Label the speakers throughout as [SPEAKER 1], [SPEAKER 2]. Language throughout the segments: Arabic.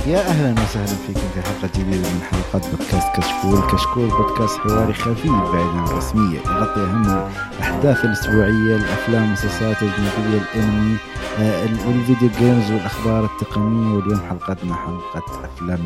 [SPEAKER 1] يا أهلا وسهلا فيكم في حلقة جديدة من حلقات بودكاست كشكول. كشكول بودكاست حواري خفيف بعيد عن الرسمية، يغطي أهم الأحداث الأسبوعية، الأفلام والمسلسلات الأجنبية، الأنمي والفيديو جيمز والأخبار التقنية. واليوم حلقتنا حلقة أفلام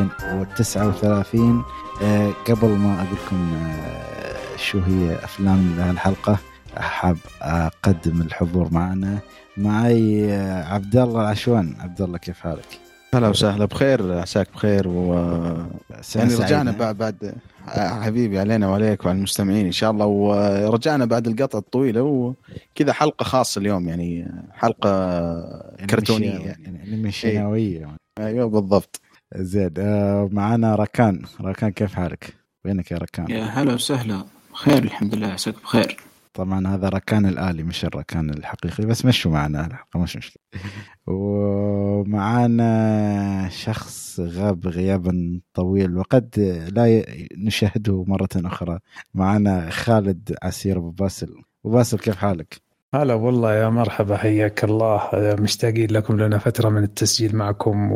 [SPEAKER 1] 239. قبل ما أقول لكم شو هي أفلام هالحلقة، أحب أقدم الحضور معي عبد الله العشوان. عبد الله كيف حالك؟
[SPEAKER 2] هلا وسهلا، بخير، عساك بخير. يعني رجعنا بعد حبيبي علينا وعليك وعلى المستمعين إن شاء الله، ورجعنا بعد القطعة الطويلة وكذا حلقة خاصة اليوم، يعني حلقة كرتونية
[SPEAKER 1] يعني مشيناوية.
[SPEAKER 2] أيوة بالضبط.
[SPEAKER 1] زين. معنا ركان. كيف حالك؟ وينك يا ركان؟
[SPEAKER 3] يا هلا وسهلا، بخير الحمد لله، عساك بخير.
[SPEAKER 1] طبعا هذا ركان الآلي مش الركان الحقيقي، بس مشوا معنا الحلقة مش مشكلة. ومعنا شخص غاب غيابا طويل وقد لا نشاهده مرة أخرى، معنا خالد عسير أبو باسل. كيف حالك؟
[SPEAKER 4] هلا والله، يا مرحبا، حياك الله. مشتاقين لكم، لنا فترة من التسجيل معكم،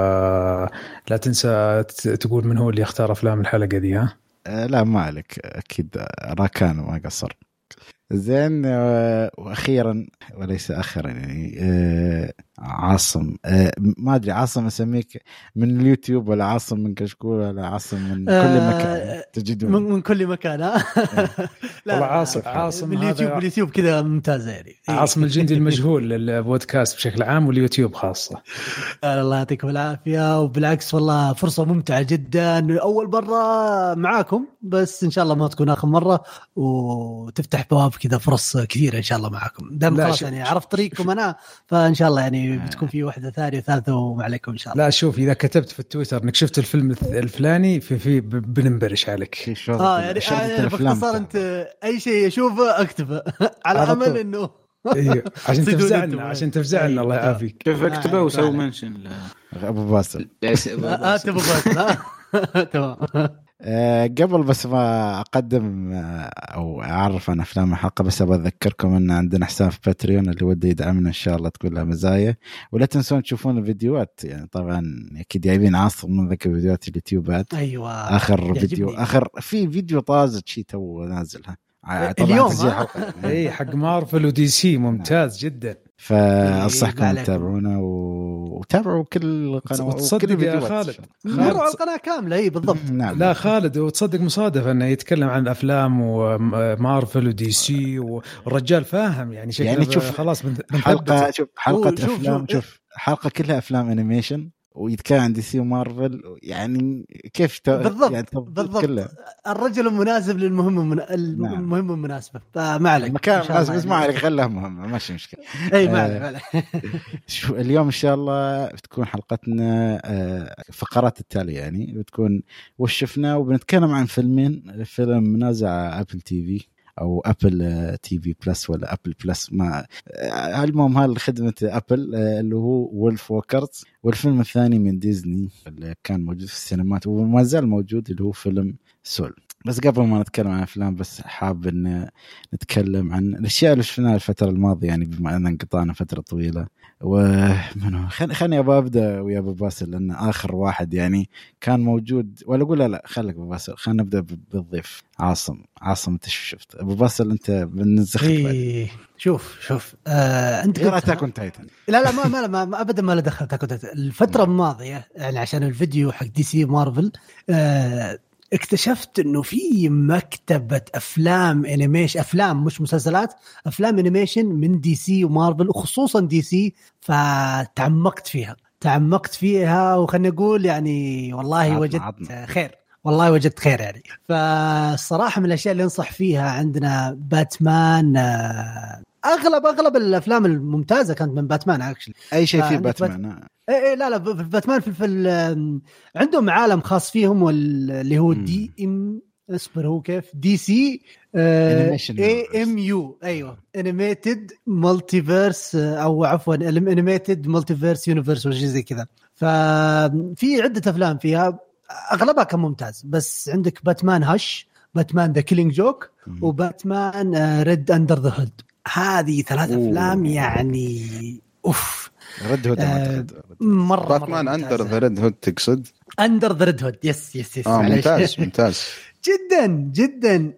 [SPEAKER 4] ولا تنسى تقول من هو اللي اختار أفلام الحلقة دي. ها؟
[SPEAKER 1] لا ما عليك، أكيد ركان ما قصر. زين. واخيرا وليس اخرا يعني عاصم. ما ادري عاصم اسميك من اليوتيوب ولا عاصم من كشكول ولا عاصم من كل مكان تجدون
[SPEAKER 5] من كل مكان.
[SPEAKER 4] لا عاصم
[SPEAKER 5] من اليوتيوب كذا ممتاز يعني.
[SPEAKER 4] عاصم الجندي المجهول البودكاست بشكل عام واليوتيوب خاصة.
[SPEAKER 5] الله يعطيكم العافية، وبالعكس والله فرصة ممتعة جدا، أول مرة معاكم، بس إن شاء الله ما تكون آخر مرة، وتفتح بواب كذا فرص كثيرة إن شاء الله معاكم. دام خلاص يعني عرفت طريقكم أنا، فإن شاء الله يعني بتكون في واحدة ثانية وثالثة ومعليكم إن شاء الله.
[SPEAKER 4] لا شوف، إذا كتبت في التويتر إنك شفت الفيلم الفلاني في بننبرش عليك.
[SPEAKER 5] يعني باختصار أنت أي شيء أشوفه أكتبه على أمل إنه
[SPEAKER 4] عشان تفزعنا الله يعافيك.
[SPEAKER 3] كيف اكتبه وسوي منشن
[SPEAKER 1] أبو باسل.
[SPEAKER 5] أبو باسل. تمام.
[SPEAKER 1] قبل بس ما أقدم أو أعرف عن أفلام الحلقة، بس أبغى أذكركم أن عندنا حساب في باتريون، اللي وده يدعمنا إن شاء الله تكون لها مزايا. ولا تنسون تشوفون الفيديوهات، يعني طبعا أكيد جايبين عاصم من ذاك فيديوهات اليوتيوبات.
[SPEAKER 5] أيوة.
[SPEAKER 1] آخر فيديو طازج شيء تو نازلها
[SPEAKER 5] اليوم.
[SPEAKER 4] إيه حق مارفل ودي سي، ممتاز جدا.
[SPEAKER 1] فأنصحكم تتابعونا وتابعوا كل قنوات.
[SPEAKER 4] تصدق يا خالد
[SPEAKER 5] مروا على القناة كاملة. اي بالضبط.
[SPEAKER 1] نعم.
[SPEAKER 4] لا خالد، وتصدق مصادفة انه يتكلم عن افلام ومارفل ودي سي، والرجال فاهم يعني شكله. يعني
[SPEAKER 1] شوف
[SPEAKER 4] خلاص
[SPEAKER 1] حلقة افلام، شوف حلقة كلها افلام انيميشن ويتكلم عن دي سي ومارفل، يعني كيف
[SPEAKER 5] بالضبط.
[SPEAKER 1] يعني
[SPEAKER 5] بالضبط. الرجل المناسب للمهم المهم المناسبة، فما عليك.
[SPEAKER 1] المكان مناسب، بس ما عليك، خلها مهمة، ماشي مشكلة.
[SPEAKER 5] اي ما عليك.
[SPEAKER 1] شو اليوم ان شاء الله بتكون حلقتنا فقرات التالية، يعني بتكون وش شفنا، وبنتكلم عن فيلمين. فيلم منازع ابل تي في او ابل تي في بلس ولا ابل بلس، ما المهم هالخدمه ابل، اللي هو وولف ووكرز. والفيلم الثاني من ديزني اللي كان موجود في السينمات وما زال موجود، اللي هو فيلم سول. بس قبل ما نتكلم عن افلام، بس حاب ان نتكلم عن الاشياء اللي شفناها الفتره الماضيه، يعني بما ان انقطعنا فتره طويله. ومنو خلني ابدا ويا ابو باسل، لان اخر واحد يعني كان موجود، ولا اقول لا خليك ابو باسل. خلينا نبدا بالضيف عاصم. انت شفت ابو باسل؟ انت بنزخ
[SPEAKER 5] شوف انت
[SPEAKER 1] قرأت تايتن؟
[SPEAKER 5] لا ما ابدا ما له دخل تايتن الفتره الماضيه، يعني عشان الفيديو حق دي سي مارفل. اكتشفت انه في مكتبة افلام انيميشن، افلام مش مسلسلات، افلام انيميشن من دي سي ومارفل، وخصوصا دي سي. فتعمقت فيها وخلنا نقول يعني والله وجدت خير يعني. فالصراحة من الاشياء اللي انصح فيها عندنا باتمان. اغلب الافلام الممتازة كانت من باتمان اكشلي.
[SPEAKER 1] اي شيء في باتمان.
[SPEAKER 5] لا باتمان في عندهم عالم خاص فيهم، واللي هو دي ام اصبر، هو كيف دي سي اي ام يو. ايوه انيميتد مالتيفيرس، او عفوا انيميتد مالتيفيرس يونيفرس ولا شيء زي كذا. ففي عده افلام فيها، اغلبها كان ممتاز. بس عندك باتمان هش، باتمان ذا كيلينج جوك، وباتمان ريد اندر ذا هود. هذه 3 أفلام يعني
[SPEAKER 1] ريد هود
[SPEAKER 5] مرة
[SPEAKER 2] باتمان أندر ذا ريد هود تقصد؟
[SPEAKER 5] أندر ذا ريد هود يس
[SPEAKER 2] ممتاز
[SPEAKER 5] جدا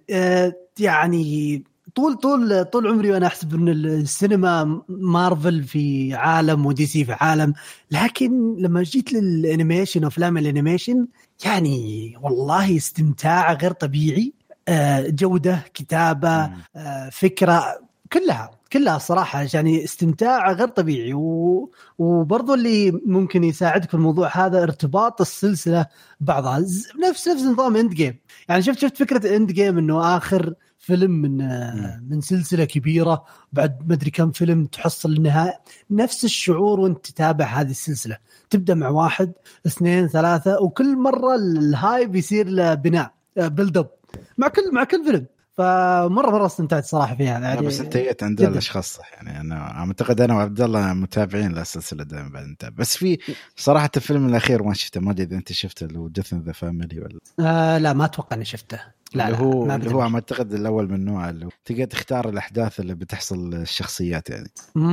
[SPEAKER 5] يعني طول عمري وانا احسب ان السينما مارفل في عالم ودي سي في عالم، لكن لما جيت للانيميشن وافلام الانيميشن يعني والله استمتاع غير طبيعي. جودة، كتابة، فكرة، كلها صراحة يعني استمتاع غير طبيعي. وبرضو اللي ممكن يساعدك في الموضوع هذا ارتباط السلسلة بعضها نفس نظام اند جيم. يعني شفت فكرة اند جيم انه اخر فيلم من سلسلة كبيرة بعد ما ادري كم فيلم تحصل النهاية، نفس الشعور وانت تتابع هذه السلسلة. تبدأ مع 1 2 3 وكل مرة الهاي بيصير له بناء بيلد اب مع كل فيلم. فمرة استمتعت صراحة فيها يعني.
[SPEAKER 1] بس انتهيت عند الاشخاص صح يعني. انا اعتقد انا وعبد الله متابعين للسلسلة دائما بعد نتابع. بس في صراحة الفيلم الأخير ما شفته، ما ادري اذا انت شفته اللي هو ديث ان ذا فاميلي ولا
[SPEAKER 5] لا ما اتوقع اني شفته. لا
[SPEAKER 1] اللي هو اعتقد الاول من نوعه، اللي تقدر تختار الاحداث اللي بتحصل الشخصيات يعني.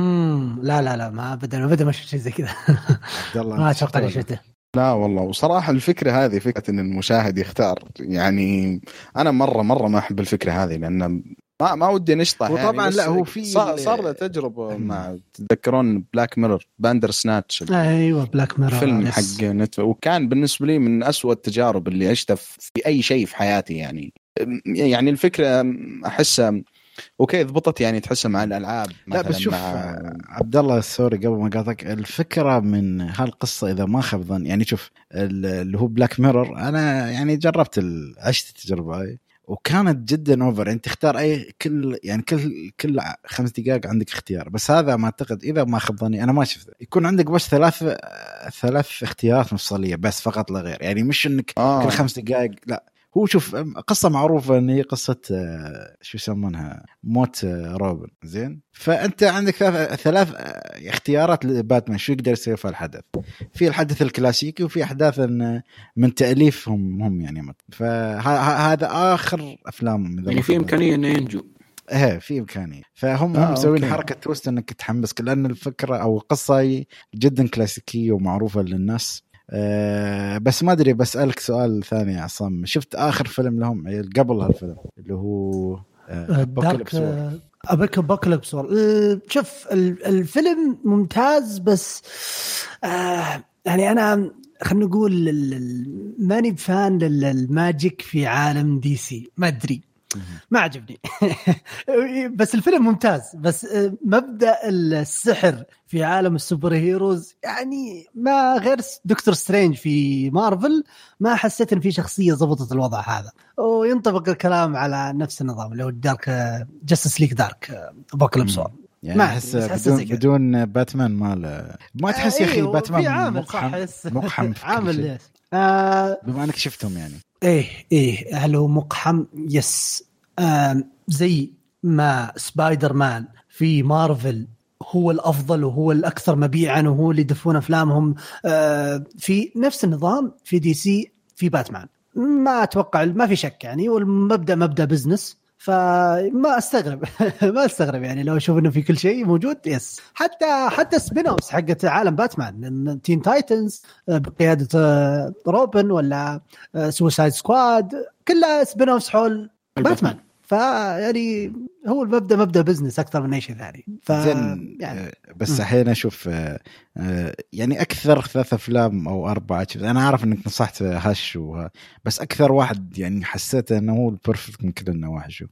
[SPEAKER 5] لا ما ابدا ما شفت شيء زي كذا. ما اتوقع اني شفته.
[SPEAKER 2] لا والله. وصراحة الفكرة هذه فكرة ان المشاهد يختار، يعني انا مرة ما احب الفكرة هذه، لان ما ودي نشطح يعني.
[SPEAKER 1] وطبعا لا هو في
[SPEAKER 2] صار له تجربة مع تذكرون بلاك ميرور باندر سناتش.
[SPEAKER 5] ايوه بلاك ميرور
[SPEAKER 2] فيلم حق نتفلكس، وكان بالنسبة لي من أسوأ التجارب اللي عشتها في اي شيء في حياتي يعني الفكرة احسها اوكي ضبطت يعني، تحسها مع الالعاب.
[SPEAKER 1] لا بس شوف عبد الله سوري قبل ما قاطعك، الفكره من هالقصه اذا ما خاب ظن يعني، شوف اللي هو بلاك ميرور انا يعني جربت عشت التجربه وكانت جدا اوفر. انت تختار اي كل 5 دقائق عندك اختيار. بس هذا ما اعتقد اذا ما خاب ظني انا ما شفته يكون عندك بس ثلاث اختيارات مفصلية بس فقط لا غير. يعني مش انك كل 5 دقائق لا. هو شوف قصة معروفة ان هي قصة شو يسمونها موت روبن زين. فانت عندك 3 اختيارات لباتمان شو يقدر يصير في الحدث. في الحدث الكلاسيكي وفي احداث من تأليفهم هم يعني. فهذا اخر افلام
[SPEAKER 3] يعني في امكانية انه ينجو.
[SPEAKER 1] في إمكانية. فهم مسوين حركة توست انك تحمس لان الفكرة او القصة جدا كلاسيكية ومعروفة للناس. بس ما أدري بسألك سؤال ثاني يا عصام، شفت آخر فيلم لهم قبل هالفيلم اللي هو
[SPEAKER 5] أبوكاليبس وور؟ شوف الفيلم ممتاز بس يعني أنا خلنا نقول ماني بفان للماجيك في عالم دي سي، ما أدري ما عجبني. بس الفيلم ممتاز، بس مبدأ السحر في عالم السوبر هيروز يعني ما غير دكتور سترينج في مارفل ما حسيت ان في شخصية ضبطت الوضع هذا. وينطبق الكلام على نفس النظام اللي هو دارك جاستس ليج دارك أبوكاليبس وور.
[SPEAKER 1] يعني ما أحس بدون باتمان ما تحس يا أخي باتمان مقحم
[SPEAKER 5] عامل
[SPEAKER 1] بما أنك شفتهم يعني.
[SPEAKER 5] ايه هل هو مقحم؟ يس. زي ما سبايدر مان في مارفل هو الأفضل وهو الأكثر مبيعاً وهو اللي يدفون أفلامهم، في نفس النظام في دي سي في باتمان. ما أتوقع ما في شك يعني، والمبدأ مبدأ بزنس. فما استغرب يعني لو اشوف انه في كل شيء موجود. يس حتى سبين اوفز حقت عالم باتمان، تين تايتنز بقياده روبن ولا سوسايد سكواد، كلها سبين اوفز حول باتمان. فيعني هو المبدأ مبدأ بزنس أكثر من أي شيء ثاني.
[SPEAKER 1] يعني بس الحين أشوف يعني أكثر 3 أفلام أو 4 أنا أعرف إنك نصحت هاش بس أكثر واحد يعني حسيت إنه هو البرفكت من كل النواحي.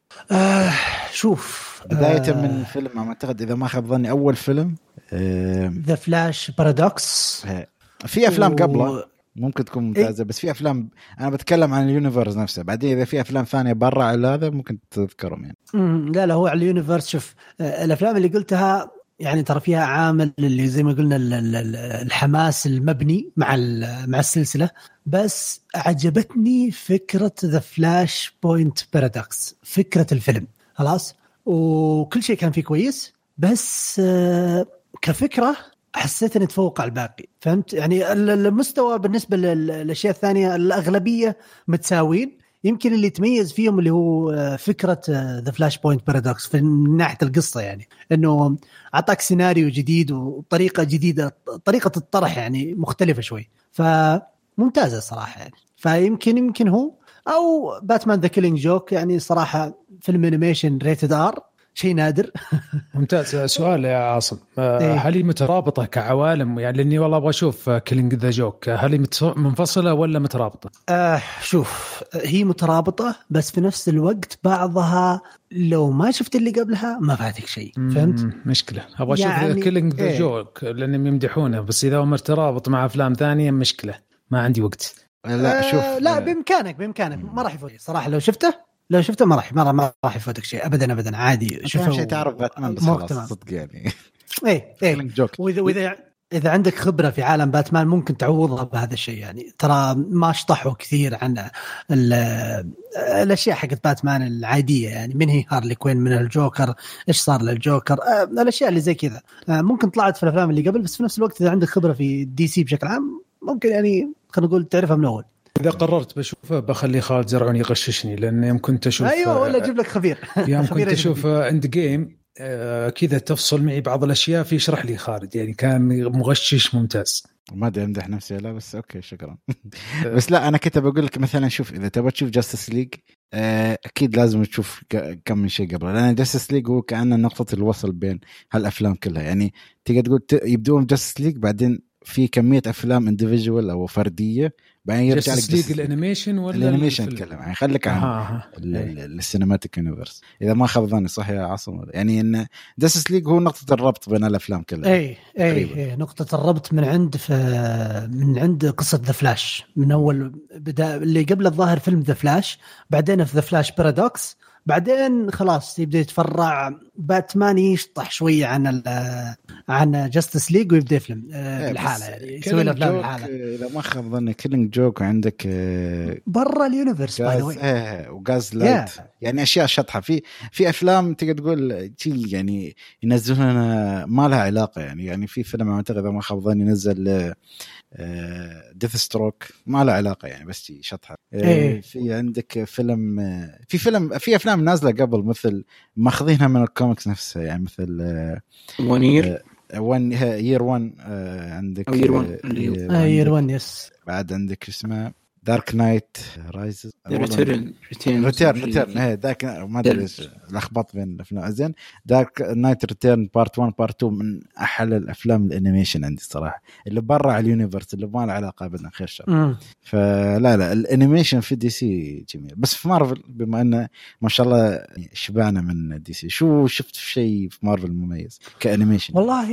[SPEAKER 1] شوف بداية من فيلم أعتقد إذا ما خاب ظني أول فيلم
[SPEAKER 5] The Flash Paradox.
[SPEAKER 1] في أفلام قبله ممكن تكون ممتازة بس في أفلام أنا بتكلم عن اليونيفرس نفسه. بعدين إذا في أفلام ثانية برا على هذا ممكن تذكرهم يعني.
[SPEAKER 5] لا هو على اليونيفرس. شوف الأفلام اللي قلتها يعني ترى فيها عامل اللي زي ما قلنا الحماس المبني مع السلسلة. بس عجبتني فكرة The Flashpoint Paradox، فكرة الفيلم خلاص وكل شيء كان فيه كويس، بس كفكرة حسيت أن يتفوق على الباقي. فهمت يعني المستوى بالنسبة للأشياء الثانية الأغلبية متساوين، يمكن اللي تميز فيهم اللي هو فكرة ذا فلاش بوينت بارادوكس في ناحية القصة، يعني إنه عطاك سيناريو جديد وطريقة جديدة، طريقة الطرح يعني مختلفة شوي، فممتازة صراحة يعني. فيمكن هو أو باتمان ذا كيلينج جوك، يعني صراحة فيلم انيميشن ريتد ار، شيء نادر.
[SPEAKER 4] ممتاز. سؤال يا عاصم، هل هي مترابطة كعوالم؟ يعني لأني والله أبغى أشوف كيلينج ذا جوك، هل هي منفصلة ولا مترابطة؟
[SPEAKER 5] شوف، هي مترابطة بس في نفس الوقت بعضها لو ما شفت اللي قبلها ما فاتك شيء، فهمت؟
[SPEAKER 4] مشكلة أبغى
[SPEAKER 5] يعني
[SPEAKER 4] أشوف كيلينج ذا جوك لأنهم يمدحونه، بس إذا هو مترابط مع أفلام ثانية مشكلة، ما عندي وقت.
[SPEAKER 1] لا شوف،
[SPEAKER 5] لا بإمكانك ما راح يفوت صراحة. لو شفته ما راح يفوتك شيء ابدا عادي.
[SPEAKER 1] شوف شيء تعرف باتمان بس خلاص صدق يعني.
[SPEAKER 5] ايه واذا عندك خبره في عالم باتمان ممكن تعوضها بهذا الشيء. يعني ترى ما اشطحوا كثير عن الاشياء حقت باتمان العاديه، يعني من هي هارلي كوين، من الجوكر، ايش صار للجوكر، الاشياء اللي زي كذا ممكن طلعت في الافلام اللي قبل، بس في نفس الوقت اذا عندك خبره في دي سي بشكل عام ممكن يعني خلينا نقول تعرفها من اول.
[SPEAKER 4] إذا قررت بشوفه بخلي خالد زرعون يغششني، لأن يوم كنت أشوف
[SPEAKER 5] أيوة ولا أجيب لك خبير.
[SPEAKER 4] يوم كنت أشوف إند جيم كذا تفصل معي بعض الأشياء في يشرح لي خالد، يعني كان مغشش ممتاز.
[SPEAKER 1] ما أدري أمدح نفسي لا، بس أوكي شكرا. بس لا أنا كنت بقول لك مثلا شوف، إذا تبغى تشوف جاستس ليج أكيد لازم تشوف كم من شيء قبل، لأن جاستس ليج هو كأنه نقطة الوصل بين هالأفلام كلها. يعني تقدر تقول يبدون جاستس ليج، بعدين في كمية أفلام انديفيجوال أو فردية، بعدين يرجع لك
[SPEAKER 4] جاستس ليج الانيميشن ولا
[SPEAKER 1] الانيميشن كلام، يعني خليك عن السينماتيك يونيفرس اذا ما خاب ظني، صح يا عاصم؟ يعني ان جاستس ليج هو نقطة الربط بين الافلام كلها.
[SPEAKER 5] اي نقطة الربط من عند قصة ذا فلاش، من اول بدا اللي قبل الظاهر فيلم ذا فلاش، بعدين في ذا فلاش بارادوكس، بعدين خلاص يبدأ يتفرع باتمان يشطح شوية عن جاستس ليج ويبدأ فيلم الحالة، يعني يسوي له أفلام الحالة.
[SPEAKER 1] إذا ما خاب ظني كيلينج جوك عندك
[SPEAKER 5] برا اليونيفرس
[SPEAKER 1] وغاز لايت، يعني أشياء شطحة في أفلام تقدر تقول يعني ينزلون ما لها علاقة. يعني في فيلم أعتقد إذا ما خاب ظني نزل ديث ستروك ما له علاقة، يعني بس شطحة. في عندك في أفلام نازلة قبل مثل ماخذينها من الكوميكس نفسها، يعني مثل
[SPEAKER 3] ونير
[SPEAKER 1] يير 1 عندك
[SPEAKER 5] يير 1 يس.
[SPEAKER 1] بعد عندك اسمه دارك نايت رايزز
[SPEAKER 3] ريتيرن
[SPEAKER 1] ذاك ما ادري ايش لخبط بين الافلام. زين دارك نايت ريتيرن بارت 1 بارت 2 من احلى الافلام الانيميشن عندي صراحه، اللي برا على اليونيفرس اللي ما له علاقه ابدا، خير شر. فلا الانيميشن في دي سي جميل، بس في مارفل بما انه ما شاء الله شبعنا من دي سي، شو شفت في شيء في مارفل مميز كانيميشن؟
[SPEAKER 5] والله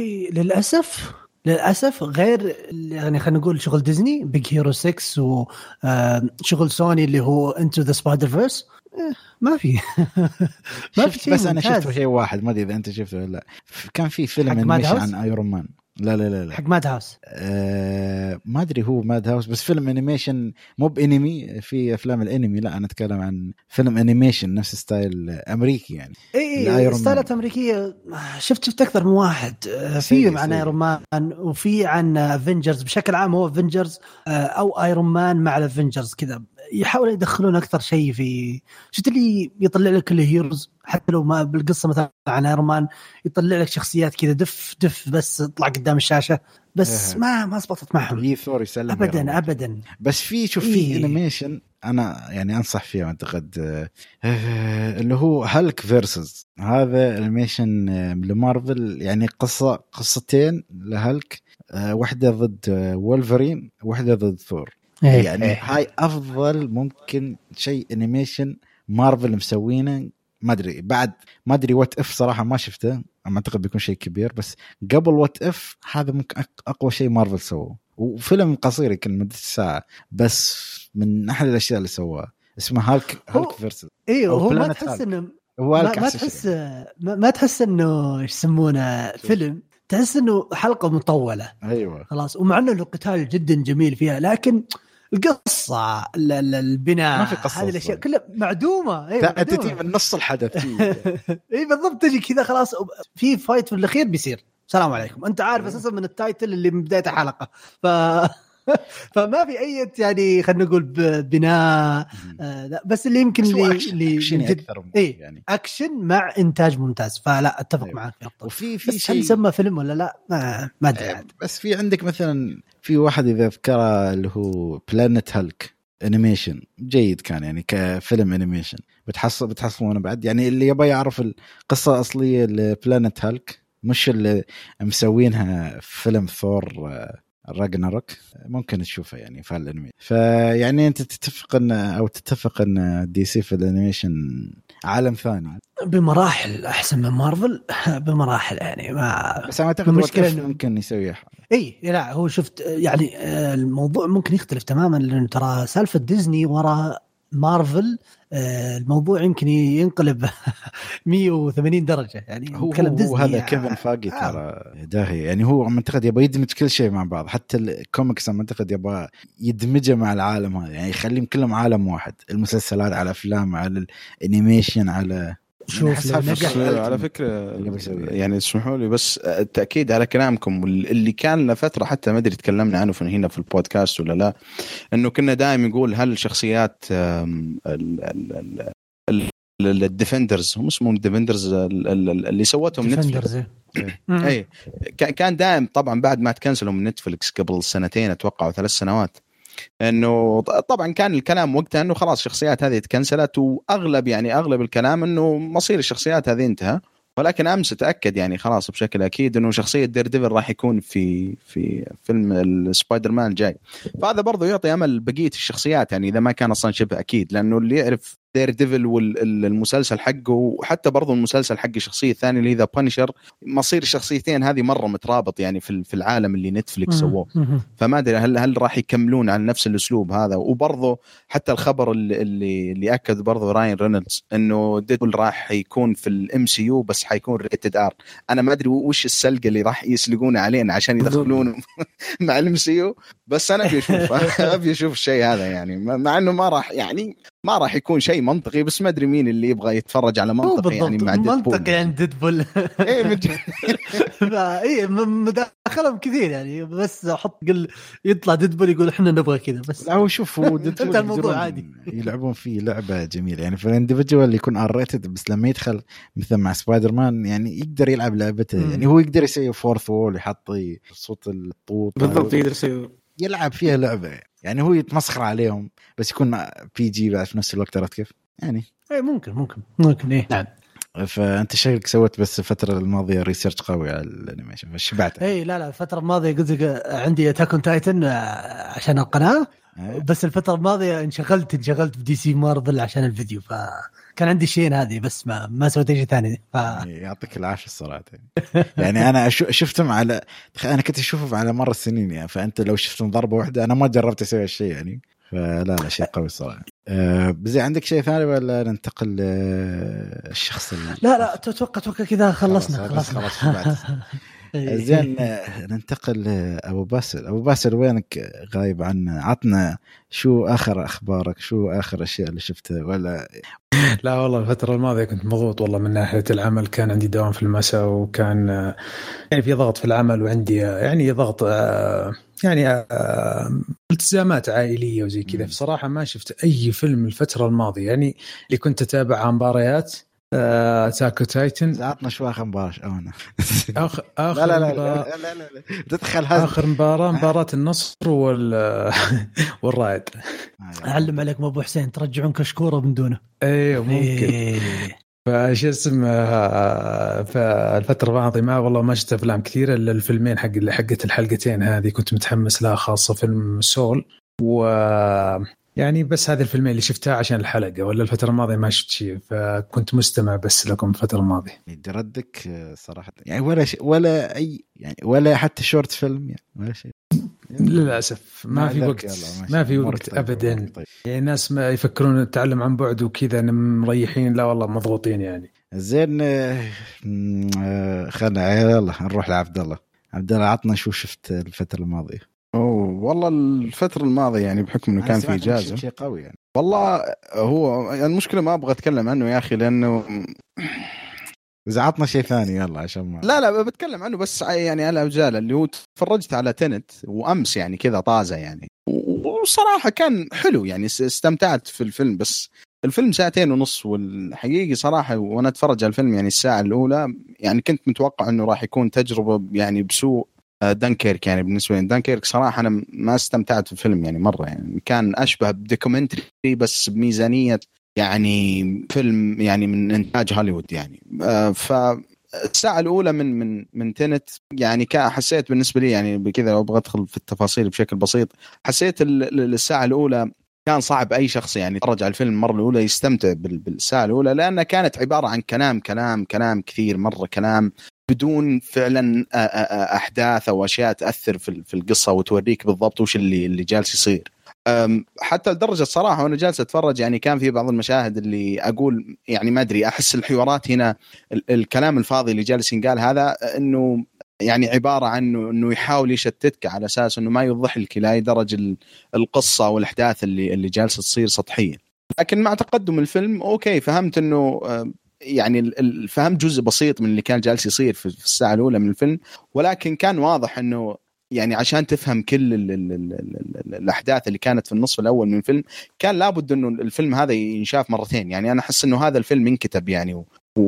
[SPEAKER 5] للأسف غير يعني خلينا نقول شغل ديزني بيج هيرو 6 وشغل سوني اللي هو انتو ذا سبايدر فيرس، ما في شيء
[SPEAKER 1] بس أنا شفت شيء واحد، ما أدري إذا أنت شفته ولا. كان في فيلم أنيميشن عن ايرون مان. لا
[SPEAKER 5] حق ماد هاوس.
[SPEAKER 1] ما أدري هو ماد هاوس، بس فيلم أنيميشن مو بأنمي. في أفلام الأنمي لا، أنا أتكلم عن فيلم أنيميشن نفس ستايل أمريكي، يعني
[SPEAKER 5] ستايلات أمريكية. شفت أكثر من واحد، في عن ايرون مان وفي عن افنجرز بشكل عام. هو افنجرز أو ايرون مان مع الافنجرز كذا، يحاولوا يدخلون أكثر شيء في شفت اللي يطلع لك الهيروز، حتى لو ما بالقصة مثلا عن ايرون مان يطلع لك شخصيات كذا دف بس تطلع قدام الشاشة، بس ما زبطت معهم
[SPEAKER 1] ثور يسلم
[SPEAKER 5] أبدا.
[SPEAKER 1] بس في انيميشن أنا يعني أنصح فيه أعتقد، اللي هو هالك فيرسز. هذا انيميشن لمارفل، يعني قصتين لهالك، واحدة ضد وولفرين واحدة ضد ثور. يعني هاي أفضل ممكن شيء انيميشن مارفل مسوينه. ما أدري وات إف صراحة ما شفته، أما أعتقد بيكون شيء كبير، بس قبل وات إف هذا ممكن أقوى شيء مارفل سووه. وفيلم قصير يمكن مدة ساعة، بس من أحد الأشياء اللي سووها اسمه هالك فيرسز.
[SPEAKER 5] هو ما تحس إنه ما تحس إنه يسمونه فيلم، تحس إنه حلقة مطولة.
[SPEAKER 1] أيوة
[SPEAKER 5] خلاص. ومع إنه القتال جدا جميل فيها، لكن القصة البناء هذه الأشياء كلها معدومة.
[SPEAKER 1] تجي من نص الحدث.
[SPEAKER 5] بالضبط، تجي كذا خلاص في فايت في الأخير بيصير، السلام عليكم، أنت عارف أساسا من التايتل اللي من بداية الحلقة. فما في اي يعني خلينا نقول بناء لا بس اللي يمكن اللي
[SPEAKER 1] اكثر
[SPEAKER 5] إيه
[SPEAKER 1] يعني
[SPEAKER 5] اكشن مع انتاج ممتاز، فلا اتفق
[SPEAKER 1] أيوه.
[SPEAKER 5] معك في
[SPEAKER 1] وفي
[SPEAKER 5] شيء هل سمى فيلم ولا لا ما ادري
[SPEAKER 1] بس في عندك مثلا في واحد اذا ذكره اللي هو بلانت هالك انيميشن جيد كان يعني كفيلم انيميشن بتحصلونه بعد يعني اللي يبغى يعرف القصه الاصليه لبلانت هالك مش اللي مسوينها فيلم ثور راجناروك ممكن تشوفه يعني في الانمي. فيعني انت تتفق ان دي سي في الانيميشن عالم ثاني
[SPEAKER 5] بمراحل احسن من مارفل بمراحل يعني ما
[SPEAKER 1] بس انا اعتقد المشكله ممكن يسويها
[SPEAKER 5] لا هو شفت يعني الموضوع ممكن يختلف تماما لانه ترى سالفه ديزني وراء مارفل الموضوع يمكن ينقلب 180 درجة يعني
[SPEAKER 1] هو هذا كيفن فاجي ترى داهي يعني هو منتقد يبغى يدمج كل شيء مع بعض حتى الكوميكس منتقد يبغى يدمجه مع العالم هذا يعني يخليهم كلهم عالم واحد المسلسلات على أفلام على الانيميشن على
[SPEAKER 2] شوف على فكرة يعني اسمحوا لي بس التأكيد على كلامكم اللي كان لفترة حتى ما أدري تكلمنا عنه هنا في البودكاست ولا لا إنه كنا دائما يقول هل شخصيات الديفندرز هم اسمهم الديفندرز اللي سوتهم نتفليكس اي كان دائم طبعا بعد ما تكنسلوا من نتفليكس قبل سنتين اتوقع 3 سنوات انه طبعا كان الكلام وقتها انه خلاص الشخصيات هذه تكنسلت واغلب الكلام انه مصير الشخصيات هذه انتهى ولكن امس تاكد يعني خلاص بشكل اكيد انه شخصيه ديرديفل راح يكون في فيلم السبايدر مان الجاي فهذا برضو يعطي امل بقيه الشخصيات يعني اذا ما كان اصلا شبه اكيد لانه اللي يعرف ديرديفل والمسلسل حقه وحتى برضو المسلسل حق الشخصيه الثانيه اللي ذا بانشر مصير الشخصيتين هذه مره مترابط يعني في العالم اللي نتفليكس سووه فما ادري هل راح يكملون على نفس الاسلوب هذا وبرضو حتى الخبر اللي اكد برضو راين رينولدز انه ديدبول راح يكون في الام سي يو بس حيكون ريتد ار انا ما ادري وش السلقه اللي راح يسلقون علينا عشان يدخلون مع الام سي يو بس انا ابي اشوف الشيء هذا يعني مع انه ما راح يكون شيء منطقي بس ما ادري مين اللي يبغى يتفرج على منطقي يعني مع ديدبول
[SPEAKER 5] منطقي يعني ديدبول ايه مداخلهم كثير يعني بس احط يطلع ديدبول يقول احنا نبغى كذا بس
[SPEAKER 1] لا هو شوف هو ديدبول
[SPEAKER 5] الموضوع عادي
[SPEAKER 1] يلعبون فيه لعبه جميله يعني فالانديفيدوال يكون ار ريتد بس لما يدخل مثل مع سبايدر مان يعني يقدر يلعب لعبته يعني هو يقدر يسوي فورث وول يحط صوت الطوط
[SPEAKER 3] بالضبط يقدر
[SPEAKER 1] يلعب فيها لعبه يعني هو يتمسخر عليهم بس يكون بي جي بعد في نفس الوقت عرفت كيف يعني
[SPEAKER 5] ايه ممكن ايه نعم
[SPEAKER 1] فانت شكلك سويت بس الفتره الماضيه ريسيرش قوي على الانيميشن فشبعت
[SPEAKER 5] اي لا الفتره الماضيه قلت عندي أتاك أون تايتن عشان القناه بس الفتره الماضيه انشغلت بدي سي مارفل عشان الفيديو فكان عندي شيء هذه بس ما سويت شيء ثاني
[SPEAKER 1] يعطيك العافيه الصراحه يعني انا شفتهم على انا كنت اشوفهم على مر السنين يعني فانت لو شفتهم ضربه واحده انا ما جربت اسوي هالشيء يعني فلا شيء قوي الصراحه. بزي عندك شيء ثاني ولا ننتقل للشخص
[SPEAKER 5] لا اتوقع كذا خلصنا
[SPEAKER 1] زين ننتقل لأبو باسل وينك غايب عنا عطنا شو آخر أخبارك شو آخر أشياء اللي شفتها ولا
[SPEAKER 4] لا والله الفترة الماضية كنت مضغوط والله من ناحية العمل كان عندي دوام في المساء وكان يعني في ضغط في العمل وعندي يعني ضغط يعني التزامات عائلية وزي كذا بصراحة ما شفت أي فيلم الفترة الماضية يعني اللي كنت أتابع مباريات أتاك أون تايتن
[SPEAKER 1] عطنا شو آخر مباراة أنا
[SPEAKER 4] آخر
[SPEAKER 1] لا تدخل هذا
[SPEAKER 4] آخر مباراة النصر والرائد
[SPEAKER 5] أعلم عليكم أبو حسين ترجعون كشكورة من دونه
[SPEAKER 4] أيوه ممكن فايش اسمه فالفترة الماضية ما والله ما شفت أفلام كثيرة إلا الفيلمين حقت الحلقتين هذه كنت متحمس لها خاصة فيلم سول يعني بس هذه الفيلمين اللي شفتها عشان الحلقة ولا الفترة الماضية ما شفت شيء فكنت مستمع بس لكم الفترة الماضية
[SPEAKER 1] ردك صراحة يعني ولا أي يعني ولا حتى شورت فيلم يعني ولا شيء
[SPEAKER 4] للأسف ما في وقت أبدا طيب. يعني الناس ما يفكرون التعلم عن بعد وكذا مريحين لا والله مضغوطين يعني
[SPEAKER 1] زين خلنا يلا نروح لعبد الله عطنا شو شفت الفترة الماضية
[SPEAKER 2] والله الفترة الماضية يعني بحكم انه كان في اجازة
[SPEAKER 1] شيء قوي يعني
[SPEAKER 2] والله هو المشكلة ما ابغى اتكلم عنه يا اخي لانه
[SPEAKER 1] إذا عطنا شيء ثاني يلا عشان ما
[SPEAKER 2] لا بتكلم عنه بس يعني على عجالة اللي هو تفرجت على تنت وأمس يعني كذا طازة يعني وصراحة كان حلو يعني استمتعت في الفيلم بس الفيلم 2.5 ساعة والحقيقة صراحة وأنا أتفرج على الفيلم يعني الساعة الأولى يعني كنت متوقع أنه راح يكون تجربة يعني بسوء دانكيرك يعني بالنسبة لي دانكيرك صراحة أنا ما استمتعت في الفيلم يعني مرة يعني كان أشبه بدوكيومنتري بس بميزانية يعني فيلم يعني من إنتاج هوليوود يعني فالساعة الأولى من تنت يعني حسيت بالنسبة لي يعني بكذا لو أبغى أدخل في التفاصيل بشكل بسيط حسيت الساعة الأولى كان صعب أي شخص يعني يتفرج على الفيلم المرة الأولى يستمتع بالساعة الأولى لأنها كانت عبارة عن كلام كثير مرة كلام بدون فعلا أحداث أو أشياء تأثر في القصة وتوريك بالضبط وش اللي جالس يصير. حتى لدرجة صراحة وأنا جالس أتفرج يعني كان في بعض المشاهد اللي أقول يعني ما أدري أحس الحوارات هنا الكلام الفاضي اللي جالس ينقال هذا إنه يعني عبارة عنه إنه يحاول يشتتك على أساس إنه ما يوضح لك إلى أي درجة القصة والأحداث اللي جالسة تصير سطحية. لكن مع تقدم الفيلم أوكي فهمت إنه يعني فهمت جزء بسيط من اللي كان جالس يصير في الساعة الأولى من الفيلم ولكن كان واضح إنه يعني عشان تفهم كل الأحداث اللي كانت في النصف الأول من الفيلم كان لابد إنه الفيلم هذا ينشاف مرتين. يعني أنا أحس إنه هذا الفيلم انكتب يعني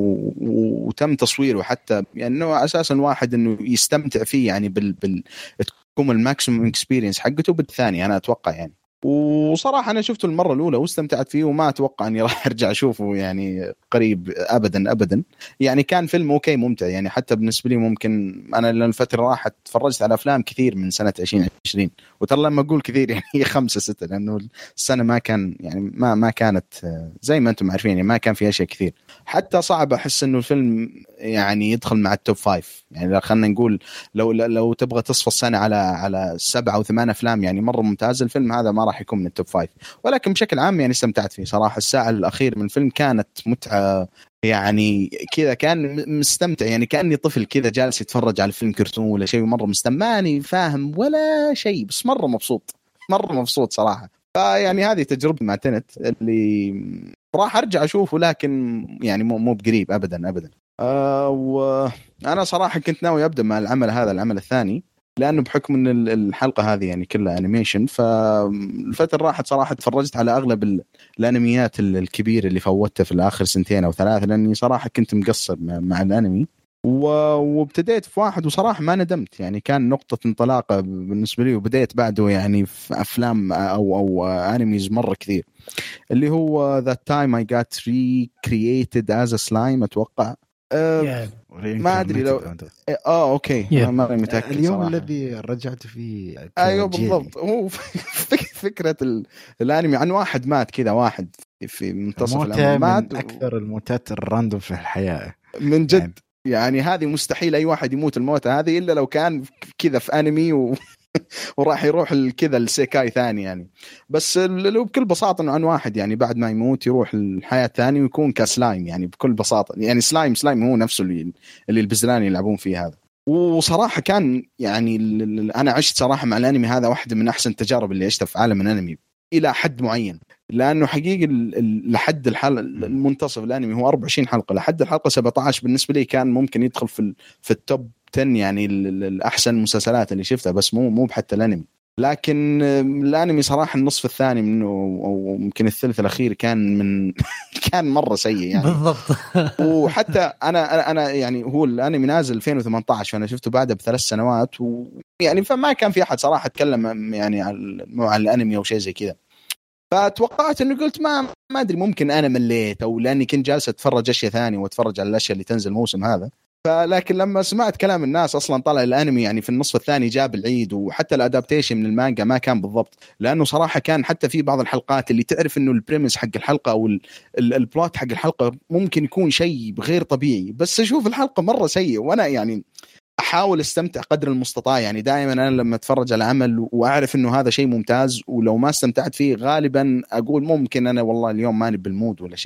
[SPEAKER 2] وتم تصويره حتى يعني إنه أساسا واحد إنه يستمتع فيه يعني تكون الماكسيموم اكسبيرينس حقته بالثاني أنا أتوقع يعني. وصراحة أنا شفته المرة الأولى واستمتعت فيه وما أتوقع أني راح أرجع أشوفه يعني قريب أبدا يعني كان فيلم أوكي ممتع يعني حتى بالنسبة لي ممكن أنا الفترة راحت تفرجت على أفلام كثير من سنة 2020 وترى لما أقول كثير يعني 5-6 لأنه السنة ما كان يعني ما كانت زي ما أنتم عارفين يعني ما كان في أشياء كثير حتى صعب أحس أنه الفيلم يعني يدخل مع التوب 5 يعني خلنا نقول لو تبغى تصفى السنة على 7 أو 8 أفلام يعني مرة ممتاز الفيلم هذا ما راح يكون من التوب 5 ولكن بشكل عام يعني استمتعت فيه صراحة. الساعة الأخير من الفيلم كانت متعة يعني كذا كان مستمتع يعني كأني طفل كذا جالس يتفرج على فيلم كرتون ولا شيء مرة مستمعني فاهم ولا شيء بس مرة مبسوط صراحة. فيعني هذه تجربة مع تنت اللي راح أرجع أشوفه لكن يعني مو بقريب أبدا. وأنا صراحة كنت ناوي أبدأ مع العمل الثاني لأنه بحكم أن الحلقة هذه يعني كلها أنيميشن فالفترة راحت صراحة تفرجت على أغلب الأنميات الكبيرة اللي فوتها في الآخر 2 أو 3 لأني صراحة كنت مقصر مع الأنمي وابتديت في واحد وصراحة ما ندمت يعني كان نقطة انطلاقة بالنسبة لي وبدأت بعده يعني في أفلام أو أنميز مرة كثير اللي هو That Time I Got Recreated as a Slime أتوقع ما أدري لو أوكي ما متأكد
[SPEAKER 1] اليوم
[SPEAKER 2] صراحة.
[SPEAKER 1] الذي رجعت فيه
[SPEAKER 2] أيوة بالضبط هو فكرة الأنمي عن واحد مات كذا واحد في منتصف العمر مات
[SPEAKER 1] من أكثر الموتات الراندوم في الحياة
[SPEAKER 2] من جد يعني هذه مستحيل أي واحد يموت الموتة هذه إلا لو كان كذا في أنمي وراح يروح كذا السيكاي ثاني يعني. بس لو بكل بساطة إنه عن واحد يعني بعد ما يموت يروح الحياة ثاني ويكون كسلايم يعني بكل بساطة يعني سلايم هو نفسه اللي البزلان يلعبون فيه هذا. وصراحة كان يعني أنا عشت صراحة مع الأنمي هذا واحدة من أحسن التجارب اللي عشتها في عالم الأنمي إلى حد معين لأنه حقيقي لحد المنتصف الأنمي هو 24 حلقة لحد الحلقة 17 بالنسبة لي كان ممكن يدخل في التوب 10 يعني الأحسن المسلسلات اللي شفتها بس مو بحتى الأنمي. لكن الأنمي صراحة النصف الثاني منه أو ممكن الثلث الأخير كان كان مرة سيء يعني
[SPEAKER 5] بالضبط.
[SPEAKER 2] وحتى أنا يعني هو الأنمي نازل 2018 فأنا شفته بعده ب3 سنوات ويعني فما كان في أحد صراحة تكلم يعني عن الأنمي أو شيء زي كذا فتوقعت إنه قلت ما أدري ممكن أنا مليت أو لأني كنت جالس أتفرج أشياء ثانية وأتفرج على الأشياء اللي تنزل الموسم هذا. فلكن لما سمعت كلام الناس أصلا طلع الأنمي يعني في النصف الثاني جاب العيد وحتى الأدابتيشن من المانجا ما كان بالضبط لأنه صراحة كان حتى في بعض الحلقات اللي تعرف إنه البريمس حق الحلقة أو البلوت حق الحلقة ممكن يكون شيء غير طبيعي بس أشوف الحلقة مرة سيء وأنا يعني أحاول استمتع قدر المستطاع يعني دائما أنا لما أتفرج على عمل وأعرف إنه هذا شيء ممتاز ولو ما استمتعت فيه غالبا أقول ممكن أنا والله اليوم ماني بالمود ولا شيء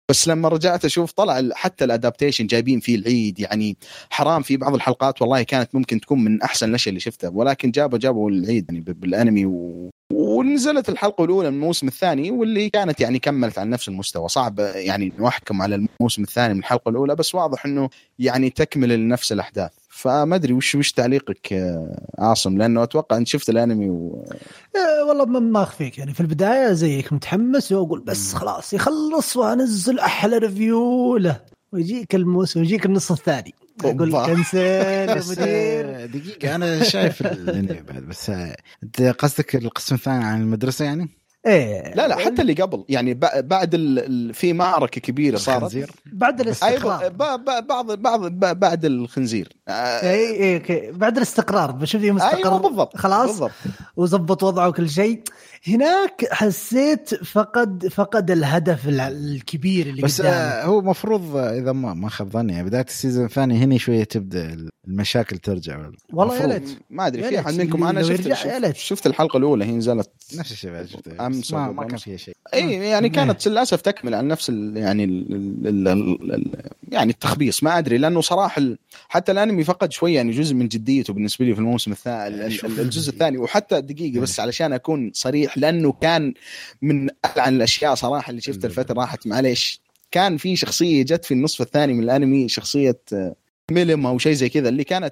[SPEAKER 2] بس لما رجعت اشوف طلع حتى الادابتيشن جايبين فيه العيد، يعني حرام في بعض الحلقات والله كانت ممكن تكون من احسن الاشياء اللي شفتها، ولكن جابوا العيد يعني بالانمي ونزلت الحلقه الاولى من الموسم الثاني واللي كانت يعني كملت على نفس المستوى. صعب يعني نحكم على الموسم الثاني من الحلقه الاولى، بس واضح انه يعني تكمل نفس الاحداث. فما ادري وش تعليقك عاصم، لانه اتوقع ان شفت الانمي
[SPEAKER 5] والله ما اخفيك يعني في البدايه زيك متحمس واقول بس خلاص يخلص وانزل احلى ريفيو له، ويجيك الموسم ويجيك النص الثاني اقول كنسل يا مدير.
[SPEAKER 1] دقيقه انا شايف الانمي بعد، بس انت قصدك القسم الثاني عن المدرسه يعني؟
[SPEAKER 5] ايه
[SPEAKER 2] لا حتى اللي قبل يعني بعد في معركة كبيرة صارت
[SPEAKER 5] بعد الاستقرار.
[SPEAKER 2] بعد الخنزير.
[SPEAKER 5] اي بعد الاستقرار بشوف فيه مستقر.
[SPEAKER 2] أيوة بالضبط.
[SPEAKER 5] خلاص
[SPEAKER 2] بالضبط.
[SPEAKER 5] وزبط وضعه وكل شيء. هناك حسيت فقد الهدف الكبير اللي
[SPEAKER 1] بس
[SPEAKER 5] قدامه.
[SPEAKER 1] هو مفروض اذا ما خاب ظني يعني بدايه السيزون الثاني هنا شويه تبدا المشاكل ترجع.
[SPEAKER 5] والله يا ليت
[SPEAKER 2] ما ادري في احد منكم انا شفت الحلقه الاولى هي نزلت
[SPEAKER 1] نفس الشيء
[SPEAKER 2] امس
[SPEAKER 1] ما كان فيها شيء.
[SPEAKER 2] اي يعني كانت للاسف تكمل عن نفس يعني التخبيص. ما ادري لانه صراحه حتى الانمي فقد شويه يعني جزء من جديته بالنسبه لي في الموسم الثاني الجزء الثاني. وحتى دقيقه بس علشان اكون صريح، لانه كان من ألعن الاشياء صراحه اللي شفت الفتره راحت. معليش كان في شخصيه جت في النصف الثاني من الانمي، شخصيه ميلم او شيء زي كذا اللي كانت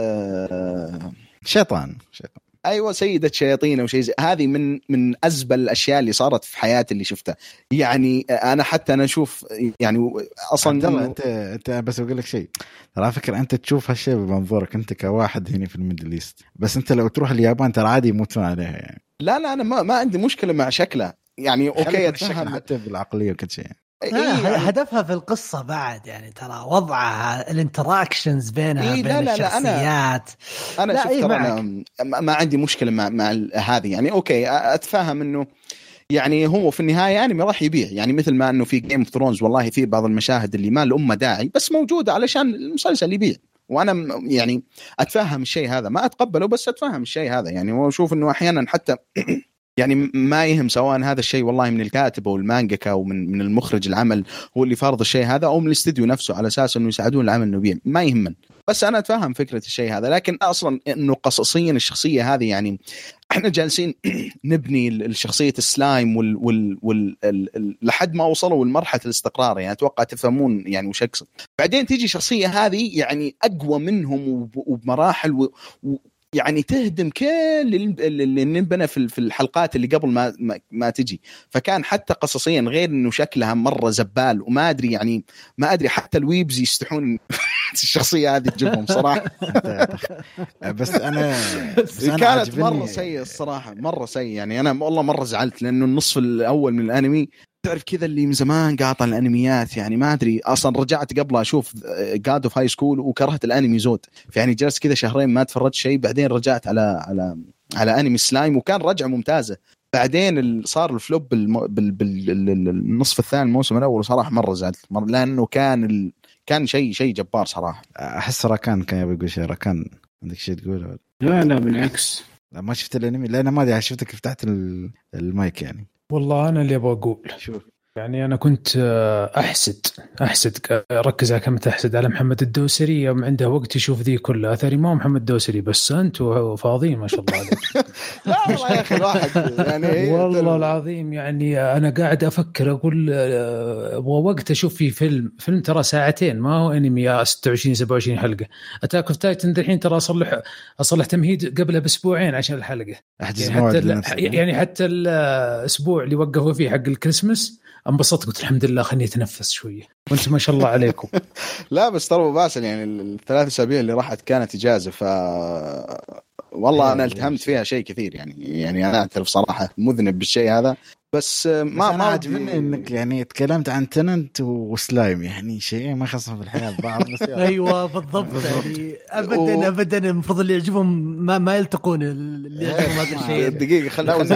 [SPEAKER 1] شيطان
[SPEAKER 2] ايوه سيده شياطين او شيء زي هذه. من ازبل الاشياء اللي صارت في حياتي اللي شفتها. يعني انا حتى انا اشوف يعني اصلا
[SPEAKER 1] انت بس اقول لك شيء ترى فكر، انت تشوف هالشيء بمنظورك انت كواحد هنا في الميدل ايست، بس انت لو تروح اليابان ترى عادي يموتون عليها يعني.
[SPEAKER 2] لا انا ما عندي مشكله مع شكلها يعني اوكي
[SPEAKER 1] اتفهم حتى بالعقليه وكل شيء.
[SPEAKER 5] هدفها في القصة بعد يعني ترى وضعها الانتراكشنز بينها بين الشخصيات.
[SPEAKER 2] أنا شفت أنا ما عندي مشكلة مع هذه يعني أوكي أتفهم إنه يعني هو في النهاية يعني ما راح يبيع يعني مثل ما إنه في جيم اوف ثرونز والله في بعض المشاهد اللي ما الأمة داعي بس موجودة علشان المسلسل يبيع. وأنا يعني أتفهم الشيء هذا ما أتقبله بس أتفهم الشيء هذا يعني. وأشوف إنه أحيانا حتى يعني ما يهم سواء هذا الشيء والله من الكاتب او المانجاكا او من المخرج العمل هو اللي فرض الشيء هذا او من الاستديو نفسه على اساس انه يساعدون العمل انه يبيع، ما يهمن. بس انا اتفهم فكره الشيء هذا، لكن اصلا انه قصصيا الشخصيه هذه يعني احنا جالسين نبني الشخصيه السلايم لحد ما وصلوا لمرحله الاستقرار يعني اتوقع تفهمون يعني وش اقصد. بعدين تيجي شخصيه هذه يعني اقوى منهم وبمراحل يعني تهدم كل اللي نبنى في الحلقات اللي قبل ما تجي. فكان حتى قصصيا غير انه شكلها مره زبال وما ادري يعني ما ادري حتى الويبز يستحون الشخصيه هذه تجيبهم صراحه.
[SPEAKER 1] بس انا
[SPEAKER 2] كانت مره سيء الصراحه مره سيء يعني. انا والله مره زعلت لانه النصف الاول من الانمي تعرف كذا اللي من زمان قاطع الانميات يعني ما ادري اصلا. رجعت قبل اشوف جاد اوف هاي سكول وكرهت الانمي زود يعني جلست كذا شهرين ما تفرجت شيء. بعدين رجعت على انمي سلايم وكان رجعه ممتازه. بعدين صار الفلوب بالنصف الثاني الموسم الاول صراحه مره زعلت لانه كان شيء جبار صراحه.
[SPEAKER 1] احس راكان كان يبي يقول شيء. راكان عندك شيء تقوله؟
[SPEAKER 3] لا بالعكس
[SPEAKER 1] ما شفت الانمي لان ما ادري شفتك فتحت المايك يعني.
[SPEAKER 4] والله أنا اللي أبغى أقول
[SPEAKER 1] شوف
[SPEAKER 4] يعني أنا كنت أحسد ركز على كم تحسد على محمد الدوسري يوم عنده وقت يشوف ذي كلها أثري ما محمد الدوسري بس أنتوا فاضيين ما شاء الله عليك.
[SPEAKER 2] لا والله يا أخي الواحد يعني
[SPEAKER 4] والله العظيم يعني أنا قاعد أفكر أقول أبغى وقت أشوف فيه فيلم ترى ساعتين ما هو أنمي 26-27 حلقة. أتاك أوف تايتن الحين ترى أصلح تمهيد قبلها بأسبوعين عشان الحلقة يعني حتى الأسبوع اللي وقفوا فيه حق الكريسماس انبسطت قلت الحمد لله خلني اتنفس شويه وانت ما شاء الله عليكم.
[SPEAKER 2] لا بس ترى باسل يعني الثلاث أسابيع اللي راحت كانت اجازه والله انا التهمت فيها شيء كثير يعني انا اعترف صراحه مذنب بالشيء هذا. بس ما
[SPEAKER 1] عجبني انك يعني تكلمت عن تننت وسلايم يعني شيء ما خصهم في الحياه بعض بس
[SPEAKER 5] ايوه بالضبط يعني ابدا المفروض اللي يعجبهم ما يلتقون اللي يعجبهم هذا الشيء.
[SPEAKER 2] دقيقه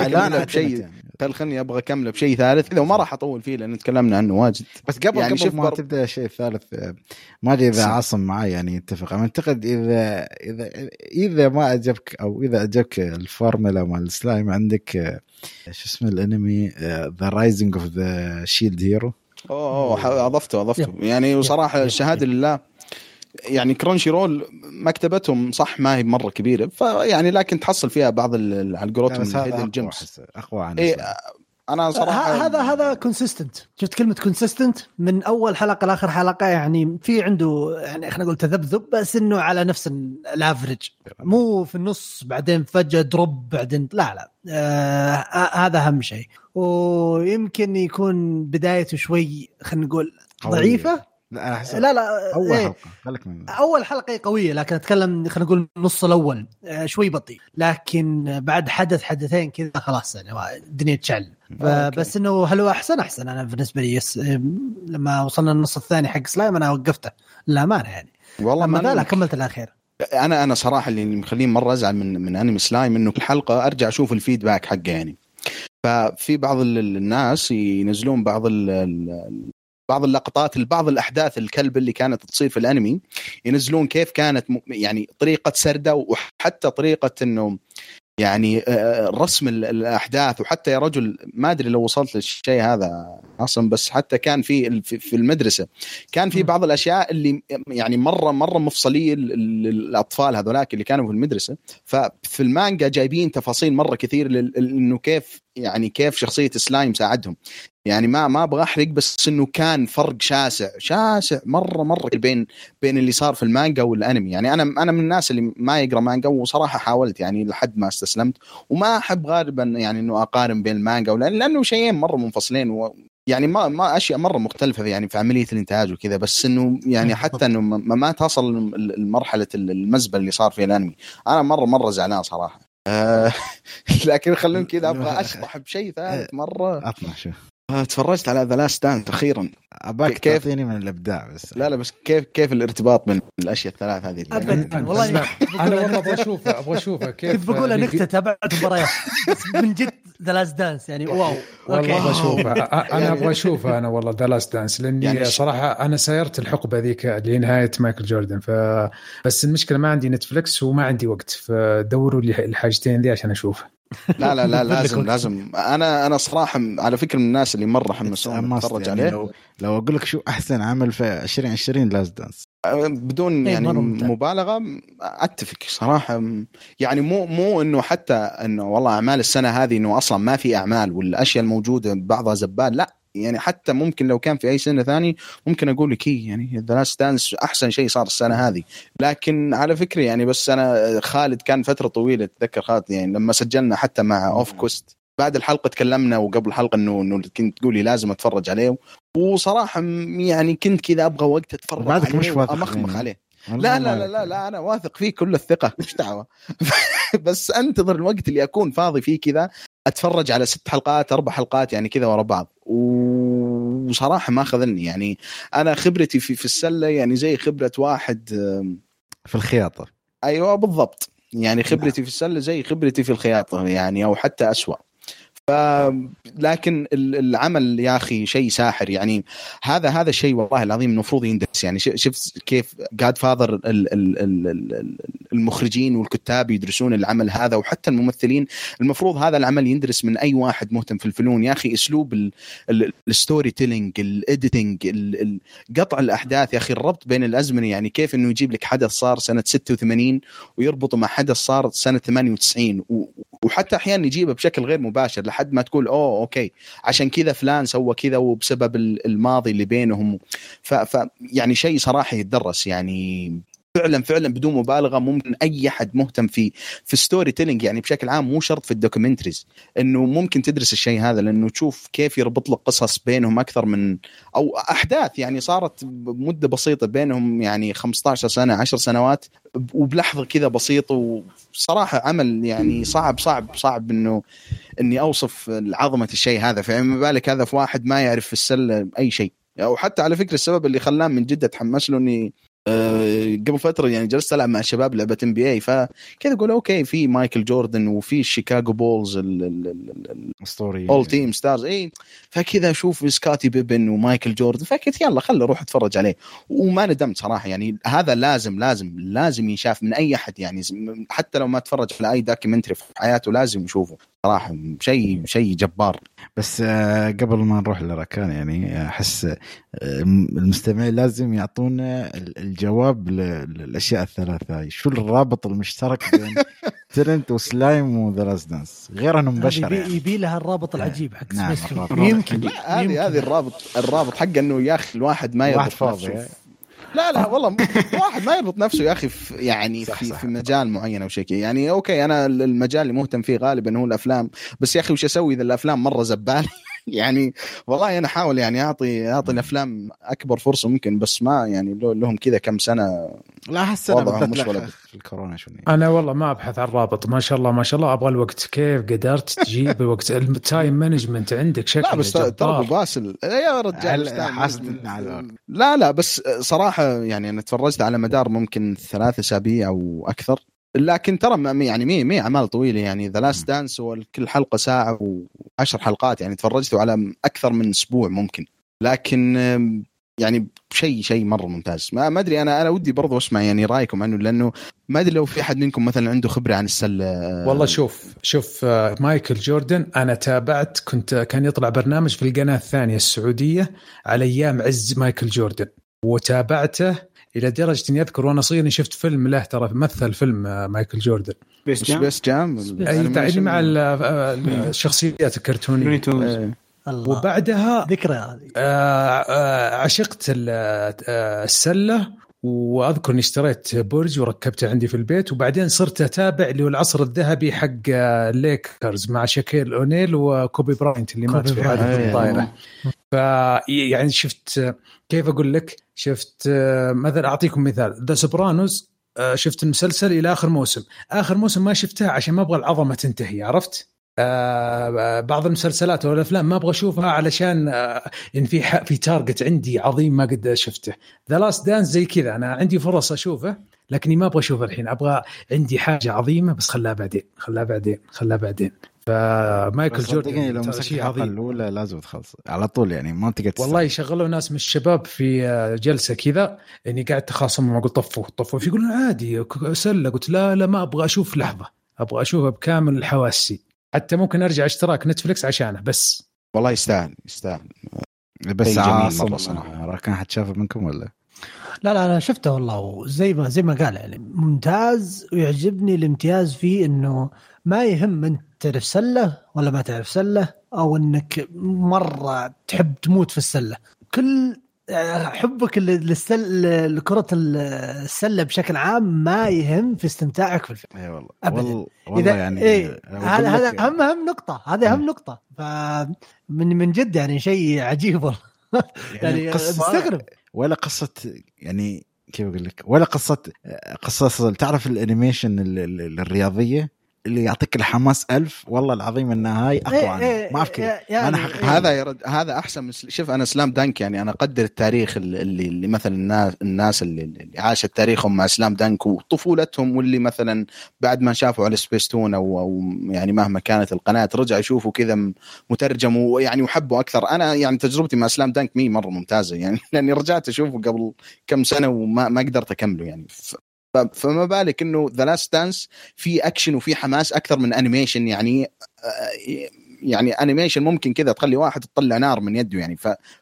[SPEAKER 2] خلني ابغى اكمله بشيء ثالث اذا ما راح اطول فيه لان تكلمنا عنه واجد.
[SPEAKER 1] بس قبل ما تبدا الشيء الثالث ما ادري اذا عاصم معي يعني اتفق. انا اعتقد اذا ما عجبك او اذا عجبك الفورمولا مال السلايم عندك شو اسمه الانمي ذا رايزنج اوف ذا شيلد هيرو
[SPEAKER 2] اضفته يعني. وصراحه الشهاده لله يعني كرانشي رول مكتبتهم صح ما هي مره كبيره، فيعني لكن تحصل فيها بعض الالجوريثم الهيدن جيمز
[SPEAKER 1] اقوى عن
[SPEAKER 2] انا صراحه
[SPEAKER 5] هذا كونسيستنت. شفت كلمه كونسيستنت من اول حلقه لاخر حلقه، يعني في عنده يعني خلينا نقول تذبذب، بس انه على نفس الافريج، مو في النص بعدين فجاه دروب بعدين لا هذا اهم شيء. ويمكن يكون بدايته شوي خلينا نقول ضعيفه. لا
[SPEAKER 1] اول حلقه خليك من
[SPEAKER 5] اول حلقه قويه، لكن اتكلم خلينا نقول النص الاول شوي بطيء، لكن بعد حدثين كذا خلاص يعني الدنيا تشعل. بس انه هل هو احسن انا بالنسبه لي لما وصلنا النص الثاني حق سلايم انا وقفته للامانه يعني.
[SPEAKER 2] والله
[SPEAKER 5] ما كملت الاخير.
[SPEAKER 2] انا صراحه اللي مخليني مره ازعل من انمي سلايم انه كل حلقه ارجع اشوف الفيدباك حقه يعني. ففي بعض الناس ينزلون بعض اللقطات بعض الأحداث الكلب اللي كانت تصير في الأنمي، ينزلون كيف كانت يعني طريقة سردة، وحتى طريقة إنه يعني رسم الأحداث. وحتى يا رجل ما أدري لو وصلت للشيء هذا أصلا، بس حتى كان في المدرسة كان في بعض الأشياء اللي يعني مرة مفصلية للأطفال هذولاك اللي كانوا في المدرسة. ففي المانجا جايبين تفاصيل مرة كثير إنه كيف شخصية سلايم ساعدهم. يعني ما ابغى احرق، بس انه كان فرق شاسع مره بين اللي صار في المانجا والانمي. يعني انا من الناس اللي ما يقرا مانجا، وصراحه حاولت يعني لحد ما استسلمت، وما احب غالبا يعني انه اقارن بين المانجا لانه شيئين مره منفصلين، يعني ما اشياء مره مختلفه يعني في عمليه الانتاج وكذا. بس انه يعني حتى انه ما تصل المرحله المزبل اللي صار في الانمي. انا مره زعلان صراحه. لكن خلينا كذا ابغى اشرح بشيء ثالث مره.
[SPEAKER 1] اطلع شوف
[SPEAKER 2] تفرجت على ذا لاست دانس اخيرا.
[SPEAKER 1] اباك تعطيني من الابداع بس.
[SPEAKER 2] لا بس كيف الارتباط بين الاشياء الثلاث هذه
[SPEAKER 5] والله
[SPEAKER 4] انا والله ابغى اشوفه كيف.
[SPEAKER 5] كنت بقول نكته تابعت مباريات من جد ذا لاست دانس يعني واو.
[SPEAKER 4] والله ابغى اشوفه انا ابغى اشوفه انا والله ذا لاست دانس، لاني يعني صراحه انا سيرت الحقبه ذيك لنهايه مايكل جوردن. بس المشكله ما عندي نتفليكس وما عندي وقت، فدوروا لي الحاجتين ذي عشان اشوفه.
[SPEAKER 2] لا لازم انا صراحه على فكره من الناس اللي مره حمسوني اتفرج
[SPEAKER 1] يعني
[SPEAKER 2] عليه.
[SPEAKER 1] لو اقول لك شو احسن عمل في 2020 لاست دانس
[SPEAKER 2] بدون يعني مبالغه اتفق صراحه. يعني مو انه حتى انه والله اعمال السنه هذه انه اصلا ما في اعمال والاشياء الموجوده بعضها زبال، لا يعني حتى ممكن لو كان في اي سنه ثاني ممكن اقول لك يعني ذا لاست دانس احسن شيء صار السنه هذه. لكن على فكره يعني بس انا خالد كان فتره طويله اتذكر خالد يعني لما سجلنا حتى مع اوف كوست بعد الحلقه تكلمنا وقبل الحلقه انه كنت تقولي لازم اتفرج عليه، وصراحه يعني كنت كذا ابغى وقت اتفرج عليه
[SPEAKER 1] مش
[SPEAKER 2] وامخمخ عليه. لا انا واثق فيه كل الثقه مش دعوه. بس انتظر الوقت اللي اكون فاضي فيه كذا اتفرج على 6 حلقات 4 حلقات يعني كذا ورا بعض. وصراحه ما خذلني يعني. انا خبرتي في السله يعني زي خبره واحد
[SPEAKER 1] في الخياطه.
[SPEAKER 2] ايوه بالضبط، يعني خبرتي في السله زي خبرتي في الخياطه يعني او حتى أسوأ. لكن العمل يا اخي شيء ساحر يعني. هذا الشيء والله العظيم المفروض يندرس يعني. شفت كيف جاد فاذر المخرجين والكتاب يدرسون العمل هذا، وحتى الممثلين المفروض هذا العمل يندرس من اي واحد مهتم في الفنون يا اخي. اسلوب الستوري تيلينج، الايديتنج، قطع الاحداث يا اخي، الربط بين الازمنه يعني كيف انه يجيب لك حدث صار سنه 86 ويربطه مع حدث صار سنه 98 وحتى احيانا يجيبه بشكل غير مباشر لحد ما تقول اوكي عشان كذا فلان سوى كذا وبسبب الماضي اللي بينهم. يعني شيء صراحه يتدرس يعني فعلا بدون مبالغه. ممكن اي احد مهتم في ستوري تيلينج يعني بشكل عام، مو شرط في الدوكيومنتريز، انه ممكن تدرس الشيء هذا لانه تشوف كيف يربط لك قصص بينهم اكثر من او احداث يعني صارت بمده بسيطه بينهم يعني 15 سنه 10 سنوات وبلحظه كذا بسيطه. وصراحه عمل يعني صعب اني اوصف عظمه الشيء هذا. فما بالك هذا في واحد ما يعرف في السله اي شيء. او حتى على فكره السبب اللي خلاه من جد اتحمس له اني قبل فترة يعني جلست ألعب مع الشباب لعبة NBA، فكذا أقول أوكي في مايكل جوردن وفي الشيكاغو بولز
[SPEAKER 1] الأسطوري
[SPEAKER 2] أول تيم ستارز فكذا أشوف سكاتي بيبن ومايكل جوردن، فكنت يلا خلي أروح أتفرج عليه. وما ندمت صراحة يعني. هذا لازم ينشاف من أي أحد يعني، حتى لو ما تفرج على أي دوكيومنتري في حياته لازم يشوفه صراحه شيء جبار.
[SPEAKER 1] بس قبل ما نروح لراكان يعني احس المستمعين لازم يعطونا الجواب للاشياء الثلاثه. شو الرابط المشترك بين ترنت وسلايم وذا لاست دانس غير انهم بشر يعني.
[SPEAKER 5] يبي لها الرابط العجيب حق
[SPEAKER 1] نعم
[SPEAKER 5] سبيس يمكن
[SPEAKER 2] هذه الرابط حق انه يا اخي الواحد ما يربط نفسه. لا والله واحد ما يربط نفسه يا اخي يعني في مجال معين او شيء يعني. اوكي انا المجال اللي مهتم فيه غالبا هو الافلام، بس يا اخي وش اسوي اذا الافلام مره زباله يعني. والله انا احاول يعني اعطي الافلام اكبر فرصه ممكن، بس ما يعني لهم كذا كم سنه.
[SPEAKER 1] لا هالسنه بالذات في الكورونا شنو.
[SPEAKER 4] انا والله ما ابحث عن رابط، ما شاء الله ابغى الوقت. كيف قدرت تجيب الوقت؟ التايم مانجمنت عندك شكل.
[SPEAKER 2] لا بس ترى باسل يا رجال لا بس صراحه يعني انا تفرجت على مدار ممكن 3 أسابيع او اكثر، لكن ترى يعني مي اعمال طويله يعني. ذا لاست دانس وكل حلقه ساعه و10 حلقات يعني، تفرجته على اكثر من اسبوع ممكن. لكن يعني شيء مره ممتاز. ما ادري انا ودي برضو اسمع يعني رايكم عنه، لانه ما ادري لو في احد منكم مثلا عنده خبره عن السله.
[SPEAKER 4] والله شوف مايكل جوردن انا تابعت، كان يطلع برنامج في القناه الثانيه السعوديه على ايام عز مايكل جوردن، وتابعته الى درجه اني اذكر وانا صغير اني شفت فيلم له، ترى مثل فيلم مايكل جوردن
[SPEAKER 2] سبيس جام
[SPEAKER 4] يعني مع الشخصيات الكرتونيه. وبعدها
[SPEAKER 5] ذكرى
[SPEAKER 4] عشقت السله، واذكر اني اشتريت برج وركبته عندي في البيت، وبعدين صرت اتابع اللي هو العصر الذهبي حق الليكرز مع شاكيل اونيل وكوبي براينت اللي مات في حادثه الطائره. يعني شفت كيف اقول لك، شفت مثلا اعطيكم مثال ذا سوبرانوس، شفت المسلسل الى اخر موسم ما شفتها عشان ما ابغى العظمه تنتهي، عرفت؟ بعض المسلسلات او الافلام ما ابغى اشوفها علشان ان في تارجت عندي عظيم ما قد شفته. ذا لاست دانس زي كذا، انا عندي فرص اشوفه لكني ما ابغى اشوفه الحين، ابغى عندي حاجه عظيمه بس خلها بعدين. فمايكل جوردن
[SPEAKER 1] لو مسكت الحلقه الاولى لازم تخلص على طول يعني، ما تقدر
[SPEAKER 4] والله يشغلوا ناس من الشباب في جلسه كذا اني قاعد تخاصم، ما قلت طفوا يقولون عادي سله، قلت لا ما ابغى اشوف لحظه، ابغى اشوفه بكامل حواسي، حتى ممكن ارجع اشتراك نتفليكس عشانه بس.
[SPEAKER 2] والله يستاهل
[SPEAKER 1] بس عاصم صراحه كان حد شافه منكم ولا؟
[SPEAKER 5] لا انا شفته والله، وزي ما قال يعني ممتاز، ويعجبني الامتياز فيه انه ما يهم انت تعرف سله ولا ما تعرف سله، او انك مره تحب تموت في السله، كل حبك لكرة السلة بشكل عام ما يهم في استمتاعك في الفيلم.
[SPEAKER 1] اي والله والله يعني
[SPEAKER 5] هذا اهم نقطة، هذا اهم نقطة. من جد يعني شيء عجيب والله. يعني استغرب
[SPEAKER 1] ولا قصة يعني كيف اقول لك، ولا قصة تعرف الانيميشن الرياضية اللي يعطيك الحماس 1000 والله العظيم انها هاي اقوى عنه. ما اعرف
[SPEAKER 2] انا هذا احسن من شوف انا سلام دانك يعني انا اقدر التاريخ اللي مثلا الناس اللي عاشت تاريخهم مع سلام دانك وطفولتهم، واللي مثلا بعد ما شافوا على سبيستون او يعني مهما كانت القناه رجع يشوفوا كذا مترجم ويعني وحبوا اكثر. انا يعني تجربتي مع سلام دانك مره ممتازه يعني، لاني رجعت اشوفه قبل كم سنه وما قدرت اكمله يعني. فما بالك انه ذا لاست دانس في اكشن وفي حماس اكثر من انيميشن يعني انيميشن ممكن كذا تخلي واحد تطلع نار من يده يعني.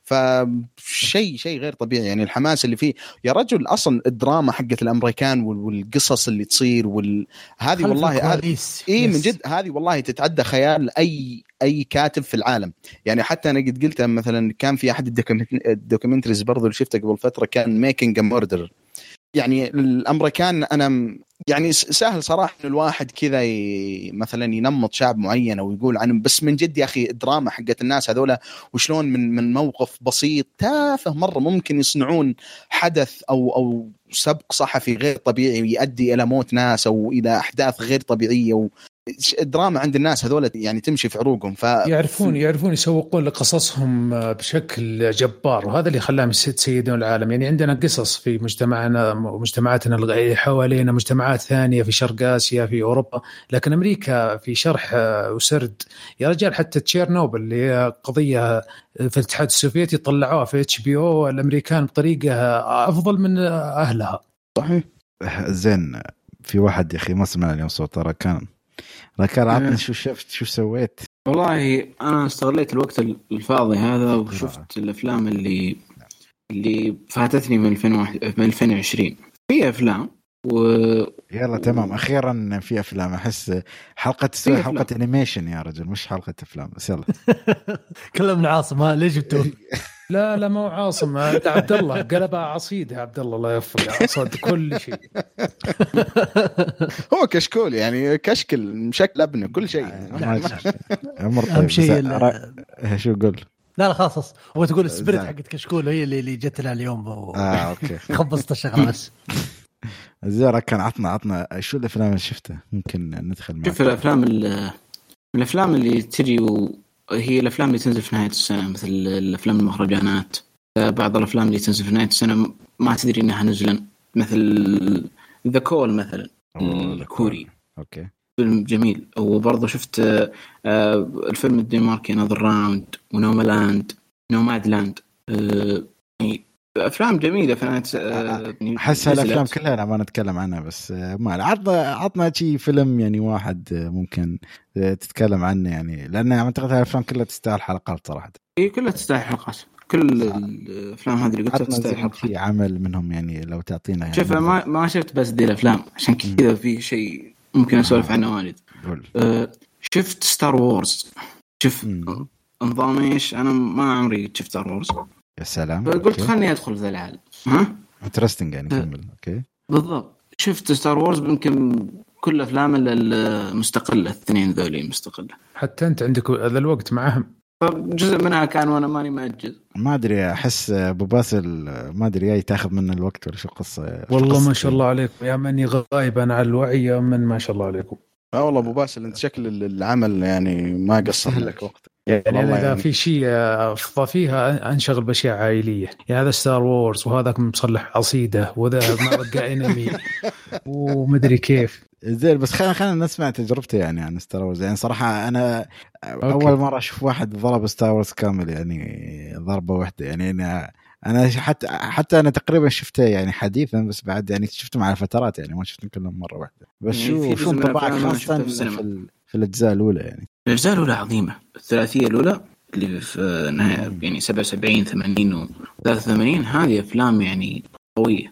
[SPEAKER 2] شيء غير طبيعي يعني الحماس اللي فيه يا رجل. اصلا الدراما حقت الامريكان والقصص اللي تصير هذه والله هذه من جد هذه والله تتعدى خيال اي كاتب في العالم يعني. حتى انا قد قلتها مثلا، كان في احد الدوكيومنتريز برضو اللي شفته قبل فتره كان ميكينج ميردر. يعني الامريكان انا يعني سهل صراحه ان الواحد كذا مثلا ينمط شعب معين او يقول عنهم، بس من جد يا اخي الدراما حقت الناس هذولا وشلون من موقف بسيط تافه مره ممكن يصنعون حدث او سبق صحفي غير طبيعي يؤدي الى موت ناس او الى احداث غير طبيعيه. الدراما عند الناس هذول يعني تمشي في عروقهم،
[SPEAKER 4] يعرفون يسوقون لقصصهم بشكل جبار، وهذا اللي خلاهم يسيدون العالم. يعني عندنا قصص في مجتمعاتنا اللي حوالينا، مجتمعات ثانية في شرق آسيا في أوروبا، لكن أمريكا في شرح وسرد يا رجال. حتى تشيرنوبل اللي هي قضية في الاتحاد السوفيتي طلعوها في HBO الأمريكان بطريقة أفضل من أهلها.
[SPEAKER 2] صحيح.
[SPEAKER 1] زين في واحد يا أخي ما سمعنا اليوم صوت، ترى كان راكان عطني شو شفت شو سويت.
[SPEAKER 3] والله انا استغليت الوقت الفاضي هذا وشفت الافلام اللي فاتتني من 2020. في افلام
[SPEAKER 1] يلا تمام اخيرا في افلام. احس حلقه انيميشن يا رجل مش حلقه افلام بس. يلا
[SPEAKER 5] كلام من عاصم. ها ليش جبتوه؟
[SPEAKER 4] لا مو عاصم، عبد الله قلبها عصيده. عبد الله الله يوفقه صد كل شيء.
[SPEAKER 2] هو كشكول يعني كشكل مشكل ابنه كل شيء.
[SPEAKER 1] اهم شيء شو قول؟
[SPEAKER 5] لا خلاص هو تقول السبيريت حقت كشكول هي اللي جت لها اليوم
[SPEAKER 1] اوكي
[SPEAKER 5] خبصت الشغله بس.
[SPEAKER 1] زيرا كان عطنا شو الافلام اللي شفتها ممكن ندخل معك.
[SPEAKER 3] شوف الافلام اللي تجي وهي الافلام اللي تنزل في نهايه السنه، مثل الافلام المهرجانات. بعض الافلام اللي تنزل في نهايه السنه ما تدري انها نزلا، مثل ذا كول مثلا الكوري.
[SPEAKER 1] اوكي
[SPEAKER 3] فيلم جميل. وبرضه شفت الفيلم الدنماركي نذر راوند ونوماد لاند. أفلام جميلة فنانات.
[SPEAKER 1] أحس هالأفلام كلها ما نتكلم عنها، بس ما عطنا شيء فيلم يعني واحد ممكن تتكلم عنه يعني، لأن أعتقد هالأفلام كلها تستاهل حلقات صراحة.
[SPEAKER 3] إيه كلها تستاهل حلقات. كل الأفلام هذه اللي قلتها تستاهل حلقات.
[SPEAKER 1] في عمل منهم يعني لو تعطينا يعني.
[SPEAKER 3] شوف ما شفت بس دي الأفلام عشان كذا في شيء ممكن أسولف عنه واجد. شفت ستار وورز. شوف نظام إيش، أنا ما عمري شفت ستار وورز.
[SPEAKER 1] يا سلام.
[SPEAKER 3] قلت خلني أدخل ذا العالم.
[SPEAKER 1] انترستينج يعني كمل. أوكي
[SPEAKER 3] بالضبط. شفت ستار وورز يمكن كل أفلام المستقلة، الاثنين ذولي مستقلة.
[SPEAKER 4] حتى أنت عندك هذا الوقت معهم.
[SPEAKER 3] جزء منها كان وأنا ماني مأجل.
[SPEAKER 1] ما أدري أحس أبو باسل ما أدري أي تأخذ منه الوقت ولا شو القصة.
[SPEAKER 4] والله ما شاء الله عليكم يا مني غايب أنا على الوعي من ما شاء الله عليكم.
[SPEAKER 2] والله أبو باسل أنت شكل العمل يعني ما قصر لك وقت.
[SPEAKER 4] يعني إذا في شيء فيها أنشغل بأشياء عائلية. يعني هذا ستار وورز وهذاك مصلح عصيدة وذا ما رجع انمي ومدري كيف.
[SPEAKER 1] زين بس خلينا نسمع تجربته يعني عن ستار وورز. يعني صراحة أنا أول مرة أشوف واحد ضرب ستار وورز كامل يعني ضربة واحدة. يعني أنا حتى أنا تقريبا شفته يعني حديثا، بس بعد يعني شفته مع فترات يعني ما شفته كلهم مرة واحدة. بس شو انطباعك خاصة في الأجزاء الأولى؟ يعني
[SPEAKER 3] الأجزاء الأولى عظيمة. الثلاثية الأولى اللي في نهاية يعني 77 80 و 83 هذه أفلام يعني قوية.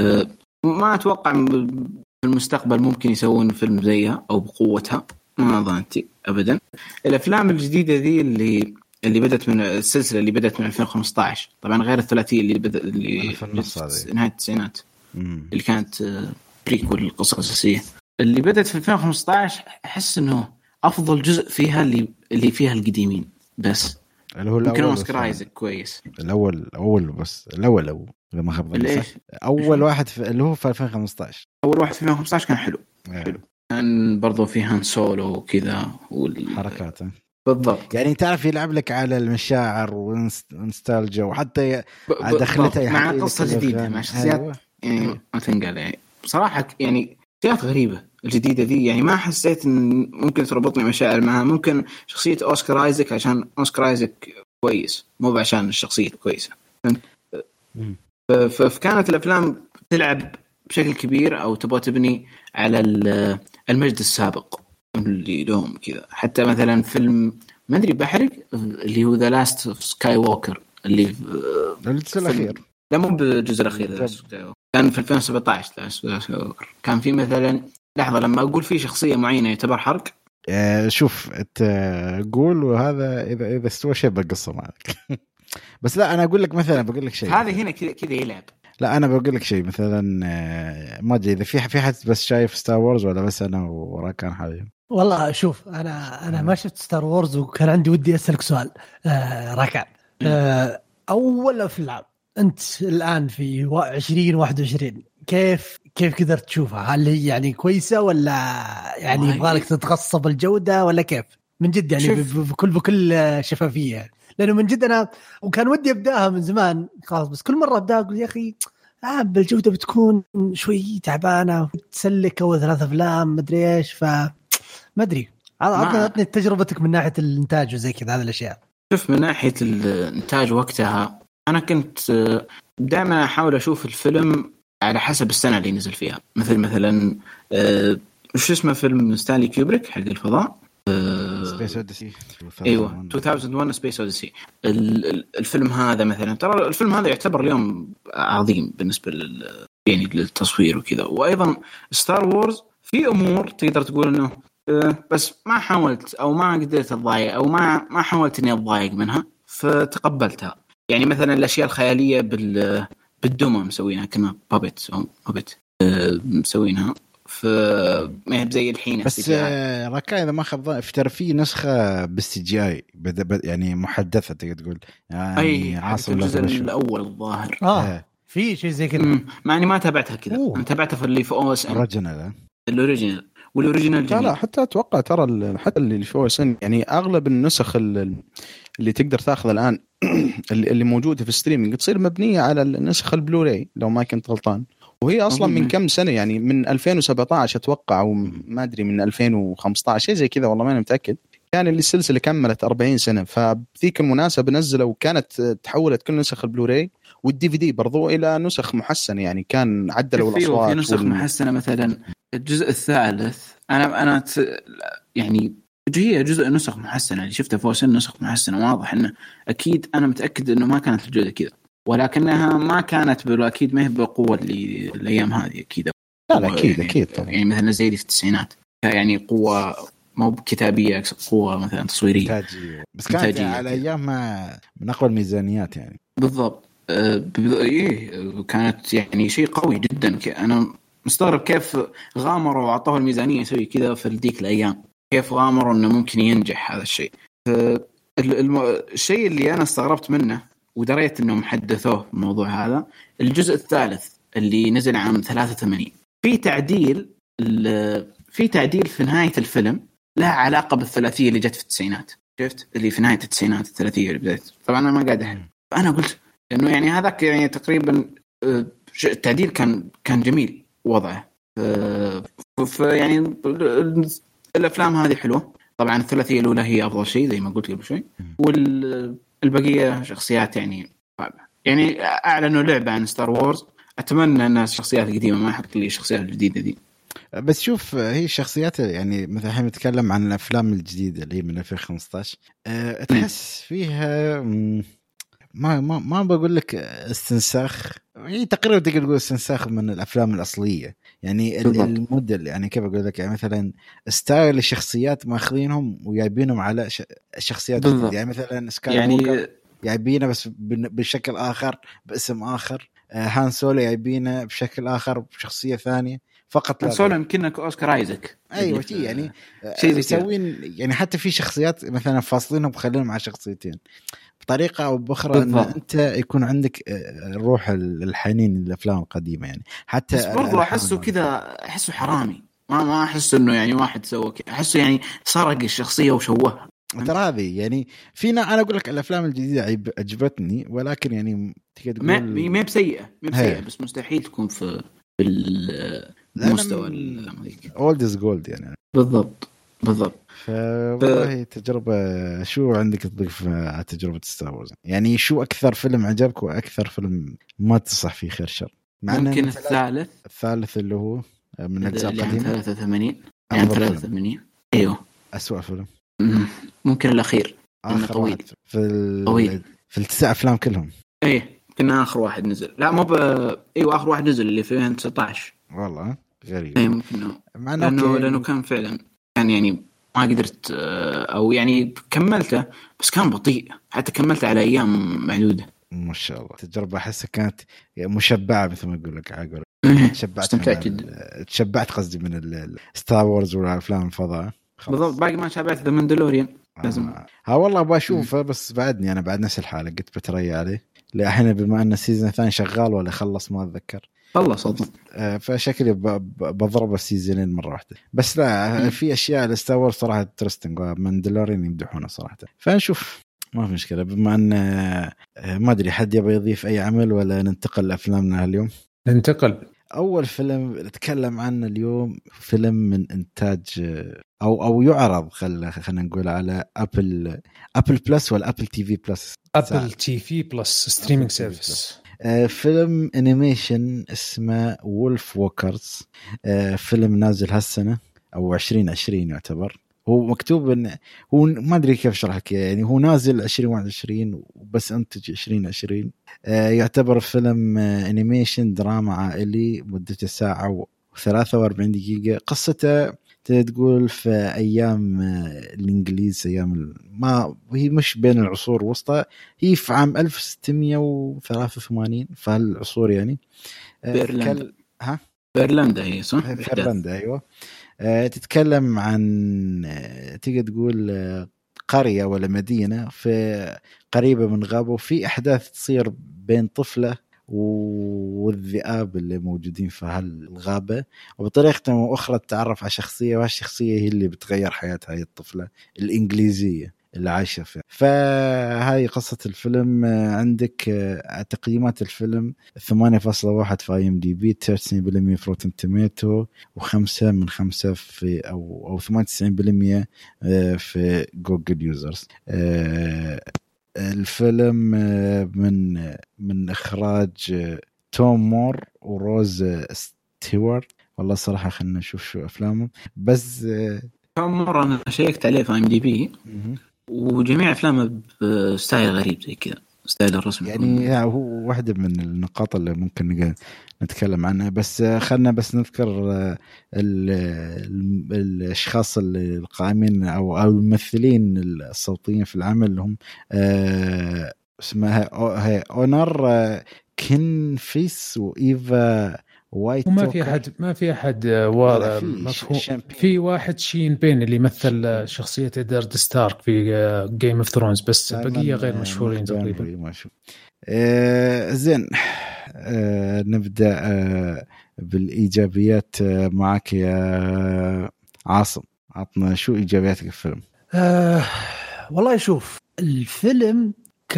[SPEAKER 3] ما أتوقع في المستقبل ممكن يسوون فيلم زيها أو بقوتها، ما ظننتي أبدا. الأفلام الجديدة ذي اللي بدأت من السلسلة اللي بدأت من 2015 طبعا، غير الثلاثية اللي في نهاية التسعينات اللي كانت بريكول القصة الأساسية اللي بدأت في 2015. أحس إنه أفضل جزء فيها اللي فيها القديمين، بس
[SPEAKER 1] اللي هو
[SPEAKER 3] يمكن أوسكار آيزاك كويس.
[SPEAKER 1] الأول بس الأول ما خبر أول واحد اللي هو في 2015.
[SPEAKER 3] أول واحد في 2015 كان حلو. كان برضو في هان سولو وكذا
[SPEAKER 1] والحركات
[SPEAKER 3] بالضبط.
[SPEAKER 1] يعني تعرف يلعب لك على المشاعر ونستالجيا، وحتى دخلتها
[SPEAKER 3] مع قصة جديدة مع شخصيات يعني ما تنقل يعني بصراحة. يعني شخصيات غريبة الجديدة دي، يعني ما حسيت إن ممكن تربطني مشاعر معها. ممكن شخصية أوسكار آيزاك عشان أوسكار آيزاك كويس، مو عشان الشخصية كويسة. فكانت الأفلام تلعب بشكل كبير أو تبغى تبني على المجد السابق اللي لهم كذا. حتى مثلا فيلم ما أدري بحرق اللي هو ذا لاست سكاي ووكر اللي
[SPEAKER 1] الجزء الأخير.
[SPEAKER 3] لا مو بالجزء الأخير، كان في 2017. كان في مثلا لحظة لما أقول في شخصية معينة يعتبر حرق.
[SPEAKER 1] شوف تقول وهذا إذا استوى شيء بقصة معك. بس لا أنا أقول لك مثلا بقول لك شيء
[SPEAKER 3] هذه هنا كذا يلعب.
[SPEAKER 1] لا أنا بقول لك شيء مثلا ما أدري إذا في حد بس شايف ستار وورز ولا بس أنا وراك كان حاليا.
[SPEAKER 5] والله شوف أنا ما شفت ستار وورز وكان عندي ودي أسألك سؤال راكع. أول أفلام أنت الآن في 2021 كيف قدرت تشوفها؟ هل هي يعني كويسة ولا يعني يبغالك تتغصب الجودة ولا كيف؟ من جد يعني بكل شفافية، لأنه من جد أنا وكان ودي أبدأها من زمان خلاص، بس كل مرة أبدأ أقول يا أخي بالجودة بتكون شوي تعبانة وتسلك أول 3 أفلام مدري إيش، فما أدري. عطني تجربتك من ناحية الإنتاج وزي كذا هذه الأشياء.
[SPEAKER 3] شوف من ناحية الإنتاج وقتها أنا كنت دائما أحاول أشوف الفيلم على حسب السنة اللي نزل فيها. مثلا وش اسمه فيلم ستانلي كيوبريك حق الفضاء
[SPEAKER 1] سبيس اوديسي.
[SPEAKER 3] ايوه 2001 سبيس اوديسي. الفيلم هذا مثلا ترى الفيلم هذا يعتبر اليوم عظيم بالنسبه يعني للتصوير وكذا. وايضا ستار وورز في امور تقدر تقول انه بس ما حاولت او ما قدرت اتضايق او ما حاولت اني اتضايق منها فتقبلتها. يعني مثلا الاشياء الخياليه بالدمى مسوينها كنا بابيت او بابيت مسوينها ما هي زي الحين.
[SPEAKER 1] بس ركا اذا ما خاب افتر في نسخه بالسي جي اي يعني محدثه تقدر تقول يعني
[SPEAKER 3] اي
[SPEAKER 1] عاصم
[SPEAKER 3] الجزء الاول الظاهر
[SPEAKER 5] في شيء زي كذا.
[SPEAKER 3] مع اني ما تابعتها كذا. انا تابعتها في اللي في او اس ان الاوريجينال
[SPEAKER 2] لا حتى اتوقع ترى حتى اللي في او اس ان يعني اغلب النسخ اللي تقدر تاخذ الان اللي موجوده في الستريمينج تصير مبنيه على النسخ البلوراي لو ما كنت غلطان. وهي اصلا من كم سنه يعني من 2017 اتوقع او ما ادري من 2015 شيء زي كذا والله ما انا متاكد. كان اللي السلسله كملت 40 سنه فبذيك المناسبه نزلوا وكانت تحولت كل نسخ البلوراي والدي في دي برضو الى نسخ محسنه يعني كان عدلوا الاصوات
[SPEAKER 3] في نسخ محسنه مثلا الجزء الثالث انا يعني هي جزء نسخ محسنه اللي شفتها فوق سن نسخ محسنه واضح انه اكيد انا متاكد انه ما كانت الجودة كذا ولكنها ما كانت بالأكيد ما هي بقوة اللي الأيام هذه أكيد.
[SPEAKER 2] لا أكيد يعني أكيد طبعا.
[SPEAKER 3] يعني مثلا زي في التسعينات يعني قوة مو كتابية قوة مثلا تصويرية
[SPEAKER 1] بس كانت على أيام من أقوى الميزانيات يعني.
[SPEAKER 3] بالضبط. إيه كانت يعني شيء قوي جدا. أنا مستغرب كيف غامروا وعطوه الميزانية يسوي كذا في ديك الأيام. كيف غامروا إنه ممكن ينجح هذا الشيء. الشيء اللي أنا استغربت منه ودريت انهم حدثوه الموضوع هذا الجزء الثالث اللي نزل عام 83 في تعديل في نهاية الفيلم لها علاقة بالثلاثية اللي جت في التسعينات. شفت اللي في نهاية التسعينات الثلاثية اللي بدأت طبعا انا ما قاعد احل. فانا قلت انه يعني هذاك يعني تقريبا التعديل كان جميل وضعه. يعني الافلام هذه حلوة طبعا. الثلاثية الاولى هي افضل شيء زي ما قلت قبل شوي البقية شخصيات يعني طبعا. يعني أعلنوا لعبة عن ستار وورز. أتمنى أن الشخصيات القديمة ما يحط لي الشخصيات الجديدة دي.
[SPEAKER 1] بس شوف هي الشخصيات يعني مثلا احنا نتكلم عن الأفلام الجديدة اللي هي من 2015 تحس فيها ما بقول لك استنساخ. هي تقريبا تقدر تقول استنساخ من الأفلام الأصلية يعني الموديل يعني كيف أقول لك يعني مثلا ستايل الشخصيات ماخذينهم وجايبينهم على شخصيات يعني مثلا سكاي يعني جايبينه بس بشكل آخر باسم آخر. هان سولو جايبينه بشكل آخر بشخصية ثانية فقط.
[SPEAKER 3] هان سولو يمكنك أوسكار آيزاك.
[SPEAKER 1] أيوة شيء يعني شيء يسوين يعني حتى في شخصيات مثلا فاصلينهم وخلينهم مع شخصيتين بطريقة أو بأخرى أن أنت يكون عندك الروح الحنين للأفلام القديمة يعني. حتى
[SPEAKER 3] بس برضو أحسه كذا أحسه حرامي ما أحس إنه يعني واحد سوى كذا. أحسه يعني سرق الشخصية وشوهها.
[SPEAKER 1] ترى هذه يعني فينا أنا أقول لك الأفلام الجديدة عجبتني ولكن يعني
[SPEAKER 3] ما بسيئة بس مستحيل تكون في المستوى
[SPEAKER 1] old is gold يعني.
[SPEAKER 3] بالضبط.
[SPEAKER 1] والله تجربة. شو عندك تضيف على تجربة ستار وورز يعني؟ شو أكثر فيلم عجبك وأكثر فيلم ما تصح فيه خير شر؟
[SPEAKER 3] ممكن
[SPEAKER 1] الثالث اللي هو من أجزاء قديمة
[SPEAKER 3] 83 أيوه
[SPEAKER 1] أسوأ فيلم.
[SPEAKER 3] ممكن الأخير
[SPEAKER 1] طويل في التسع أفلام كلهم.
[SPEAKER 3] إيه كنا آخر واحد نزل. لا مو أيوه آخر واحد نزل اللي في 2019
[SPEAKER 1] والله غريب.
[SPEAKER 3] إيه ممكن لأنه كان فعلا كان يعني ما قدرت أو يعني كملته بس كان بطيء حتى كملته على أيام معدودة.
[SPEAKER 1] ما شاء الله تجربة أحسها كانت مشبعة مثل ما أقول لك عقل. تشبعت قصدي من ستار وورز والأفلام الفضاء.
[SPEAKER 3] بالضبط. باقي ما تابعت ذا ماندلوريان لازم
[SPEAKER 1] والله بشوفه بس بعدني أنا بعد نفس الحالة قلت بتريا عليه لأحنا بما أن السيزن الثاني شغال ولا خلص ما أتذكر
[SPEAKER 3] خلص أظن.
[SPEAKER 1] فشكلي بضرب السيزنين مرة واحدة بس لا في أشياء الستار وورز صراحة ترستنج وماندلوريان يمدحونه صراحة. فنشوف ما في مشكلة. بما أن ما أدري حد يبغى يضيف أي عمل ولا ننتقل لأفلامنا اليوم.
[SPEAKER 4] ننتقل.
[SPEAKER 1] أول فيلم نتكلم عنه اليوم فيلم من إنتاج أو يعرض خلينا نقول على أبل بلس ولا أبل تي في بلس.
[SPEAKER 4] أبل تي في بلس ستريمينج سيرفيس.
[SPEAKER 1] فيلم أنيميشن اسمه وولف ووكرز. فيلم نازل هالسنة أو 2020 يعتبر. هو مكتوب إن هو ما أدري كيف أشرح لك، يعني هو نازل 2021 وبس أنتج 2020. يعتبر فيلم أنيميشن دراما عائلي مدته ساعة و43 دقيقة. قصته تقول في أيام الإنجليز، أيام ما هي مش بين العصور الوسطى، هي في عام 1683 في هالعصور يعني.
[SPEAKER 3] بيرلندا هي صح؟
[SPEAKER 1] بيرلندا أيوة. تتكلم عن تيجي تقول قرية ولا مدينة في قريبة من غابة، وفي أحداث تصير بين طفلة والذئاب اللي موجودين في هالغابة، وبطريقة أخرى تتعرف على شخصية، وهالشخصية هي اللي بتغير حياة هاي الطفلة الإنجليزية اللي عايشة فيها. فهاي قصة الفيلم. عندك تقييمات الفيلم 8.1 في IMDb، 93% في روتن توميتو، و5 من 5 في أو 98% في جوجل يوزرز. الفيلم من إخراج توم مور وروز ستيوارت. والله صراحة خلنا نشوف شو أفلامهم. بس
[SPEAKER 3] توم مور أنا شيكت عليه في IMDb وجميع أفلامه بستايل غريب زي كذا، ستايل الرسم
[SPEAKER 1] يعني هو واحدة من النقاط اللي ممكن نتكلم عنها. بس خلنا بس نذكر الأشخاص القائمين أو الممثلين الصوتيين في العمل. هم اسمها أونر كينفيس وإيفا وايت.
[SPEAKER 4] ما في أحد مفهوم. في واحد شين بين اللي مثل شخصية إدارد ستارك في جيم اوف ثرونز، بس بقية غير مشهورين تقريبا.
[SPEAKER 1] زين، نبدأ بالإيجابيات معك يا عاصم. عطنا شو إيجابياتك في الفيلم؟
[SPEAKER 5] والله شوف، الفيلم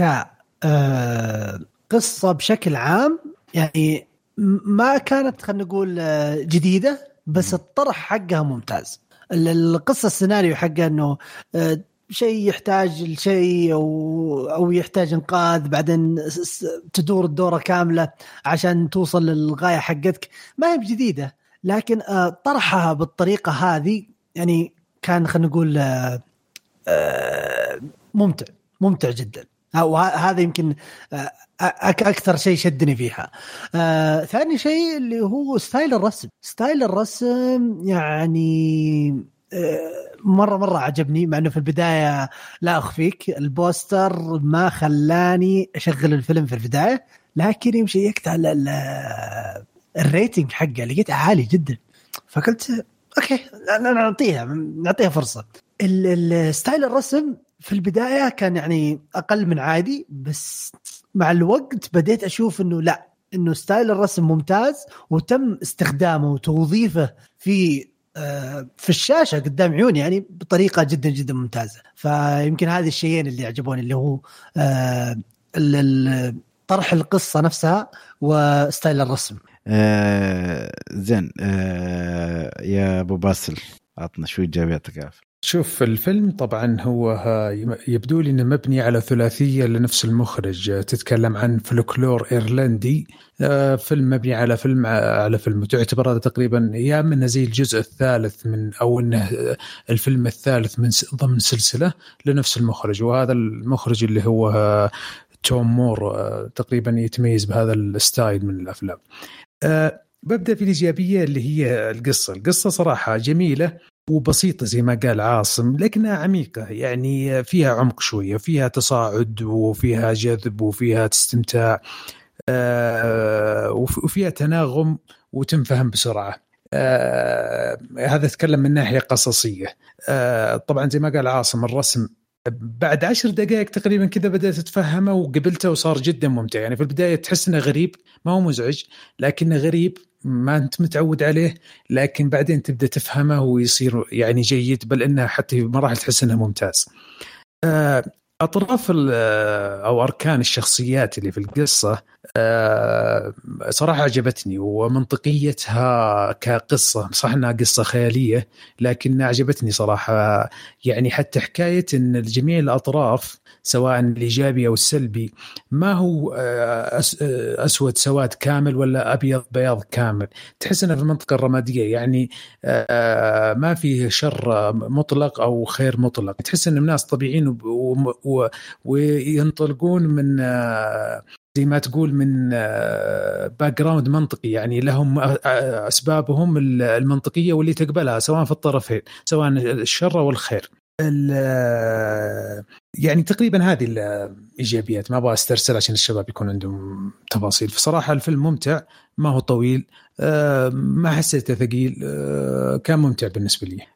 [SPEAKER 5] قصة بشكل عام يعني ما كانت خلينا نقول جديدة، بس الطرح حقها ممتاز. القصة السيناريو حقها انه شيء يحتاج الشيء او يحتاج انقاذ، بعدين تدور الدورة كاملة عشان توصل للغاية حقتك. ما هي جديدة، لكن طرحها بالطريقة هذه يعني كان خلينا نقول ممتع جدا. وهذا يمكن أكثر شيء شدني فيها. ثاني شيء اللي هو ستايل الرسم يعني مرة عجبني، مع أنه في البداية لا أخفيك البوستر ما خلاني أشغل الفيلم في البداية، لكن يمشي يكت على الريتنج حقه لقيته عالي جدا، فقلت أوكي نعطيها فرصة. الستايل الرسم في البداية كان يعني أقل من عادي، بس مع الوقت بديت أشوف إنه ستايل الرسم ممتاز، وتم استخدامه وتوظيفه في الشاشة قدام عيوني يعني بطريقة جدا جدا ممتازة. فيمكن هذه الشيئين اللي عجبوني، اللي هو طرح القصة نفسها وستايل الرسم.
[SPEAKER 1] زين، يا أبو باسل عطنا شو إيجابياتك عارف.
[SPEAKER 4] شوف، الفيلم طبعا هو يبدو لي انه مبني على ثلاثيه لنفس المخرج، تتكلم عن فلكلور ايرلندي. فيلم مبني على فيلم تعتبر هذا تقريبا يا من زي الجزء الثالث من او انه الفيلم الثالث من ضمن سلسله لنفس المخرج. وهذا المخرج اللي هو توم مور تقريبا يتميز بهذا الستايل من الافلام. ببدأ في الإيجابية اللي هي القصة صراحة جميلة وبسيطة زي ما قال عاصم، لكنها عميقة، يعني فيها عمق شوية، فيها تصاعد وفيها جذب وفيها استمتاع، وفيها تناغم وتنفهم بسرعة. هذا أتكلم من ناحية قصصية. طبعا زي ما قال عاصم، الرسم بعد 10 دقائق تقريبا كذا بدأت تتفهمه وقبلته وصار جدا ممتع. يعني في البداية تحس انه غريب، ما هو مزعج لكنه غريب ما انت متعود عليه، لكن بعدين تبدأ تفهمه ويصير يعني جيد، بل انه حتى في مراحل تحس انه ممتاز. أطراف أو أركان الشخصيات اللي في القصة صراحة عجبتني، ومنطقيتها كقصة، صح أنها قصة خيالية لكن عجبتني صراحة. يعني حتى حكاية أن جميع الأطراف سواء الإيجابي أو السلبي ما هو أسود سواد كامل ولا أبيض بياض كامل، تحس أنها في المنطقة الرمادية، يعني ما فيه شر مطلق أو خير مطلق، تحس أن الناس طبيعيين وينطلقون من زي ما تقول من باك جراوند منطقي، يعني لهم أسبابهم المنطقية واللي تقبلها سواء في الطرفين، سواء الشر والخير. يعني تقريبا هذه الإيجابيات، ما أبغى أسترسل عشان الشباب يكون عندهم تفاصيل. فصراحة الفيلم ممتع، ما هو طويل، ما حسيته ثقيل، كان ممتع بالنسبة لي.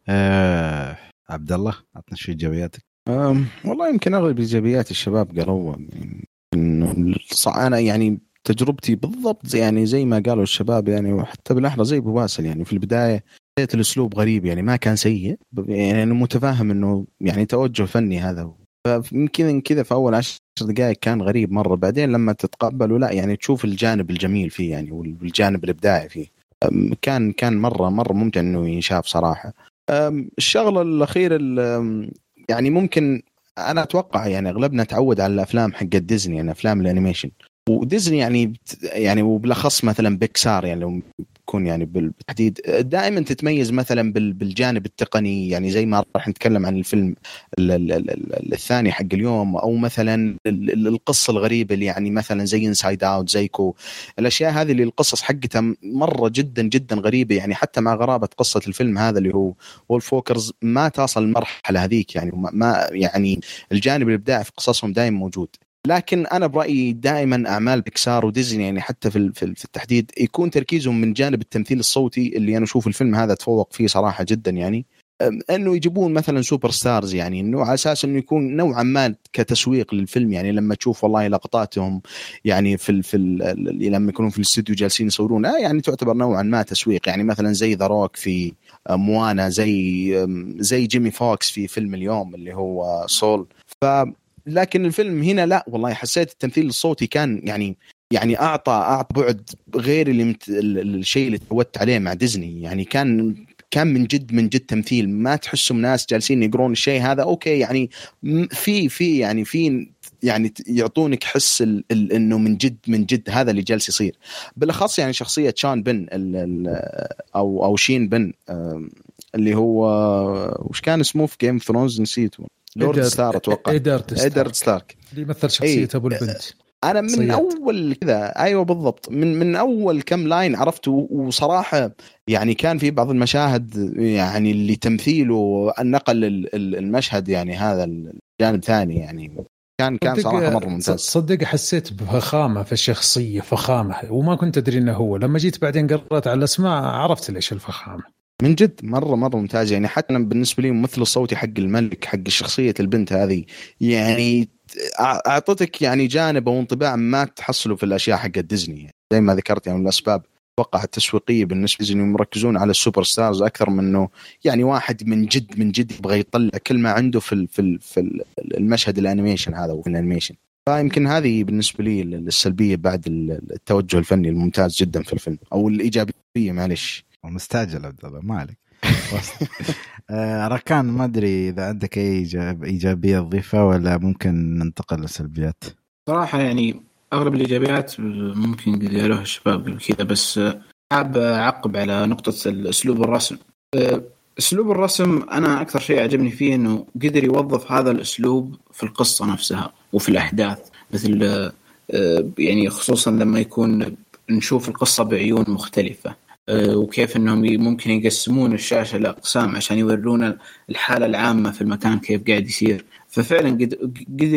[SPEAKER 1] عبد الله عطنا شو إيجابياتك؟
[SPEAKER 2] والله يمكن أغلب إيجابيات الشباب قالوا إنه أنا يعني تجربتي بالضبط يعني زي ما قالوا الشباب يعني، وحتى بالأحرى زي أبو باسل يعني في البداية الأسلوب غريب يعني ما كان سيء، يعني أنا متفاهم إنه يعني توجه فني هذا، فيمكن كذا في أول 10 دقائق كان غريب مرة، بعدين لما تتقبلوا لا يعني تشوف الجانب الجميل فيه يعني والجانب الإبداعي فيه، كان مرة ممتع إنه ينشاف صراحة. الشغلة الأخيرة يعني ممكن أنا أتوقع يعني أغلبنا تعود على الأفلام حق ديزني، يعني أفلام الأنيميشن وديزني يعني وبالأخص مثلا بيكسار، يعني لو يكون يعني بالتحديد دائما تتميز مثلا بالجانب التقني، يعني زي ما راح نتكلم عن الفيلم الثاني حق اليوم، أو مثلا القصة الغريبة اللي يعني مثلا زي إنسايد أوت، زيكو، الأشياء هذه اللي القصص حقتها مرة جدا جدا غريبة، يعني حتى مع غرابة قصة الفيلم هذا اللي هو وولفوكرز ما تصل المرحلة هذيك، يعني ما يعني الجانب الإبداعي في قصصهم دائما موجود. لكن أنا برأيي دائما أعمال بيكسار وديزني يعني حتى في التحديد يكون تركيزهم من جانب التمثيل الصوتي، اللي أنا أشوف الفيلم هذا تفوق فيه صراحة جدا، يعني أنه يجيبون مثلا سوبر ستارز، يعني أنه على أساس أنه يكون نوعا ما كتسويق للفيلم، يعني لما تشوف والله لقطاتهم يعني لما يكونون في الاستوديو جالسين يصورون يعني تعتبر نوعا ما تسويق، يعني مثلا زي ذا روك في موانا، زي جيمي فوكس في فيلم اليوم اللي هو سول. لكن الفيلم هنا لا والله حسيت التمثيل الصوتي كان يعني أعطى بعد غير الشيء اللي تعودت عليه مع ديزني، يعني كان من جد تمثيل، ما تحسهم ناس جالسين يقرون الشيء هذا أوكي، يعني في يعطونك حس إنه من جد هذا اللي جالس يصير، بالأخص يعني شخصية شان بن أو شين بن اللي هو وش كان اسمه في جيم ثرونز نسيته، لورد ستار أتوقع، إدارد ستارك
[SPEAKER 4] اللي يمثل شخصية أبو البنت.
[SPEAKER 2] أنا من أول كذا أيوة بالضبط، من أول كم لاين عرفته، وصراحة يعني كان في بعض المشاهد يعني اللي تمثيله نقل المشهد، يعني هذا الجانب ثاني يعني كان صراحة مرة ممتاز.
[SPEAKER 4] صدق حسيت بفخامة في الشخصية، فخامة، وما كنت أدري إنه هو، لما جيت بعدين قرأت على الأسماء عرفت ليش الفخامة.
[SPEAKER 2] من جد مرة ممتاز، يعني حتى بالنسبة لي ممثل الصوتي حق الملك حق شخصية البنت هذه يعني أعطتك يعني جانب وانطباع ما تحصله في الأشياء حق ديزني، يعني زي ما ذكرت يعني من الأسباب توقع التسويقية بالنسبة لي مركزون على السوبر ستارز أكثر منه يعني واحد من جد يبغى يطلع كل ما عنده في المشهد الأنيميشن هذا وفي الأنيميشن. فيمكن هذه بالنسبة لي السلبية بعد التوجه الفني الممتاز جدا في الفيلم، أو الإيجابية معلش
[SPEAKER 1] مستعجل عبد الله ما عليك. ركان ما أدري إذا عندك أي إيجابية تضيفها ولا ممكن ننتقل للسلبيات.
[SPEAKER 3] صراحة يعني أغلب الإيجابيات ممكن قالوها الشباب كذا، بس حاب أعقب على نقطة أسلوب الرسم. أسلوب الرسم أنا أكثر شيء عجبني فيه إنه قدر يوظف هذا الأسلوب في القصة نفسها وفي الأحداث، مثل يعني خصوصا لما يكون نشوف القصة بعيون مختلفة، وكيف أنهم ممكن يقسمون الشاشة لأقسام عشان يورونا الحالة العامة في المكان كيف قاعد يصير. ففعلا قدر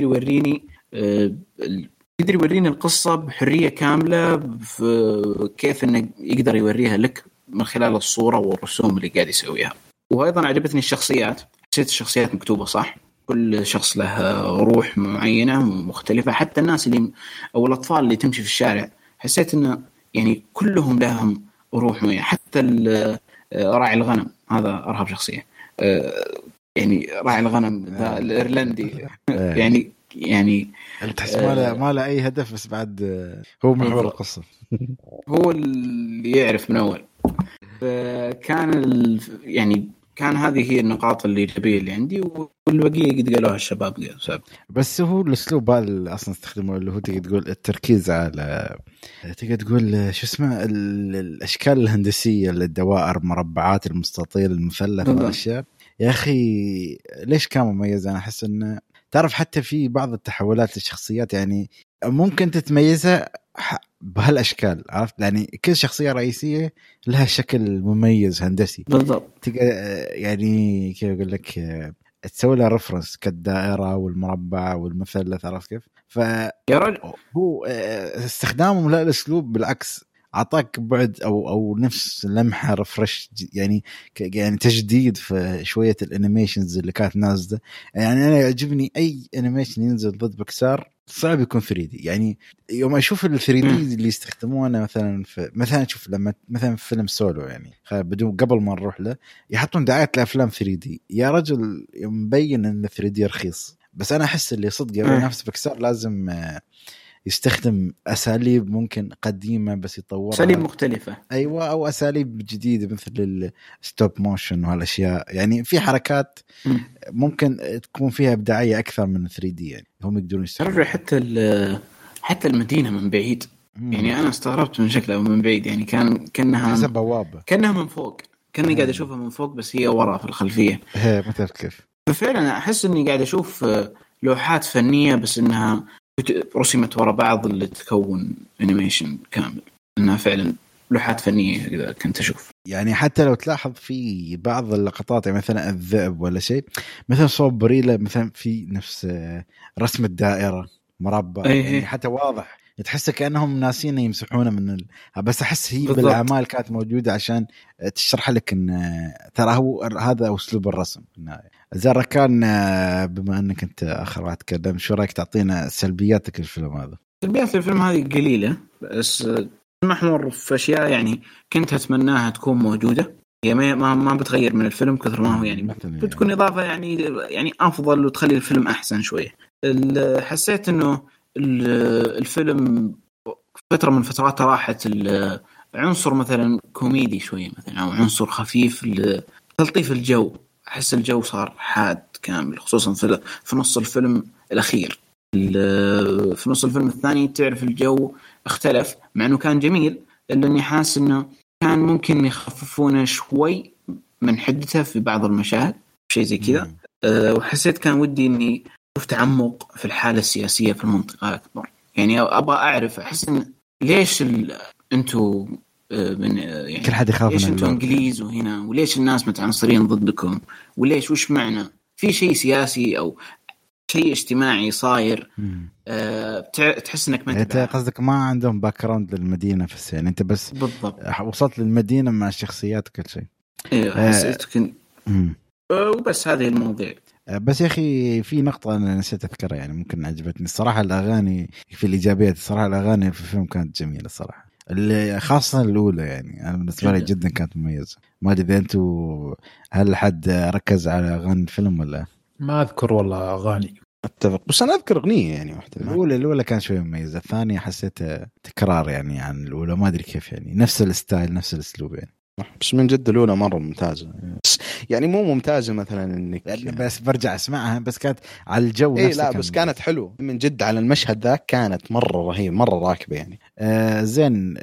[SPEAKER 3] يوريني القصة بحرية كاملة، كيف أنه يقدر يوريها لك من خلال الصورة والرسوم اللي قاعد يسويها. وأيضا عجبتني الشخصيات، حسيت الشخصيات مكتوبة صح، كل شخص له روح معينة مختلفة، حتى الناس اللي أو الأطفال اللي تمشي في الشارع حسيت أنه يعني كلهم لهم روح معينة، حتى راعي الغنم هذا أرهب شخصية يعني راعي الغنم ذا الإيرلندي يعني
[SPEAKER 1] تحس ما له أي هدف، بس بعد هو محور القصة.
[SPEAKER 3] هو اللي يعرف من أول. فكان يعني كان هذه هي النقاط الإيجابية اللي عندي، والبقية قد قالوها الشباب.
[SPEAKER 1] بس هو الأسلوب اللي أصلا استخدمه اللي هو تقدر تقول التركيز على تقدر تقول شو اسمه الأشكال الهندسية، الدوائر، مربعات، المستطيل، المثلث والأشياء. يا أخي ليش كان مميز؟ أنا أحس إنه تعرف حتى في بعض التحولات للشخصيات يعني ممكن تتميزها بهالاشكال، عرفت؟ يعني كل شخصيه رئيسيه لها شكل مميز هندسي
[SPEAKER 3] بالضبط.
[SPEAKER 1] يعني كيف اقول لك، تسوي له ريفرنس كالدائره والمربع والمثلث، عرفت كيف؟ ف
[SPEAKER 3] يا رجل
[SPEAKER 1] هو استخدامه لا الاسلوب بالعكس اعطاك بعد او نفس لمحه ريفرش، يعني تجديد في شويه الانيميشنز اللي كانت نازله. يعني انا يعجبني اي انيميشن ينزل ضد بكسار صعب يكون 3D. يعني يوم اشوف ال 3D اللي يستخدمونه مثلا شوف لما مثلا فيلم سولو، يعني بدون قبل ما نروح له يحطون دعايات لافلام 3D. يا رجل مبين ان 3D رخيص، بس انا احس اللي صدق ينافس بكسار لازم يستخدم أساليب ممكن قديمة بس يطورها،
[SPEAKER 3] أساليب مختلفة.
[SPEAKER 1] أيوة، أو أساليب جديدة مثل الستوب موشن وهالأشياء. يعني في حركات ممكن تكون فيها إبداعية أكثر من 3D، يعني هم يقدرون يستخدمون.
[SPEAKER 3] حتى المدينة من بعيد. يعني أنا استغربت من شكلها من بعيد، يعني كأنها
[SPEAKER 1] بوابة،
[SPEAKER 3] كأنها من فوق، كأني قاعد أشوفها من فوق بس هي ورا في الخلفية.
[SPEAKER 1] مثل كيف؟
[SPEAKER 3] ففعلا أحس إني قاعد أشوف لوحات فنية بس إنها رسمت ورا بعض اللي تكون انيميشن كامل، انها فعلا لوحات فنيه كذا كنت اشوف.
[SPEAKER 1] يعني حتى لو تلاحظ في بعض اللقطات، يعني مثلا الذئب ولا شيء، مثلا صوب بريلة مثلا في نفس رسم الدائره مربع، يعني حتى واضح تحس كأنهم ناسين يمسحونه من بس أحس هي بالضبط. بالأعمال كانت موجودة عشان تشرح لك إن ترى هو هذا أسلوب الرسم. زارة كان بما أنك أنت آخر واحد تكلم، شو رأيك تعطينا سلبياتك الفيلم هذا؟
[SPEAKER 3] سلبيات الفيلم هذه قليلة، بس محمر في أشياء يعني كنت أتمناها تكون موجودة، هي ما بتغير من الفيلم كثر ما هو، يعني بتكون إضافة يعني أفضل وتخلي الفيلم أحسن شوية. حسيت إنه الفيلم فترة من فترات راحت عنصر مثلا كوميدي شوية مثلا، أو عنصر خفيف لتلطيف الجو. أحس الجو صار حاد كامل، خصوصا في نص الفيلم الأخير. في نص الفيلم الثاني تعرف الجو اختلف، مع أنه كان جميل، إلا أني حاس أنه كان ممكن يخففونه شوي من حدته في بعض المشاهد، شيء زي كذا. وحسيت كان ودي أني شوف تعمق في الحالة السياسية في المنطقة أكبر. يعني أبغى أعرف، أحس إن ليش أنتوا يعني
[SPEAKER 1] كل حد يخاف،
[SPEAKER 3] ليش أنتوا إنجليز وهنا، وليش الناس متعنصرين ضدكم، وليش وش معنى في شيء سياسي أو شيء اجتماعي صاير. تحس إنك ما
[SPEAKER 1] أنت قصدك ما عندهم باكراوند للمدينة في السنة، أنت بس
[SPEAKER 3] بالضبط
[SPEAKER 1] وصلت للمدينة مع الشخصيات وكل شيء.
[SPEAKER 3] أيوة حسيت وبس هذه المواضيع.
[SPEAKER 1] بس يا أخي في نقطة أنا نسيت أذكرها، يعني ممكن عجبتني الصراحة الأغاني في الإيجابيات. الصراحة الأغاني في الفيلم كانت جميلة الصراحة، اللي خاصة الأولى يعني أنا بالنسبة لي جدا كانت مميزة. ما أدري إذا أنتوا هل حد ركز على أغاني الفيلم ولا؟
[SPEAKER 4] ما أذكر والله أغاني.
[SPEAKER 2] أتفق، بس أنا أذكر أغنية يعني واحدة.
[SPEAKER 1] الأولى كان شوي مميزة، الثانية حسيت تكرار يعني عن الأولى، ما أدري كيف، يعني نفس الستايل نفس الأسلوب يعني.
[SPEAKER 2] بس من جد الأولى مرة ممتازة، يعني مو ممتازة مثلا إنك
[SPEAKER 1] بس برجع أسمعها، بس كانت على الجو
[SPEAKER 2] نفسه. لا بس كانت حلوة من جد، على المشهد ذاك كانت مرة رهيب، مرة راكبة يعني.
[SPEAKER 1] زين.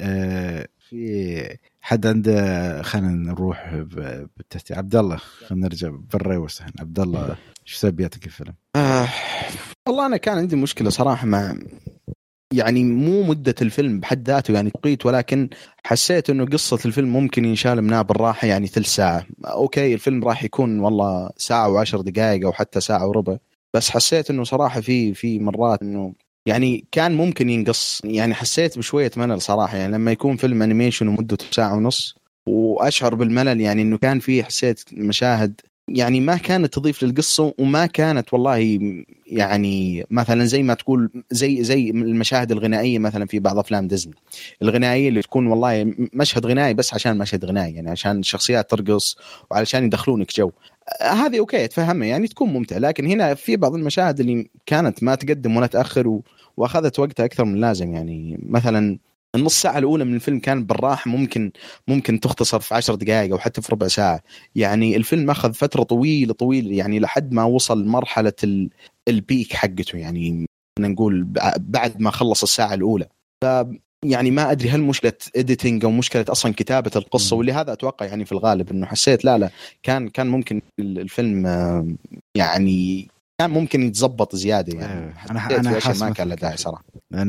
[SPEAKER 1] في حد عنده خلينا نروح بالترتيب. عبد الله، خلينا نرجع برا وسهل. عبد الله شو سلبياتك الفيلم؟
[SPEAKER 2] والله أنا كان عندي مشكلة صراحة مع يعني مو مدة الفيلم بحد ذاته يعني توقيت، ولكن حسيت إنه قصة الفيلم ممكن ينشال منها بالراحة يعني ثلث ساعة. أوكي الفيلم راح يكون والله ساعة و10 دقائق أو حتى ساعة وربع، بس حسيت إنه صراحة في مرات إنه يعني كان ممكن ينقص. يعني حسيت بشوية ملل صراحة، يعني لما يكون فيلم أنيميشن ومدته ساعة ونص وأشعر بالملل، يعني إنه كان فيه حسيت مشاهد يعني ما كانت تضيف للقصة، وما كانت والله يعني مثلا زي ما تقول زي المشاهد الغنائية مثلا في بعض أفلام ديزني الغنائية اللي تكون والله مشهد غنائي بس عشان مشهد غنائي، يعني عشان الشخصيات ترقص وعلشان يدخلونك جو، هذه أوكي تفهمها يعني تكون ممتع. لكن هنا في بعض المشاهد اللي كانت ما تقدم ولا تأخر وأخذت وقتها أكثر من اللازم. يعني مثلا النص ساعة الأولى من الفيلم كان بالراحة ممكن تختصر في 10 دقائق أو حتى في ربع ساعة. يعني الفيلم أخذ فترة طويلة يعني لحد ما وصل مرحلة البيك حقته، يعني نقول بعد ما خلص الساعة الأولى. يعني ما أدري هل مشكلة إديتينج أو مشكلة أصلا كتابة القصة، واللي هذا أتوقع يعني في الغالب إنه حسيت لا كان ممكن الفيلم يعني كان ممكن يتزبط زيادة. يعني
[SPEAKER 1] أنا حاسس
[SPEAKER 2] ما كان له داعي صراحة.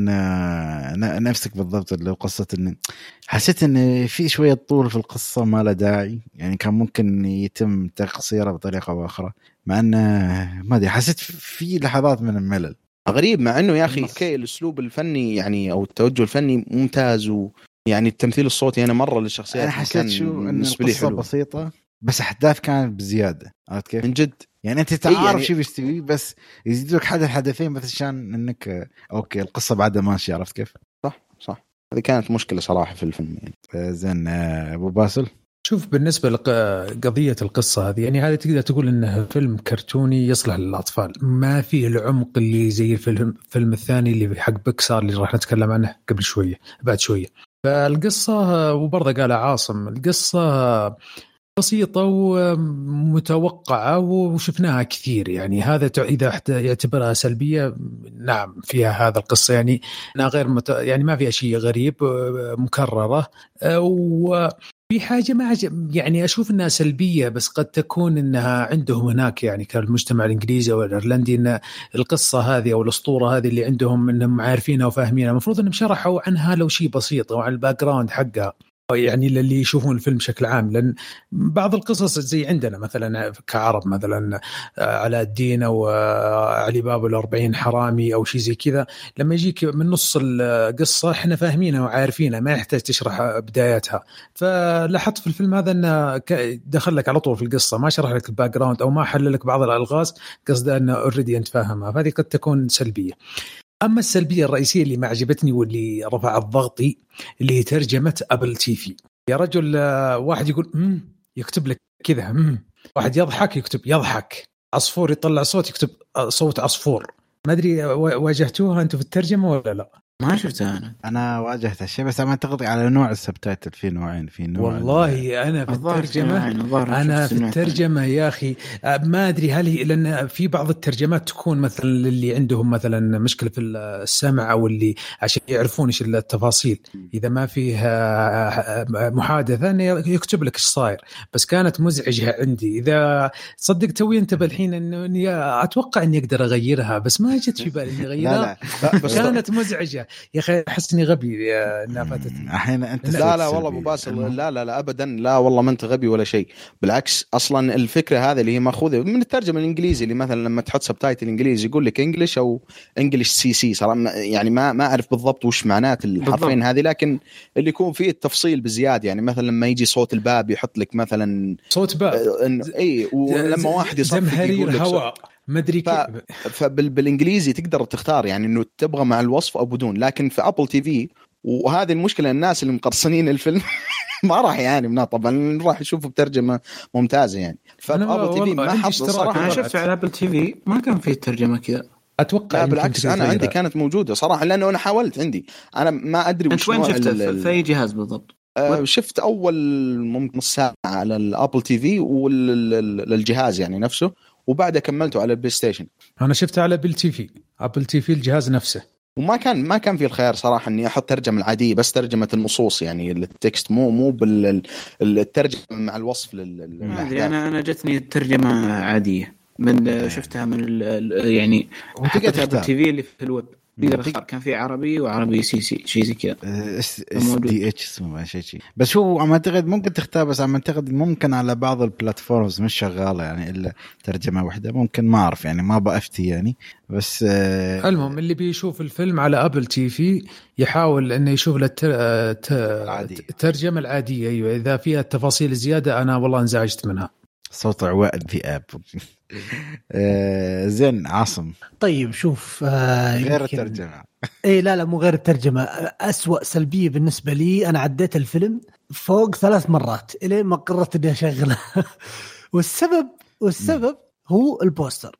[SPEAKER 1] أنا نفسك بالضبط اللي قصة إن حسيت إن في شوية طول في القصة ما له داعي، يعني كان ممكن يتم تقصيره بطريقة أو أخرى، مع أن ما أدري حسيت في لحظات من الملل
[SPEAKER 2] غريب، مع إنه يا أخي الأسلوب الفني يعني أو التوجه الفني ممتاز، ويعني التمثيل الصوتي أنا مرة للشخصيات
[SPEAKER 1] أنا حسيت شو إن القصة بسيطة بس أحداث كانت بزيادة. عرفت كيف؟
[SPEAKER 2] من جد
[SPEAKER 1] يعني أنت تعرف
[SPEAKER 2] يعني
[SPEAKER 1] شو بيستوي بس يزيدوك حدثين بس عشان إنك أوكي القصة بعدها ماشية. عرفت كيف؟
[SPEAKER 2] صح هذه كانت مشكلة صراحة في الفيلم يعني.
[SPEAKER 1] زين أبو باسل،
[SPEAKER 4] شوف بالنسبة لقضية القصة هذه، يعني هذا تقدر تقول إنه فيلم كرتوني يصلح للأطفال، ما فيه العمق اللي زي الفيلم الثاني اللي حق بيكسار اللي راح نتكلم عنه قبل شوية بعد شوية. فالقصة وبرضه قال عاصم القصة بسيطة ومتوقعة وشفناها كثير، يعني هذا إذا حتى يعتبرها سلبية نعم فيها هذا القصة، يعني أنا غير يعني ما فيها شيء غريب مكررة، وفي حاجة ما يعني أشوف أنها سلبية، بس قد تكون أنها عندهم هناك يعني كالمجتمع الإنجليزي أو الإيرلندي أن القصة هذه أو الأسطورة هذه اللي عندهم أنهم عارفينها وفاهمينها، المفروض أنهم شرحوا عنها لو شيء بسيط وعن الباك جراوند حقها، يعني اللي يشوفون الفيلم بشكل عام. لأن بعض القصص زي عندنا مثلا كعرب مثلا علاء الدين أو علي بابا الأربعين حرامي أو شيء زي كذا، لما يجيك من نص القصة إحنا فاهمينها وعارفينها ما يحتاج تشرح بداياتها. فلاحظت في الفيلم هذا أنه دخل لك على طول في القصة، ما شرح لك الباك جراوند أو ما حل لك بعض الألغاز قصده أنه أوريدي أنت فاهمها، فهذه قد تكون سلبية. أما السلبية الرئيسية اللي ما عجبتني واللي رفعت ضغطي اللي هي ترجمة أبل تيفي. يا رجل واحد يقول يكتب لك كذا، واحد يضحك يكتب يضحك، عصفور يطلع صوت يكتب صوت عصفور. ما أدري واجهتوها أنتوا في الترجمة ولا لا؟
[SPEAKER 3] ما شفتها
[SPEAKER 1] أنا واجهت الشيء، بس ما تقضي على نوع السبتايتل، في نوعين، في نوع
[SPEAKER 4] والله أنا في الترجمة يا أخي ما أدري هل هي، لأن في بعض الترجمات تكون مثلا اللي عندهم مثلا مشكلة في السمع أو اللي عشان يعرفون إيش التفاصيل، إذا ما فيها محادثة يكتب لك إيش صاير، بس كانت مزعجة عندي. إذا صدق توي أنت بالحين إني أتوقع إني أقدر أغيرها، بس ما جت في بالي إني أغيرها. كانت مزعجة يا أخي، أحسني غبي نافتتني
[SPEAKER 1] الحين أنت.
[SPEAKER 2] لا والله أبو باسل لا أبدا، لا والله ما أنت غبي ولا شيء، بالعكس أصلا الفكرة هذه اللي هي مأخوذة من الترجمة الإنجليزي، اللي مثلا لما تحط سبتايتل إنجليزي يقول لك إنجليش أو إنجليش سي صراحة، يعني ما أعرف بالضبط وش معنات الحرفين هذه، لكن اللي يكون فيه التفصيل بزيادة، يعني مثلا لما يجي صوت الباب يحط لك مثلا
[SPEAKER 4] صوت باب
[SPEAKER 2] إيه، ولما واحد يصفق يقول لك
[SPEAKER 4] هواء ما أدري كيف.
[SPEAKER 2] فبالإنجليزي تقدر تختار يعني إنه تبغى مع الوصف أو بدون، لكن في أبل تي في وهذه المشكلة الناس اللي مقرصنين الفيلم ما راح يعني منها طبعا راح يشوفوا بترجمة ممتازة يعني. فأبل تي في ما حط صراحة.
[SPEAKER 3] أنا شفت على أبل تي في ما كان فيه ترجمة كذا
[SPEAKER 4] أتوقع،
[SPEAKER 2] بالعكس أنا عندي كانت موجودة صراحة، لأنه أنا حاولت عندي، أنا ما أدري
[SPEAKER 3] وش وين شفته في أي جهاز بالضبط.
[SPEAKER 2] شفت أول ممكن نص ساعة على الأبل تي في والجهاز يعني نفسه، وبعدها كملته على البلاي ستيشن.
[SPEAKER 4] أنا شفته على أبل تي في الجهاز نفسه،
[SPEAKER 2] وما كان في الخيار صراحة إني أحط ترجمة العادية، بس ترجمة النصوص يعني التكست، مو بالترجمة مع الوصف
[SPEAKER 3] أنا جتني الترجمة عادية من شفتها من يعني حتى أبل تي في اللي في الويب كان في عربي وعربي سي شيء زي كذا
[SPEAKER 1] دي اتش اسمه شيء، بس هو عم اعتقد ممكن تختار، بس عم اعتقد ممكن على بعض البلاتفورمز مش شغاله يعني الا ترجمه واحده، ممكن ما اعرف يعني ما بأفتي يعني، بس
[SPEAKER 4] المهم اللي بيشوف الفيلم على ابل تي في يحاول انه يشوف الترجمه العاديه. ايوه اذا فيها التفاصيل زياده انا والله انزعجت منها.
[SPEAKER 1] صوت عواء الذئاب. زين عاصم.
[SPEAKER 5] طيب شوف
[SPEAKER 1] غير الترجمة.
[SPEAKER 5] اي لا مو غير الترجمة. أسوأ سلبية بالنسبة لي، أنا عديت الفيلم فوق 3 مرات إلين ما قررت إني أشغله. والسبب هو البوستر.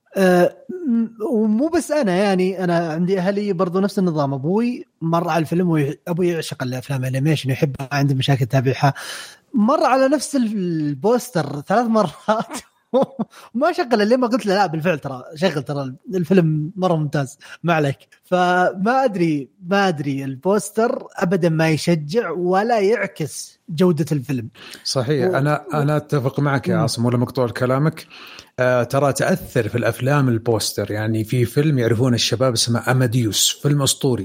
[SPEAKER 5] ومو بس أنا، يعني أنا عندي أهلي برضو نفس النظام. أبوي مر على الفيلم وأبوي يعشق الأفلام الأنيميشن يحبها، عنده مشاكل تابعها، مر على نفس البوستر 3 مرات وما شغل. اللي ما قلت له لا بالفعل ترى شغل، ترى الفيلم مرة ممتاز ما عليك. فما أدري البوستر أبدا ما يشجع ولا يعكس جودة الفيلم.
[SPEAKER 4] صحيح. أنا أتفق معك يا عاصم، ولا مقطوع كلامك. ترى تأثر في الأفلام البوستر. يعني في فيلم يعرفون الشباب اسمه أماديوس، فيلم أسطوري،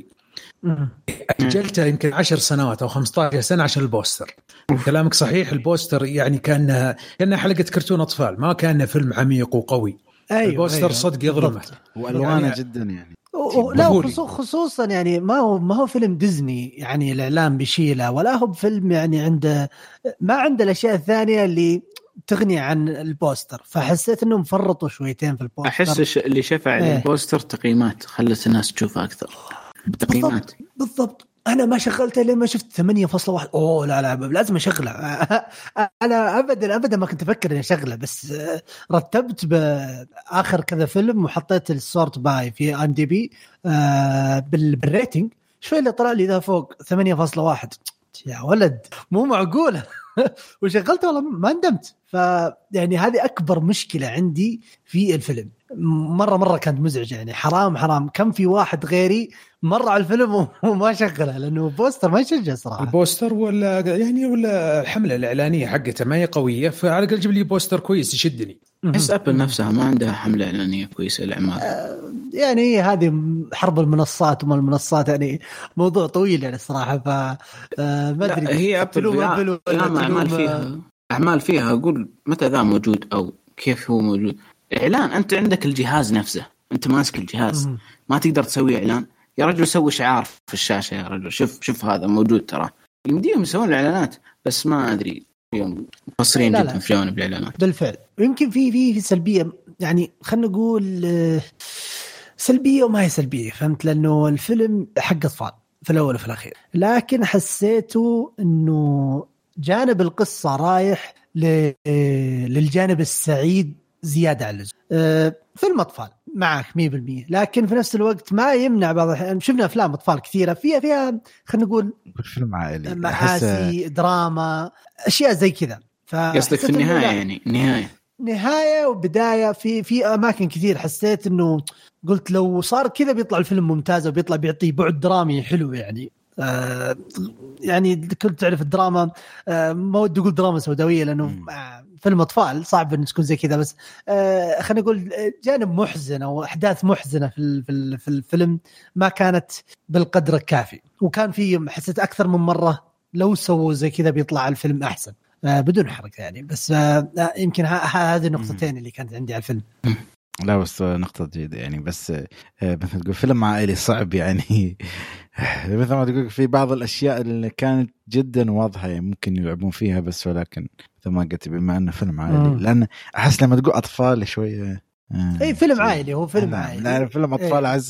[SPEAKER 4] أجلته يمكن 10 سنوات أو 15 سنة عشان البوستر. كلامك صحيح، البوستر يعني كأنها حلقة كرتون أطفال، ما كان فيلم عميق وقوي. البوستر صدق يظلمه،
[SPEAKER 1] وألوانه جدا يعني
[SPEAKER 5] لا خصوصا يعني ما هو فيلم ديزني يعني الإعلام بيشيله، ولا هو فيلم يعني ما عنده الأشياء الثانية اللي تغني عن البوستر. فحسيت انهم فرطوا شويتين في البوستر.
[SPEAKER 3] احس اللي شفع البوستر تقييمات، خلت الناس تشوفها اكثر بتقييمات.
[SPEAKER 5] بالضبط. انا ما شغلته لين ما شفت 8.1. اوه لا لازم اشغله. انا ابدا ما كنت افكر اني اشغله، بس رتبت باخر كذا فيلم وحطيت السورت باي في IMDb بالريتنج، شوي اللي طلع لي ذا فوق 8.1. يا ولد مو معقوله. وشغلته والله ما ندمت. فيعني هذه أكبر مشكلة عندي في الفيلم. مرة كانت مزعجة. يعني حرام كم في واحد غيري مر على الفيلم وما شغله، لأنه بوستر ما يشجع صراحة.
[SPEAKER 4] البوستر ولا الحملة الإعلانية حقته ما هي قوية، فعلى الأقل جيب لي بوستر كويس يشدني.
[SPEAKER 3] بس أبل نفسها ما عندها حملة إعلانية كويسة الأعمال.
[SPEAKER 5] يعني هذه حرب المنصات وما المنصات، يعني موضوع طويل يعني الصراحة. ما أدري
[SPEAKER 3] هي أبل أعمال فيها أقول متى ذا موجود أو كيف هو موجود. إعلان أنت عندك الجهاز نفسه، أنت ماسك الجهاز ما تقدر تسوي إعلان. يا رجل سوي شعار في الشاشة، يا رجل شوف هذا موجود. ترى يمديهم يسوون الإعلانات، بس ما أدري يوم مقصرين جدا في جوانب الإعلانات.
[SPEAKER 5] بالفعل يمكن في سلبية، يعني خلنا نقول سلبية وما هي سلبية، فهمت؟ لأنه الفيلم حق أطفال في الأول وفي الأخير، لكن حسيته إنه جانب القصة رايح للجانب السعيد زيادة على اللزوم. فيلم أطفال معك 100%، لكن في نفس الوقت ما يمنع بعض الأحيان. شفنا أفلام أطفال كثيرة فيها خلينا نقول
[SPEAKER 1] فيلم عائلي،
[SPEAKER 5] محاسي دراما أشياء زي كذا.
[SPEAKER 3] قصدك في النهاية يعني
[SPEAKER 5] نهاية وبداية في أماكن كثير حسيت إنه قلت لو صار كذا بيطلع الفيلم ممتاز وبيطلع بيعطي بعد درامي حلو يعني. يعني كنت تعرف الدراما، ما ودي أقول دراما سوداوية لأنه فيلم أطفال صعب أن تكون زي كذا، بس خلينا نقول جانب محزن أو أحداث محزنة في الفيلم ما كانت بالقدر الكافي. وكان في حسيت أكثر من مرة لو سووا زي كذا بيطلع الفيلم أحسن بدون حرق يعني. بس يمكن هذه النقطتين اللي كانت عندي على الفيلم.
[SPEAKER 1] لا بس نقطة جيدة يعني. بس مثل تقول فيلم عائلي صعب يعني. مثل ما تقول في بعض الأشياء اللي كانت جدا واضحة يعني ممكن يلعبون فيها، بس ولكن مثل ما قلت بما أنه فيلم عائلي، لأن أحس لما تقول أطفال شوية
[SPEAKER 5] أي فيلم عائلي هو فيلم عائلي.
[SPEAKER 1] لا فيلم أطفال عز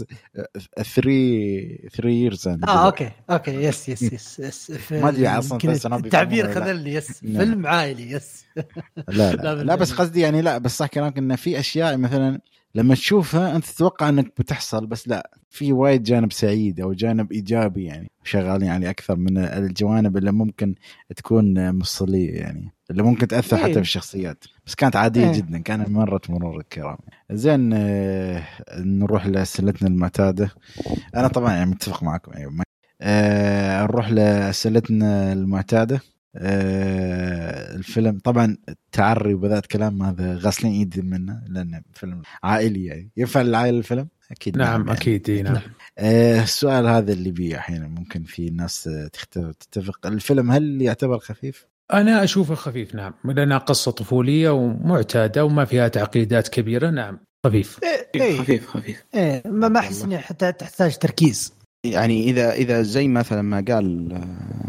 [SPEAKER 1] 3 years
[SPEAKER 5] أوكي يس
[SPEAKER 1] ما أدري أصلا
[SPEAKER 5] تعبير خذلني. يس فيلم عائلي يس.
[SPEAKER 1] لا بس قصدي يعني لا بس صح كلامك إن في أشياء مثلا لما تشوفها أنت تتوقع أنك بتحصل، بس لا في وايد جانب سعيد أو جانب إيجابي يعني شغالين يعني أكثر من الجوانب اللي ممكن تكون مفصلية يعني اللي ممكن تأثر حتى في الشخصيات، بس كانت عادية جدا، كانت مرور الكرام. زين نروح لأسئلتنا المعتادة. أنا طبعا يعني متفق معكم يعني. نروح لأسئلتنا المعتادة. الفيلم طبعا تعري وبذات كلام هذا غاسلين ايد منه لأنه فيلم عائلي يعني ينفع للعائلة الفيلم أكيد.
[SPEAKER 4] نعم
[SPEAKER 1] يعني.
[SPEAKER 4] أكيد نعم.
[SPEAKER 1] السؤال هذا اللي بيه أحيانا ممكن في ناس تتفق، الفيلم هل يعتبر خفيف؟
[SPEAKER 4] أنا أشوفه خفيف نعم، لأنها قصة طفولية ومعتادة وما فيها تعقيدات كبيرة. نعم خفيف.
[SPEAKER 3] خفيف
[SPEAKER 5] ما أحس إنه حتى تحتاج تركيز
[SPEAKER 2] يعني إذا زي مثلا ما قال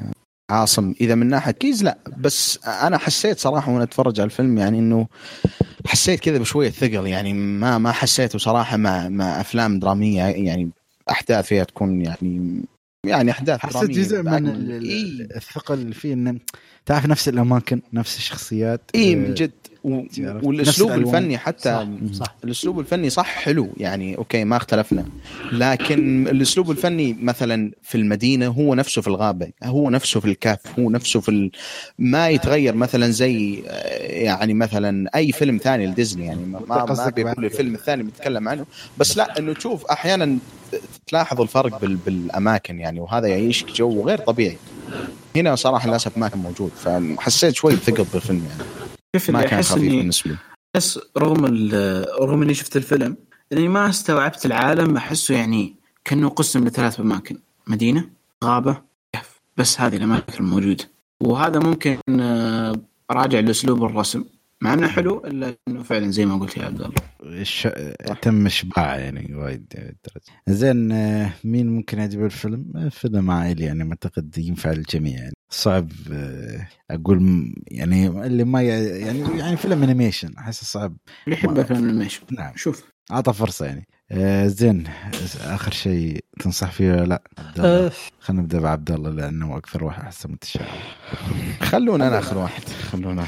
[SPEAKER 2] عاصم اذا من ناحيه كيز لا، بس انا حسيت صراحه وانا اتفرج على الفيلم يعني انه حسيت كذا بشويه ثقل، يعني ما حسيته صراحه مع افلام دراميه يعني احداث فيها تكون يعني احداث
[SPEAKER 1] حسيت
[SPEAKER 2] دراميه.
[SPEAKER 1] جزء من الثقل فيه ان تعرف نفس الاماكن نفس الشخصيات
[SPEAKER 2] من جد والاسلوب الفني حتى
[SPEAKER 5] صح.
[SPEAKER 2] الاسلوب الفني صح حلو يعني اوكي ما اختلفنا، لكن الاسلوب الفني مثلا في المدينه هو نفسه في الغابه، هو نفسه في الكهف، هو نفسه في ما يتغير مثلا زي يعني مثلا اي فيلم ثاني لديزني يعني ما بيقول الفيلم الثاني بيتكلم عنه، بس لا انه تشوف احيانا تلاحظ الفرق بالاماكن يعني، وهذا يعيشك جو غير طبيعي. هنا صراحه للاسف ما كان موجود، فحسيت شوي ثقل بالفيلم يعني ما كان خفيف بالنسبه لي.
[SPEAKER 3] بس رغم اني شفت الفيلم اني ما استوعبت العالم، احسه يعني كانه قسم ل3 اماكن، مدينه، غابه، كهف، بس هذه الاماكن الموجوده. وهذا ممكن راجع لاسلوب الرسم مع انه حلو، الا انه فعلا زي ما قلت يا عبد الله
[SPEAKER 1] تم اشباع يعني وايد. زين مين ممكن يعجبه الفيلم؟ فيلم عائلي يعني ما اعتقد ينفع للجميع يعني. صعب اقول يعني اللي ما يعني فيلم انيميشن احس صعب
[SPEAKER 3] اللي يحب فيلم انيميشن.
[SPEAKER 1] نعم
[SPEAKER 3] شوف
[SPEAKER 1] اعطى فرصه يعني. زين اخر شيء تنصح فيه لا؟ خلينا نبدا بعبد الله لانه اكثر واحد احسن متشائم.
[SPEAKER 2] خلونا انا اخر واحد، خلونا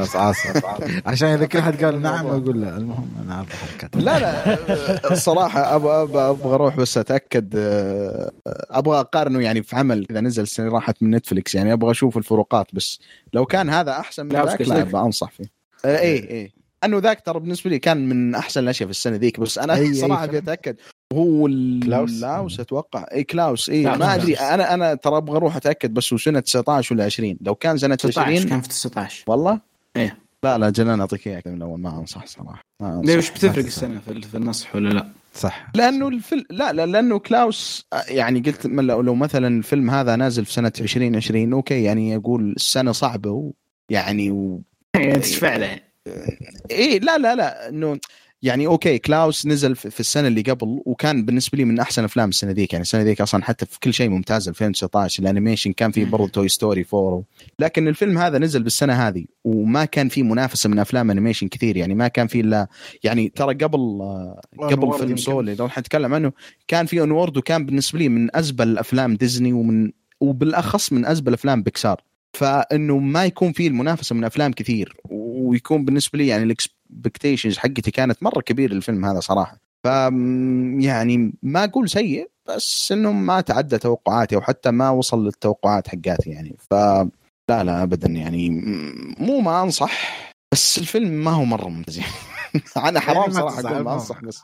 [SPEAKER 1] عشان اذا كل حد قال نعم اقول لا. المهم انا اعرف حركات.
[SPEAKER 2] لا الصراحه ابغى اروح بس اتاكد، ابغى اقارنه يعني في عمل اذا نزل السنه راحت من نتفليكس يعني، ابغى اشوف الفروقات، بس لو كان هذا احسن من ذاك لا انصح فيه. ايه انه ذاك ترى بالنسبه لي كان من احسن الاشياء في السنه ذيك، بس انا صراحه بتاكد هو كلاوس اتوقع كلاوس ما ادري انا ترى ابغى اروح اتاكد بس سنه 19 ولا 20. لو كان سنه 20
[SPEAKER 3] كان في 19
[SPEAKER 2] والله
[SPEAKER 3] ايه.
[SPEAKER 2] لا جنان اعطيك اياك من الاول، ما انصح صراحه.
[SPEAKER 3] ليه وش بتفرق السنه في النصح ولا لا؟
[SPEAKER 2] صح لانه لانه كلاوس يعني قلت لو مثلا الفيلم هذا نازل في سنه 2020 اوكي يعني اقول السنه صعبه يعني
[SPEAKER 3] تشفع له
[SPEAKER 2] ايه لا انه يعني اوكي كلاوس نزل في السنه اللي قبل وكان بالنسبه لي من احسن افلام السنه ذيك يعني. السنه ذيك اصلا حتى في كل شيء ممتاز. 2019 الانيميشن كان فيه برضه توي ستوري 4، لكن الفيلم هذا نزل بالسنه هذه وما كان فيه منافسه من افلام انيميشن كثير يعني. ما كان فيه الا يعني ترى قبل فيلم سول لو حنتكلم عنه كان فيه اونورد، وكان بالنسبه لي من ازبل افلام ديزني وبالاخص من ازبل افلام بيكسار. فانه ما يكون فيه المنافسه من افلام كثير ويكون بالنسبه لي يعني الاكسبكتيشنز حقتي كانت مره كبيره الفيلم هذا صراحه. ف يعني ما اقول سيء بس انه ما تعدى توقعاتي او حتى ما وصل للتوقعات حقاتي يعني. لا ابدا يعني مو ما انصح، بس الفيلم ما هو مره ممتاز انا حرام صراحه اقول ما انصح بس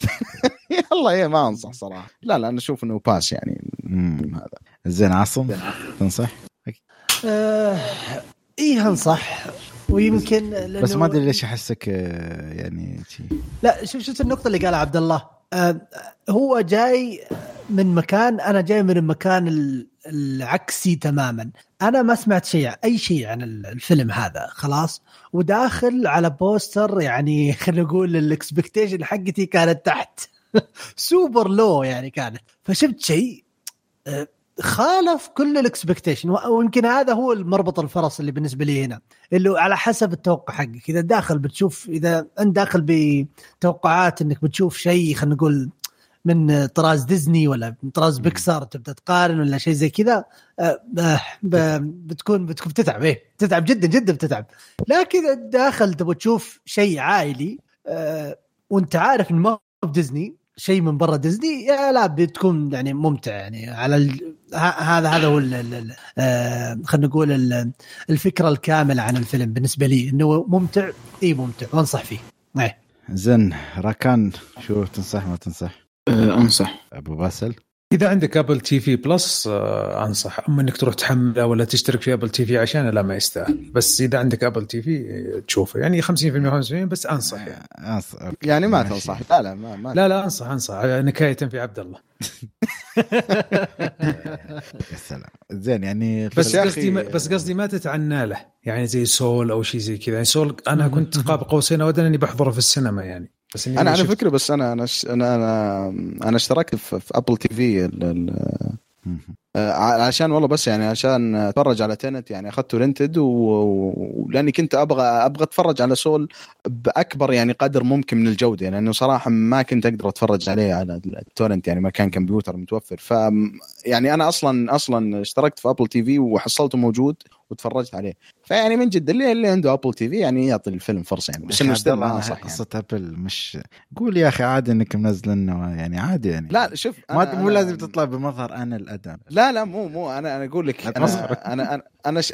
[SPEAKER 2] يلا ما انصح صراحه. لا انا اشوف انه باس يعني هذا.
[SPEAKER 1] زين عاصم تنصح؟
[SPEAKER 5] ايه انصح ويمكن
[SPEAKER 1] بس ما ادري ليش احسك يعني شيء.
[SPEAKER 5] لا شفت النقطه اللي قالها عبد الله. هو جاي من مكان، انا جاي من المكان العكسي تماما. انا ما سمعت اي شيء عن الفيلم هذا خلاص، وداخل على بوستر يعني خلينا نقول الاكسبكتيشن حقتي كانت تحت سوبر لو يعني كانت. فشفت شيء خالف كل الاكسبكتيشن، ويمكن هذا هو المربط الفرس اللي بالنسبه لي هنا، اللي على حسب التوقع حقك. اذا داخل بتشوف، اذا انت داخل بتوقعات انك بتشوف شيء خلينا نقول من طراز ديزني ولا من طراز بيكسار تبدا تقارن ولا شيء زي كذا، بتكون بتتعب تتعب جدا بتتعب. لكن داخل تبغى تشوف شيء عائلي وانت عارف انه ما هو ديزني، شيء من برا ديزني، يا لا بتكون يعني ممتع يعني. على هذا هو خلينا نقول الفكرة الكاملة عن الفيلم بالنسبة لي، انه ممتع ممتع وانصح فيه.
[SPEAKER 1] زين راكان شو تنصح ما تنصح؟
[SPEAKER 3] انصح.
[SPEAKER 1] ابو باسل
[SPEAKER 4] اذا عندك ابل تي في بلس انصح، اما انك تروح تحمله ولا تشترك في ابل تي في عشان لا ما يستاهل. بس اذا عندك ابل تي في تشوفه يعني 50% 50% بس انصح
[SPEAKER 2] يعني ما تنصح. لا ما
[SPEAKER 4] لا انصح نكايه في عبد الله.
[SPEAKER 1] يا سلام. زين يعني
[SPEAKER 4] بس قصدي ما تتعنى له يعني زي سول او شيء زي كذا يعني. سول انا كنت قاب قوسين ودنا اني بحضره في السينما يعني. بس
[SPEAKER 2] انا على فكره بس انا اشتركت في ابل تي في عشان والله بس يعني عشان اتفرج على تنت يعني اخذته رنتد ولاني كنت ابغى اتفرج على سول باكبر يعني قدر ممكن من الجوده، يعني لانه صراحه ما كنت اقدر اتفرج عليه على التورنت، يعني ما كان كمبيوتر متوفر. ف يعني انا اصلا اشتركت في ابل تي في وحصلته موجود وتفرجت عليه. فيعني من جد اللي عنده ابل تي في يعني يعطي الفيلم فرصه يعني، بس انه استمع صح يعني.
[SPEAKER 1] قصه ابل مش قول يا اخي عادي انك منزلنا يعني عادي يعني.
[SPEAKER 2] لا شوف
[SPEAKER 1] مو لازم تطلع بمظهر انا الادم.
[SPEAKER 2] لا مو انا اقول لك انا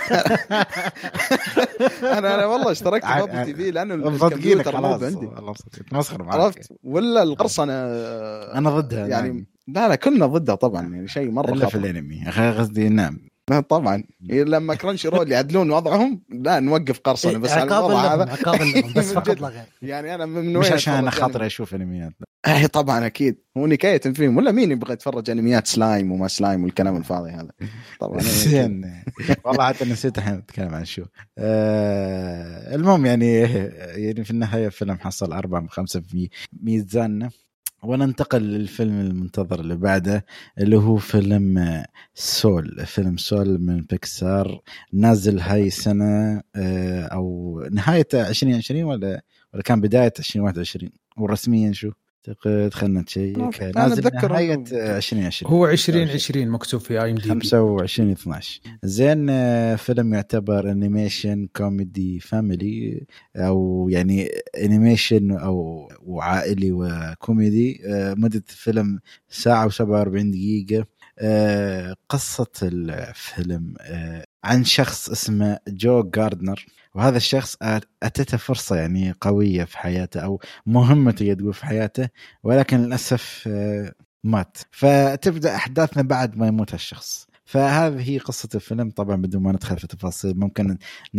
[SPEAKER 2] انا والله اشتركت في ابل تي في لانه الكمبيوتر مو عندي.
[SPEAKER 1] مسخر معك
[SPEAKER 2] عرفت ولا القرصنه
[SPEAKER 1] انا ضدها
[SPEAKER 2] يعني. لا كنا ضدها طبعا يعني شيء مره
[SPEAKER 1] خطر في الانمي قصدي. نعم
[SPEAKER 2] طبعا لما كرانشي رول يعدلون وضعهم لا نوقف قرصنه بس على الوضع هذا
[SPEAKER 5] عقاب لهم بس فقط لا غير.
[SPEAKER 2] يعني انا من
[SPEAKER 1] مش عشان انا خاطر اشوف انميات.
[SPEAKER 2] طبعا اكيد هو نكايه فيهم، ولا مين يبغى يتفرج انميات سلايم وما سلايم والكلام الفاضي هذا طبعا.
[SPEAKER 1] والله حتى نسيت احنا نتكلم عن شو. المهم يعني في النهايه فيلم حصل 4 من 5 في ميزاننا. وننتقل للفيلم المنتظر اللي بعده اللي هو فيلم سول. فيلم سول من بيكسار نازل هاي السنة أو نهاية 2020 ولا كان بداية 2021 ورسميا شو خلنا نشيك نازل نهاية 2020.
[SPEAKER 4] هو 2020 مكتوب في اي ام دي بي
[SPEAKER 1] 25/12. زين فيلم يعتبر انيميشن كوميدي فاميلي او يعني انيميشن او وعائلي وكوميدي. مدة الفيلم 1:47 دقيقة. قصة الفيلم عن شخص اسمه جو غاردنر، وهذا الشخص أتته فرصة يعني قوية في حياته أو مهمة تقول في حياته، ولكن للأسف مات. فتبدأ أحداثنا بعد ما يموت هالشخص. فهذه هي قصة الفيلم. طبعا بدون ما ندخل في تفاصيل ممكن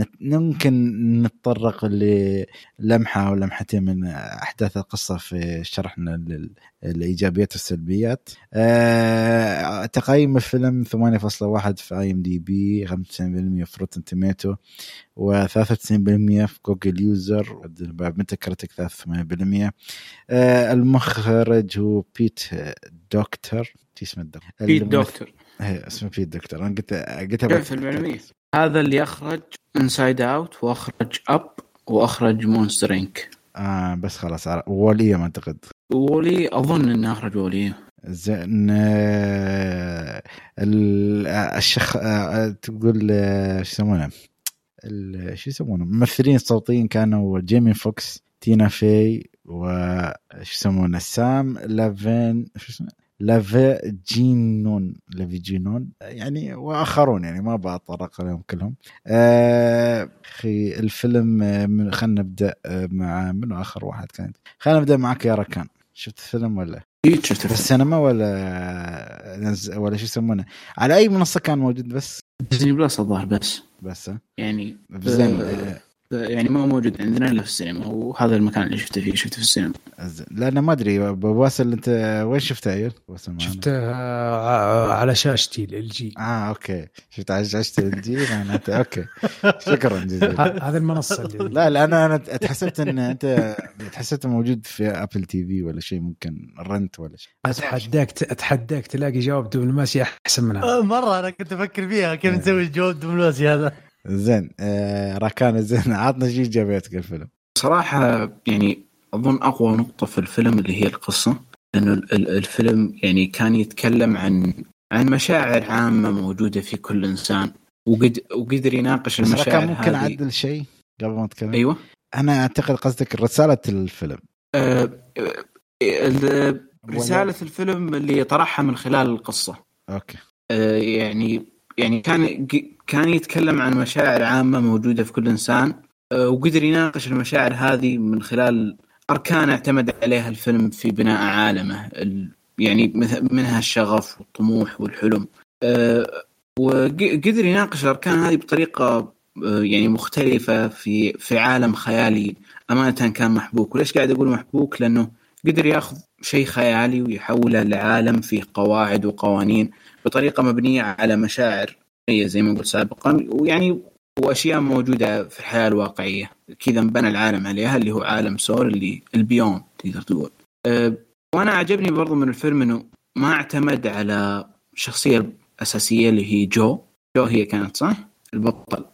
[SPEAKER 1] نتطرق للمحة أو لمحتين من أحداث القصة في شرحنا الإيجابيات والسلبيات. تقييم الفيلم 8.1 في اي ام دي بي، 95% في روتن توميتو، و93% في جوجل يوزر، ميتاكريتيك 83%. المخرج هو بيت دوكتور. اسمه
[SPEAKER 3] بيت دوكتور.
[SPEAKER 1] اسمه بيت دوكتور. انا قلت
[SPEAKER 3] في العلمية هذا اللي اخرج انسايد اوت واخرج اب واخرج مونستر انك.
[SPEAKER 1] بس خلاص وولي ما اعتقد
[SPEAKER 3] وولي اظن انه اخرج وولي.
[SPEAKER 1] زين الشيخ تقول شو يسمونه ممثلين صوتيين كانوا جيمي فوكس، تينا في، وش يسمونه سام لافين لافي جينون يعني واخرون يعني ما بطرق لهم كلهم. اخي الفيلم من خلينا نبدا مع منو اخر واحد كان. خلينا نبدا معك يا ركان. شفت الفيلم ولا
[SPEAKER 3] شفت
[SPEAKER 1] في السينما ولا شو يسمونه على اي منصه كان موجود؟ بس
[SPEAKER 3] ديزني بلس الظاهر بس
[SPEAKER 1] يعني
[SPEAKER 3] يعني ما موجود عندنا الا في السينما، وهذا المكان اللي شفته في السينما.
[SPEAKER 1] لا انا ما ادري بواسل انت وين شفته عيل؟
[SPEAKER 4] شفته على شاشتي ال جي.
[SPEAKER 1] اوكي شفت على شاشتي ال جي معناته اوكي شكرا جزيلا.
[SPEAKER 4] هذا المنصه اللي
[SPEAKER 1] لا انا اتحسبت ان انت تحسبت موجود في ابل تي في ولا شيء، ممكن رنت ولا شيء.
[SPEAKER 4] اتحداك تلاقي جواب دبلوماسي احسن منها
[SPEAKER 5] مره. انا كنت افكر فيها كيف نسوي الجواب دبلوماسي هذا.
[SPEAKER 1] زين راكان زين عطنا شيء جابتك الفيلم.
[SPEAKER 3] صراحة يعني أظن أقوى نقطة في الفيلم اللي هي القصة، لأنه الفيلم يعني كان يتكلم عن مشاعر عامة موجودة في كل إنسان، وقدر يناقش المشاعر هذه.
[SPEAKER 1] ممكن أعدل شيء قبل ما أتكلم؟
[SPEAKER 3] أيوة
[SPEAKER 1] أنا أعتقد قصدك رسالة الفيلم.
[SPEAKER 3] رسالة الفيلم اللي طرحها من خلال القصة.
[SPEAKER 1] أوكي.
[SPEAKER 3] يعني كان يتكلم عن مشاعر عامة موجودة في كل إنسان، وقدر يناقش المشاعر هذه من خلال أركان اعتمد عليها الفيلم في بناء عالمه، يعني منها الشغف والطموح والحلم. وقدر يناقش الأركان هذه بطريقة يعني مختلفة في عالم خيالي أمانة كان محبوك. وليش قاعد أقول محبوك؟ لأنه قدر يأخذ شيء خيالي ويحوله لعالم فيه قواعد وقوانين بطريقة مبنية على مشاعر زي ما قلت سابقا، ويعني وأشياء موجودة في الحياة الواقعية كذا بنى العالم عليها، اللي هو عالم سول اللي البيون تقدر تقول. وأنا عجبني برضو من الفيلم إنه ما اعتمد على شخصية أساسية اللي هي جو هي كانت صح البطل.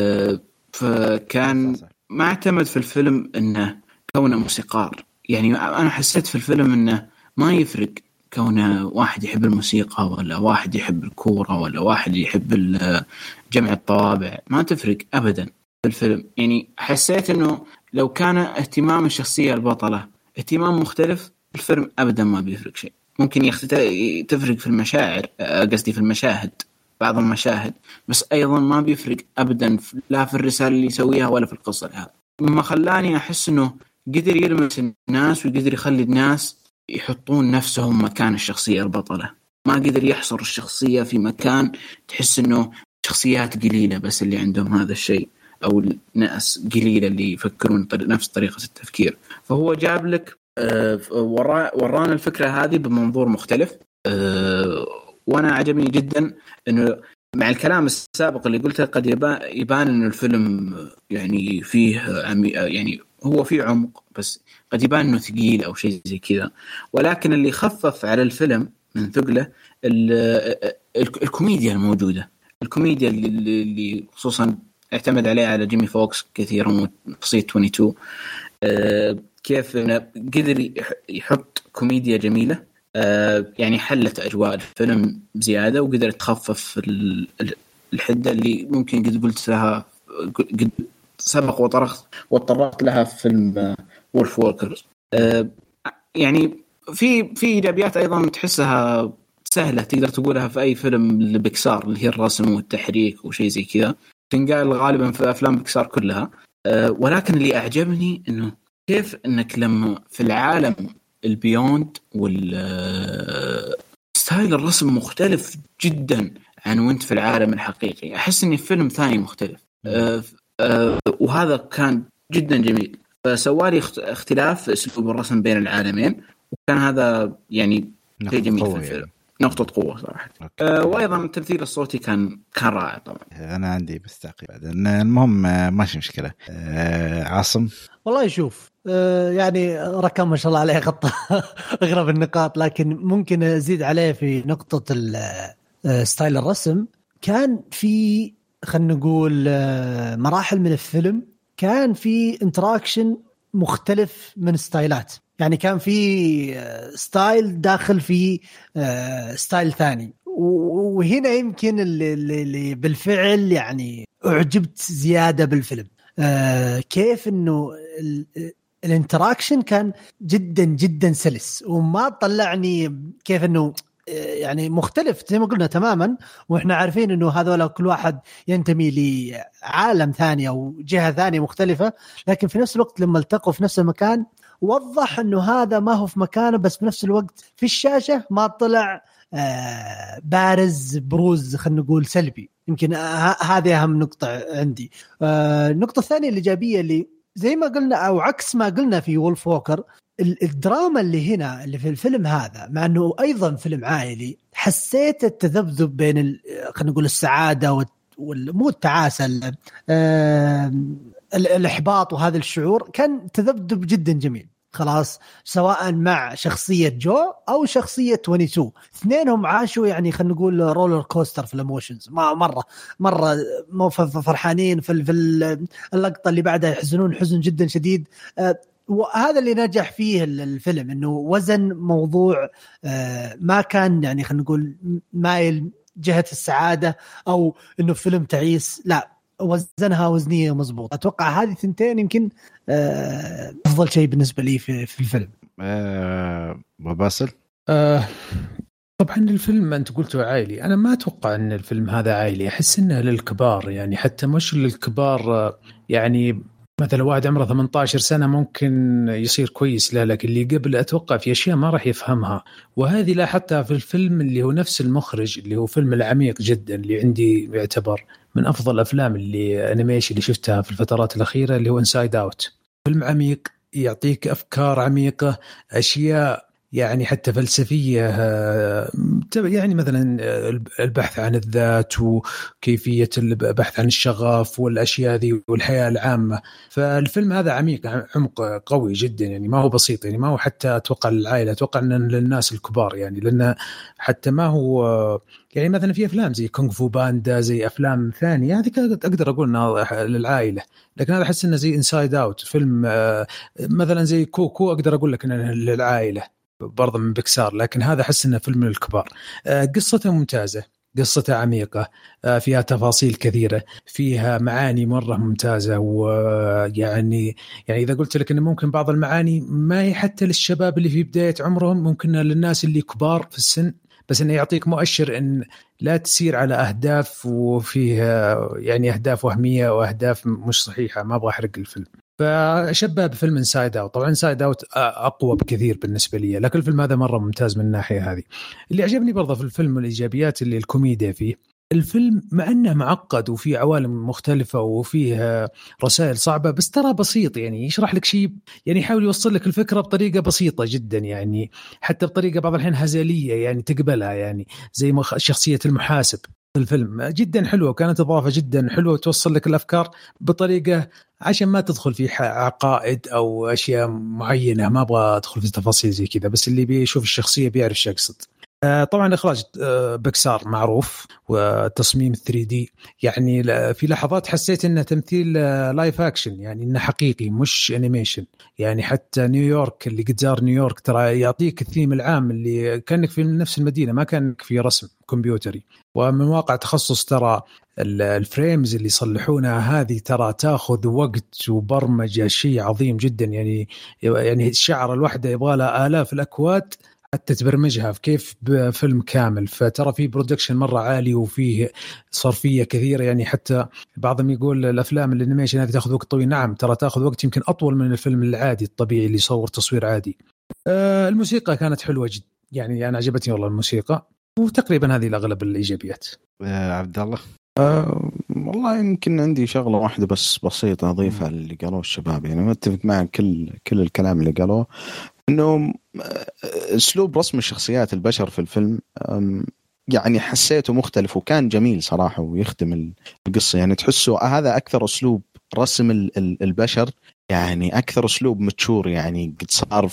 [SPEAKER 3] فكان ما اعتمد في الفيلم انه كونه موسيقار. يعني انا حسيت في الفيلم انه ما يفرق كونه واحد يحب الموسيقى ولا واحد يحب الكورة ولا واحد يحب جمع الطوابع، ما تفرق ابدا في الفيلم. يعني حسيت انه لو كان اهتمام الشخصية البطلة اهتمام مختلف الفيلم ابدا ما بيفرق شيء. ممكن تفرق في المشاعر، قصدي في المشاهد، بعض المشاهد، بس أيضا ما بيفرق أبدا لا في الرسالة اللي يسويها ولا في القصة لها. ما خلاني أحس أنه قدر يلمس الناس وقدر يخلي الناس يحطون نفسهم مكان الشخصية البطلة. ما قدر يحصر الشخصية في مكان تحس أنه شخصيات قليلة بس اللي عندهم هذا الشيء، أو الناس قليلة اللي يفكرون نفس طريقة التفكير. فهو جاب لك ورانا الفكرة هذه بمنظور مختلف. وأنا عجبني جدا أنه مع الكلام السابق اللي قلته قد يبان أنه الفيلم يعني فيه يعني هو فيه عمق، بس قد يبان أنه ثقيل أو شيء زي كذا. ولكن اللي خفف على الفيلم من ثقله الكوميديا الموجودة، الكوميديا اللي خصوصا اعتمد عليها على جيمي فوكس كثيرا وشخصية 22. كيف أنه قدر يحط كوميديا جميلة، يعني حلت أجواء الفيلم بزيادة وقدر تخفف الحدة اللي ممكن قد قلت لها قد سبق وطرقت لها في فيلم وولف ووكرز. يعني في إيجابيات أيضا تحسها سهلة تقدر تقولها في أي فيلم لبيكسار، اللي هي الرسم والتحريك وشيء زي كذا تنقال غالبا في أفلام بيكسار كلها. ولكن اللي أعجبني إنه كيف إنك لما في العالم البيوند والستايل الرسم مختلف جدا عن وانت في العالم الحقيقي. أحس إني فيلم ثاني مختلف. وهذا كان جدا جميل، فسوالي اختلاف أسلوب الرسم بين العالمين، وكان هذا يعني شيء جميل في الفيلم، نقطة قوة صراحة. وأيضا التمثيل الصوتي كان رائع طبعا.
[SPEAKER 1] أنا عندي بس تعقيب بعد. المهم ماشي مشكلة. عاصم
[SPEAKER 5] والله يشوف يعني رقم ما شاء الله عليه غطى أغلب النقاط، لكن ممكن أزيد عليه في نقطة ستايل الرسم. كان في خلنا نقول مراحل من الفيلم كان في انتراكشن مختلف من ستايلات. يعني كان في ستايل داخل في ستايل ثاني، وهنا يمكن اللي بالفعل يعني أعجبت زيادة بالفيلم. كيف إنه الانتراكشن كان جدا جدا سلس، وما طلعني كيف إنه يعني مختلف زي ما قلنا تماما، وإحنا عارفين إنه هذول كل واحد ينتمي لعالم ثاني أو جهة ثانية مختلفة، لكن في نفس الوقت لما التقوا في نفس المكان وضح إنه هذا ما هو في مكانه، بس في نفس الوقت في الشاشة ما طلع بارز بروز خلينا نقول سلبي. يمكن هذه أهم نقطة عندي. النقطة الثانية الإيجابية اللي زي ما قلنا أو عكس ما قلنا في وولف ووكر، الدراما اللي هنا اللي في الفيلم هذا مع أنه أيضا فيلم عائلي، حسيت التذبذب بين خلينا نقول السعادة والمو التعاسة، الإحباط وهذا الشعور، كان تذبذب جدا جميل. خلاص سواء مع شخصية جو أو شخصية 22، اثنينهم عاشوا يعني خلينا نقول رولر كوستر في الاموشنز، مرة فرحانين في اللقطة اللي بعدها يحزنون حزن جدا شديد. وهذا اللي نجح فيه الفيلم، إنه وزن موضوع ما كان يعني خلينا نقول مايل جهة السعادة أو إنه فيلم تعيس، لا وزنها وزنية مضبوط. أتوقع هذه ثنتين يمكن أفضل شيء بالنسبة لي في الفيلم.
[SPEAKER 1] وباسل
[SPEAKER 4] طبعا الفيلم أنت قلته عائلي، أنا ما أتوقع أن الفيلم هذا عائلي، أحس إنه للكبار، يعني حتى مش للكبار. يعني مثلا واحد عمره 18 سنة ممكن يصير كويس له، لكن اللي قبل أتوقع في أشياء ما راح يفهمها. وهذه لا حتى في الفيلم اللي هو نفس المخرج اللي هو فيلم العميق جدا اللي عندي يعتبر من أفضل الأفلام اللي أنيميشن اللي شفتها في الفترات الأخيرة، اللي هو إنسايد أوت. فيلم عميق يعطيك أفكار عميقة، أشياء يعني حتى فلسفية، يعني مثلا البحث عن الذات وكيفية البحث عن الشغف والأشياء ذي والحياة العامة. فالفيلم هذا عميق، عمق قوي جدا، يعني ما هو بسيط، يعني ما هو حتى أتوقع للعائلة، أتوقع أن للناس الكبار، يعني لأن حتى ما هو يعني مثلا في أفلام زي كونغ فو باندا، زي أفلام ثانية هذه أقدر أقول أنها للعائلة، لكن هذا أحس أنه زي إنسايد أوت، فيلم مثلا زي كوكو أقدر أقول لك أنه للعائلة برضه من بيكسار، لكن هذا أحس أنه فيلم للكبار. قصته ممتازة، قصته عميقة، فيها تفاصيل كثيرة، فيها معاني مرة ممتازة. ويعني إذا قلت لك أنه ممكن بعض المعاني ما هي حتى للشباب اللي في بداية عمرهم، ممكن للناس اللي كبار في السن، بس انه يعطيك مؤشر ان لا تسير على اهداف وفيها يعني اهداف وهميه واهداف مش صحيحه. ما ابغى احرق الفيلم، فشبه بفيلم انسايد اوت. طبعا انسايد اوت اقوى بكثير بالنسبه لي، لكن الفيلم هذا مره ممتاز من الناحيه هذه. اللي عجبني برضه في الفيلم والايجابيات اللي الكوميديا فيه. الفيلم مع انه معقد وفيه عوالم مختلفه وفيه رسائل صعبه، بس ترى بسيط، يعني يشرح لك شيء، يعني يحاول يوصل لك الفكره بطريقه بسيطه جدا، يعني حتى بطريقه بعض الحين هزليه يعني تقبلها، يعني زي شخصيه المحاسب. الفيلم جدا حلوه، وكانت اضافه جدا حلوه توصل لك الافكار بطريقه عشان ما تدخل في عقائد او اشياء معينه. ما ابغى ادخل في تفاصيل زي كذا، بس اللي بيشوف الشخصيه بيعرف ايش يقصد. طبعا إخراج بيكسار معروف، وتصميم 3D، يعني في لحظات حسيت إنه تمثيل لايف أكشن، يعني إنه حقيقي مش أنيميشن. يعني حتى نيويورك، اللي قد زار نيويورك ترى يعطيك الثيم العام اللي كأنك في نفس المدينة، ما كانك في رسم كمبيوتري. ومن واقع تخصص ترى الفريمز اللي يصلحونها هذه ترى تاخذ وقت وبرمجة، شيء عظيم جدا. يعني الشعر الواحدة يبغى لها آلاف الأكواد حتى تبرمجها في كيف بفيلم كامل. فترى فيه برودكشن مرة عالي وفيه صرفية كثيرة، يعني حتى بعضهم يقول الأفلام الانيميشن هذه تأخذ وقت طويل. نعم، ترى تأخذ وقت يمكن أطول من الفيلم العادي الطبيعي اللي يصور تصوير عادي. الموسيقى كانت حلوة جدا، يعني أنا عجبتني والله الموسيقى. وتقريبا هذه الأغلب الإيجابيات.
[SPEAKER 1] عبد الله.
[SPEAKER 2] والله يمكن عندي شغلة واحدة بس بسيطة أضيفها اللي قالوه الشباب، يعني متفق مع كل الكلام اللي قالوه، إنه أسلوب رسم الشخصيات البشر في الفيلم يعني حسيته مختلف وكان جميل صراحة ويخدم القصة. يعني تحسه هذا أكثر أسلوب رسم البشر، يعني أكثر أسلوب متشور يعني قد صار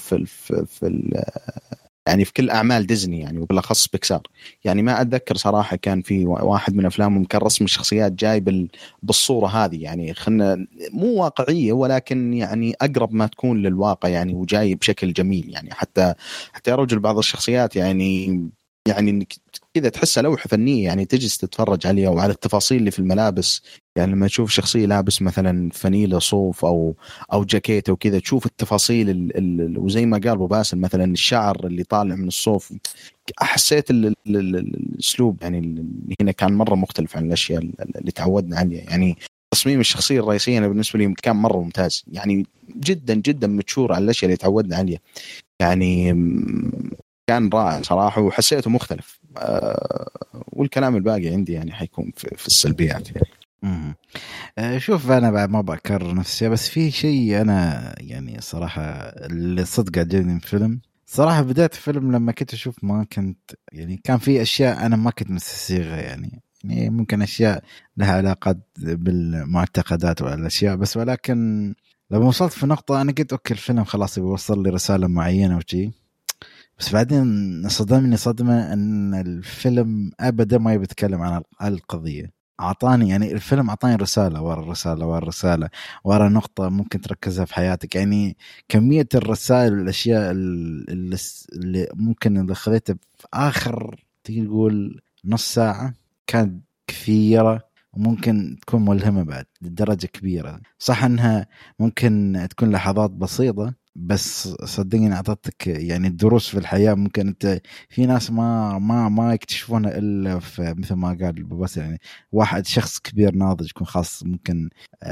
[SPEAKER 2] يعني في كل أعمال ديزني، يعني وبالأخص بيكسار. يعني ما أتذكر صراحة كان في واحد من أفلامهم كان رسم الشخصيات جاي بالصورة هذه، يعني خلنا مو واقعية ولكن يعني أقرب ما تكون للواقع، يعني وجاي بشكل جميل. يعني حتى يا رجل بعض الشخصيات يعني كذا تحسها لوحة فنية، يعني تجلس تتفرج عليها وعلى التفاصيل اللي في الملابس. يعني لما تشوف شخصية لابس مثلا فنيلة صوف أو جاكيت وكذا، تشوف التفاصيل وزي ما قال أبو باسل مثلا الشعر اللي طالع من الصوف. حسيت الأسلوب يعني اللي هنا كان مرة مختلف عن الأشياء اللي تعودنا عليها. يعني تصميم الشخصية الرئيسية أنا بالنسبة لي كان مرة ممتاز، يعني جدا جدا متشور على الأشياء اللي تعودنا عليها، يعني كان رائع صراحة وحسيته مختلف. والكلام الباقي عندي يعني حيكون في السلبيات يعني.
[SPEAKER 1] شوف أنا بعد ما بكرر نفسي، بس في شيء أنا يعني صراحة اللي صدق عجبني الفيلم صراحة. بداية الفيلم لما كنت أشوف ما كنت يعني كان في أشياء أنا ما كنت مستسيغها، يعني ممكن أشياء لها علاقة بالمعتقدات والأشياء، بس ولكن لما وصلت في نقطة أنا قلت أوكي الفيلم خلاص بيوصل لي رسالة معينة وشي. بس بعدين صدمني صدمة أن الفيلم أبدا ما يتكلم عن القضية. أعطاني يعني الفيلم أعطاني رسالة ورا الرسالة ورا الرسالة ورا نقطة ممكن تركزها في حياتك. يعني كمية الرسائل والأشياء اللي ممكن اللي خذيتها في آخر تقول نص ساعة كانت كثيرة، وممكن تكون ملهمة بعد لدرجة كبيرة. صح أنها ممكن تكون لحظات بسيطة، بس صدقني أعطتك يعني الدروس في الحياة. ممكن أنت في ناس ما يكتشفونها إلا في مثل ما قال بس يعني واحد شخص كبير ناضج يكون خاص ممكن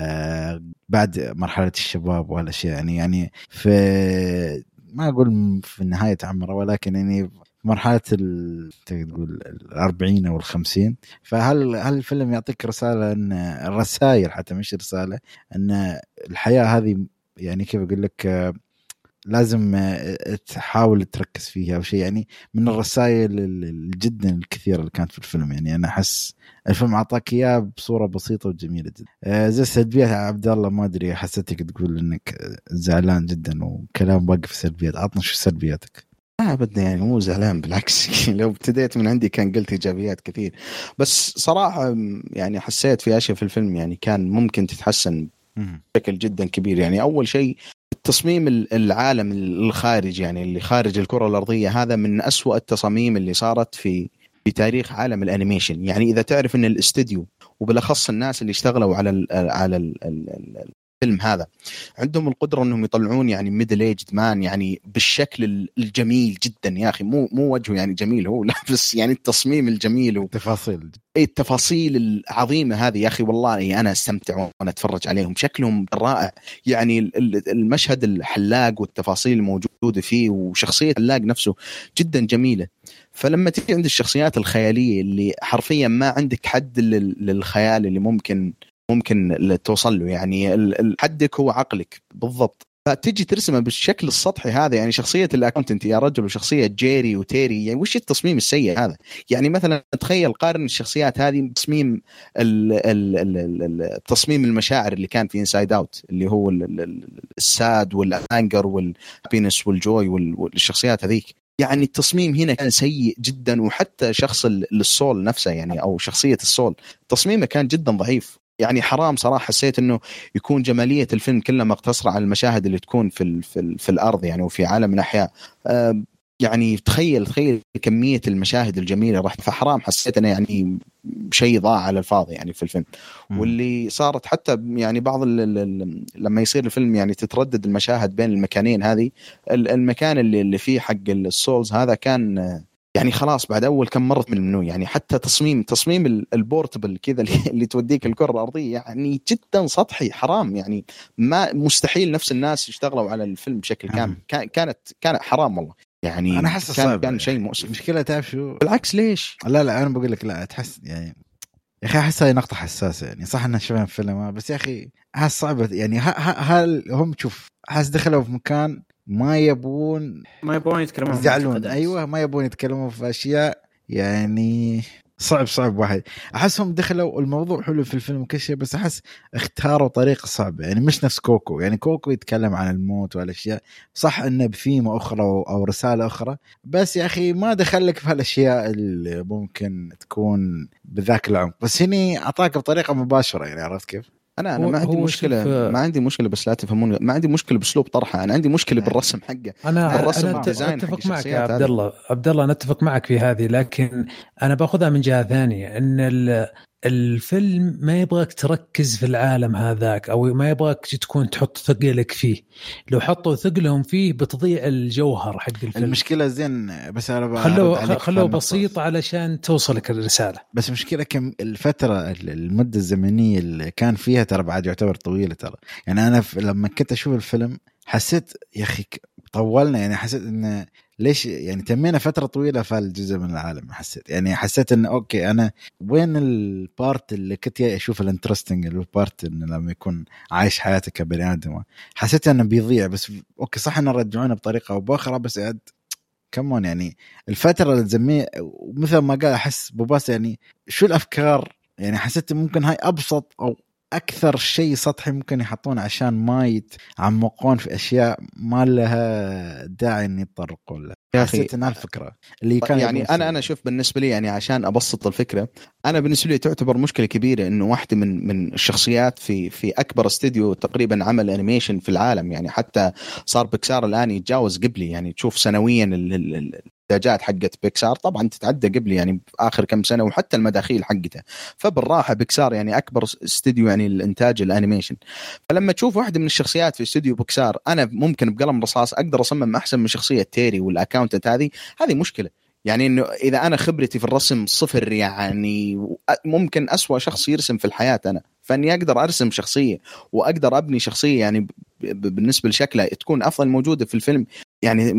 [SPEAKER 1] بعد مرحلة الشباب والأشياء، يعني في ما أقول في نهاية عمره، ولكن يعني مرحلة تقول 40 أو 50. فهل الفيلم يعطيك رسالة أن الرسائل حتى مش رسالة أن الحياة هذه يعني كيف أقول لك لازم تحاول تركز فيها أو شيء، يعني من الرسائل جدا الكثيرة اللي كانت في الفيلم. يعني أنا أحس الفيلم عطاك إياه بصورة بسيطة وجميلة جدا. زي السلبيات عبد الله، ما أدري حسيتك تقول إنك زعلان جدا وكلام واقف سلبيات، عطنا شو سلبياتك؟
[SPEAKER 2] أبدا يعني مو زعلان، بالعكس لو ابتديت من عندي كان قلت إيجابيات كثير، بس صراحة يعني حسيت في أشياء في الفيلم يعني كان ممكن تتحسن بشكل جدا كبير. يعني أول شيء التصميم العالم الخارج، يعني اللي خارج الكرة الأرضية، هذا من أسوأ التصاميم اللي صارت في تاريخ عالم الأنيميشن. يعني إذا تعرف إن الاستوديو وبالأخص الناس اللي اشتغلوا على الفيلم هذا عندهم القدرة انهم يطلعون يعني ميدل ايجد مان يعني بالشكل الجميل جدا يا اخي، مو وجهه يعني جميل هو، لا بس يعني التصميم الجميل التفاصيل العظيمة هذه يا اخي، والله انا استمتع وانا اتفرج عليهم، شكلهم رائع. يعني المشهد الحلاق والتفاصيل الموجودة فيه وشخصية الحلاق نفسه جدا جميلة. فلما تيجي عند الشخصيات الخيالية اللي حرفيا ما عندك حد للخيال اللي ممكن توصل له، يعني حدك هو عقلك بالضبط، فتجي ترسمه بالشكل السطحي هذا. يعني شخصية الأكاونتنت يا رجل وشخصية جيري وتيري، يعني وش التصميم السيء هذا؟ يعني مثلا تخيل قارن الشخصيات هذه بتصميم تصميم المشاعر اللي كان في إنسايد أوت، اللي هو الساد والأنجر والهابينس والجوي والشخصيات هذيك. يعني التصميم هنا كان سيء جدا، وحتى شخص السول نفسه يعني أو شخصية السول تصميمه كان جدا ضعيف. يعني حرام صراحة، حسيت إنه يكون جمالية الفيلم كلها مقتصرة على المشاهد اللي تكون في الأرض يعني وفي عالم الأحياء. يعني تخيل كمية المشاهد الجميلة راح، فحرام حسيت أنا يعني شيء ضاع على الفاضي يعني في الفيلم. واللي صارت حتى يعني بعض لما يصير الفيلم يعني تتردد المشاهد بين المكانين، هذه المكان اللي فيه حق السولز هذا كان يعني خلاص بعد أول كم مرة منه، يعني حتى تصميم البورتبل كذا اللي توديك الكرة الأرضية يعني جدا سطحي. حرام يعني، ما مستحيل نفس الناس يشتغلوا على الفيلم بشكل كامل. كانت حرام والله. يعني
[SPEAKER 1] أنا حاسس
[SPEAKER 2] كان شيء مؤسف.
[SPEAKER 1] مشكلة تعرف شو؟
[SPEAKER 2] بالعكس ليش؟
[SPEAKER 1] لا أنا بقول لك لا تحس يعني يا أخي أحس هاي نقطة حساسة. يعني صح إننا شفنا فيلم بس يا أخي هالصعبة يعني هل هم شوف حاس دخلوا في مكان ما يبون
[SPEAKER 3] يتكلمون
[SPEAKER 1] يزعلون، ايوه ما يبون يتكلمون في اشياء يعني صعب واحد. احسهم دخلوا الموضوع حلو في الفيلم كل شيء، بس احس اختاروا طريقه صعبه. يعني مش نفس كوكو، يعني كوكو يتكلم عن الموت والاشياء، صح انه بثيمه اخرى او رساله اخرى، بس يا اخي ما دخلك في هالاشياء اللي ممكن تكون بذاك العمق. بس هني اعطاك بطريقه مباشره، يعني عرفت كيف؟
[SPEAKER 2] أنا ما عندي مشكلة، ما عندي مشكلة، بس لا تفهمون، ما عندي مشكلة بأسلوب طرحه، أنا عندي مشكلة بالرسم حقه.
[SPEAKER 4] أنا أتفق معك يا عبد الله، أنا أتفق معك في هذه، لكن أنا بأخذها من جهة ثانية، إن الفيلم ما يبغاك تركز في العالم هذاك، أو ما يبغاك تكون تحط ثقلك فيه. لو حطوا ثقلهم فيه بتضيع الجوهر حق الفيلم.
[SPEAKER 1] المشكلة زين، بس أنا
[SPEAKER 4] خلوه بسيط علشان توصلك الرسالة.
[SPEAKER 1] بس مشكلة كم الفترة المدة الزمنية اللي كان فيها ترى بعد يعتبر طويلة ترى. يعني أنا لما كنت أشوف الفيلم حسيت يا أخي طولنا، يعني حسيت إن ليش يعني تمينا فترة طويلة في الجزء من العالم. حسيت إن أوكي أنا وين البارت اللي كنت أشوف الانترستينج، البارت إنه لما يكون عايش حياتك كبني آدم، حسيت إنه بيضيع. بس أوكي صح إنه رجعونا بطريقة أو بأخرى، بس عاد كمان يعني الفترة اللي تزميه مثل ما قال أحس بوباس يعني شو الأفكار. يعني حسيت ممكن هاي أبسط أو أكثر شيء سطحي ممكن يحطون عشان ما يتعمقون في أشياء ما لها داعي إن يتطرقون لها. حسيت إن الفكرة اللي كان
[SPEAKER 2] يعني أنا أشوف بالنسبة لي يعني عشان أبسط الفكرة، أنا بالنسبة لي تعتبر مشكلة كبيرة إنه واحدة من الشخصيات في أكبر استوديو تقريبا عمل أنيميشن في العالم، يعني حتى صار بيكسار الآن يتجاوز قبلي. يعني تشوف سنويا الإنتاجات حقت بيكسار طبعا تتعدى قبل يعني آخر كم سنة، وحتى المداخيل حقتها. فبالراحة بيكسار يعني أكبر استوديو يعني الإنتاج الأنيميشن. فلما تشوف واحدة من الشخصيات في استوديو بيكسار، أنا ممكن بقلم رصاص أقدر أصمم أحسن من شخصية تيري والأكاونتنت. هذه مشكلة. يعني إنه إذا أنا خبرتي في الرسم صفر، يعني ممكن أسوأ شخص يرسم في الحياة أنا، فاني اقدر ارسم شخصيه واقدر ابني شخصيه يعني بالنسبه لشكلها تكون افضل موجوده في الفيلم. يعني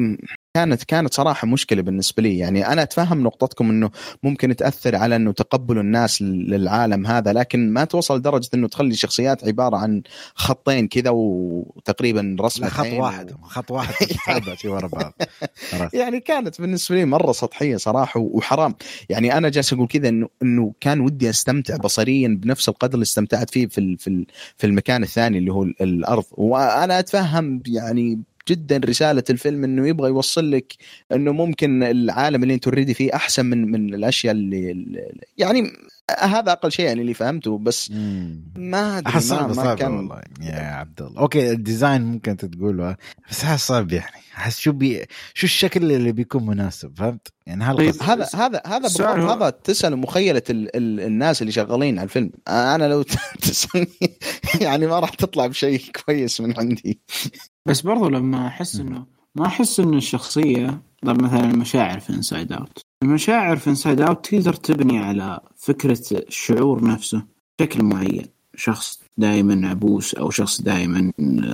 [SPEAKER 2] كانت صراحة مشكلة بالنسبة لي. يعني أنا أتفهم نقطتكم إنه ممكن تأثر على إنه تقبل الناس للعالم هذا، لكن ما توصل لدرجة إنه تخلي شخصيات عبارة عن خطين كذا وتقريبا رسمة
[SPEAKER 1] خط واحد تتابع في ورا بعض.
[SPEAKER 2] يعني كانت بالنسبة لي مرة سطحية صراحة وحرام. يعني أنا جالس أقول كذا إنه كان ودي أستمتع بصريا بنفس القدر اللي استمتعت فيه في المكان الثاني اللي هو الأرض. وأنا أتفهم يعني جدا رسالة الفيلم انه يبغى يوصل لك انه ممكن العالم اللي انت تريدي فيه احسن من الاشياء اللي يعني هذا اقل شيء يعني اللي فهمته. بس ما ادري ما كان
[SPEAKER 1] والله يا عبد الله. اوكي الديزاين ممكن تقوله بس صعب يعني احس شو الشكل اللي بيكون مناسب، فهمت يعني
[SPEAKER 2] هذا بالضبط. هذا تسأل مخيلة الناس اللي شغالين على الفيلم. انا لو تسألني يعني ما راح تطلع بشيء كويس من عندي.
[SPEAKER 3] بس برضو لما أحس إنه ما أحس إن الشخصية طب مثلا المشاعر في إنسايد أوت، المشاعر في إنسايد أوت تقدر تبني على فكرة الشعور نفسه بشكل معين. شخص دائما عبوس أو شخص دائما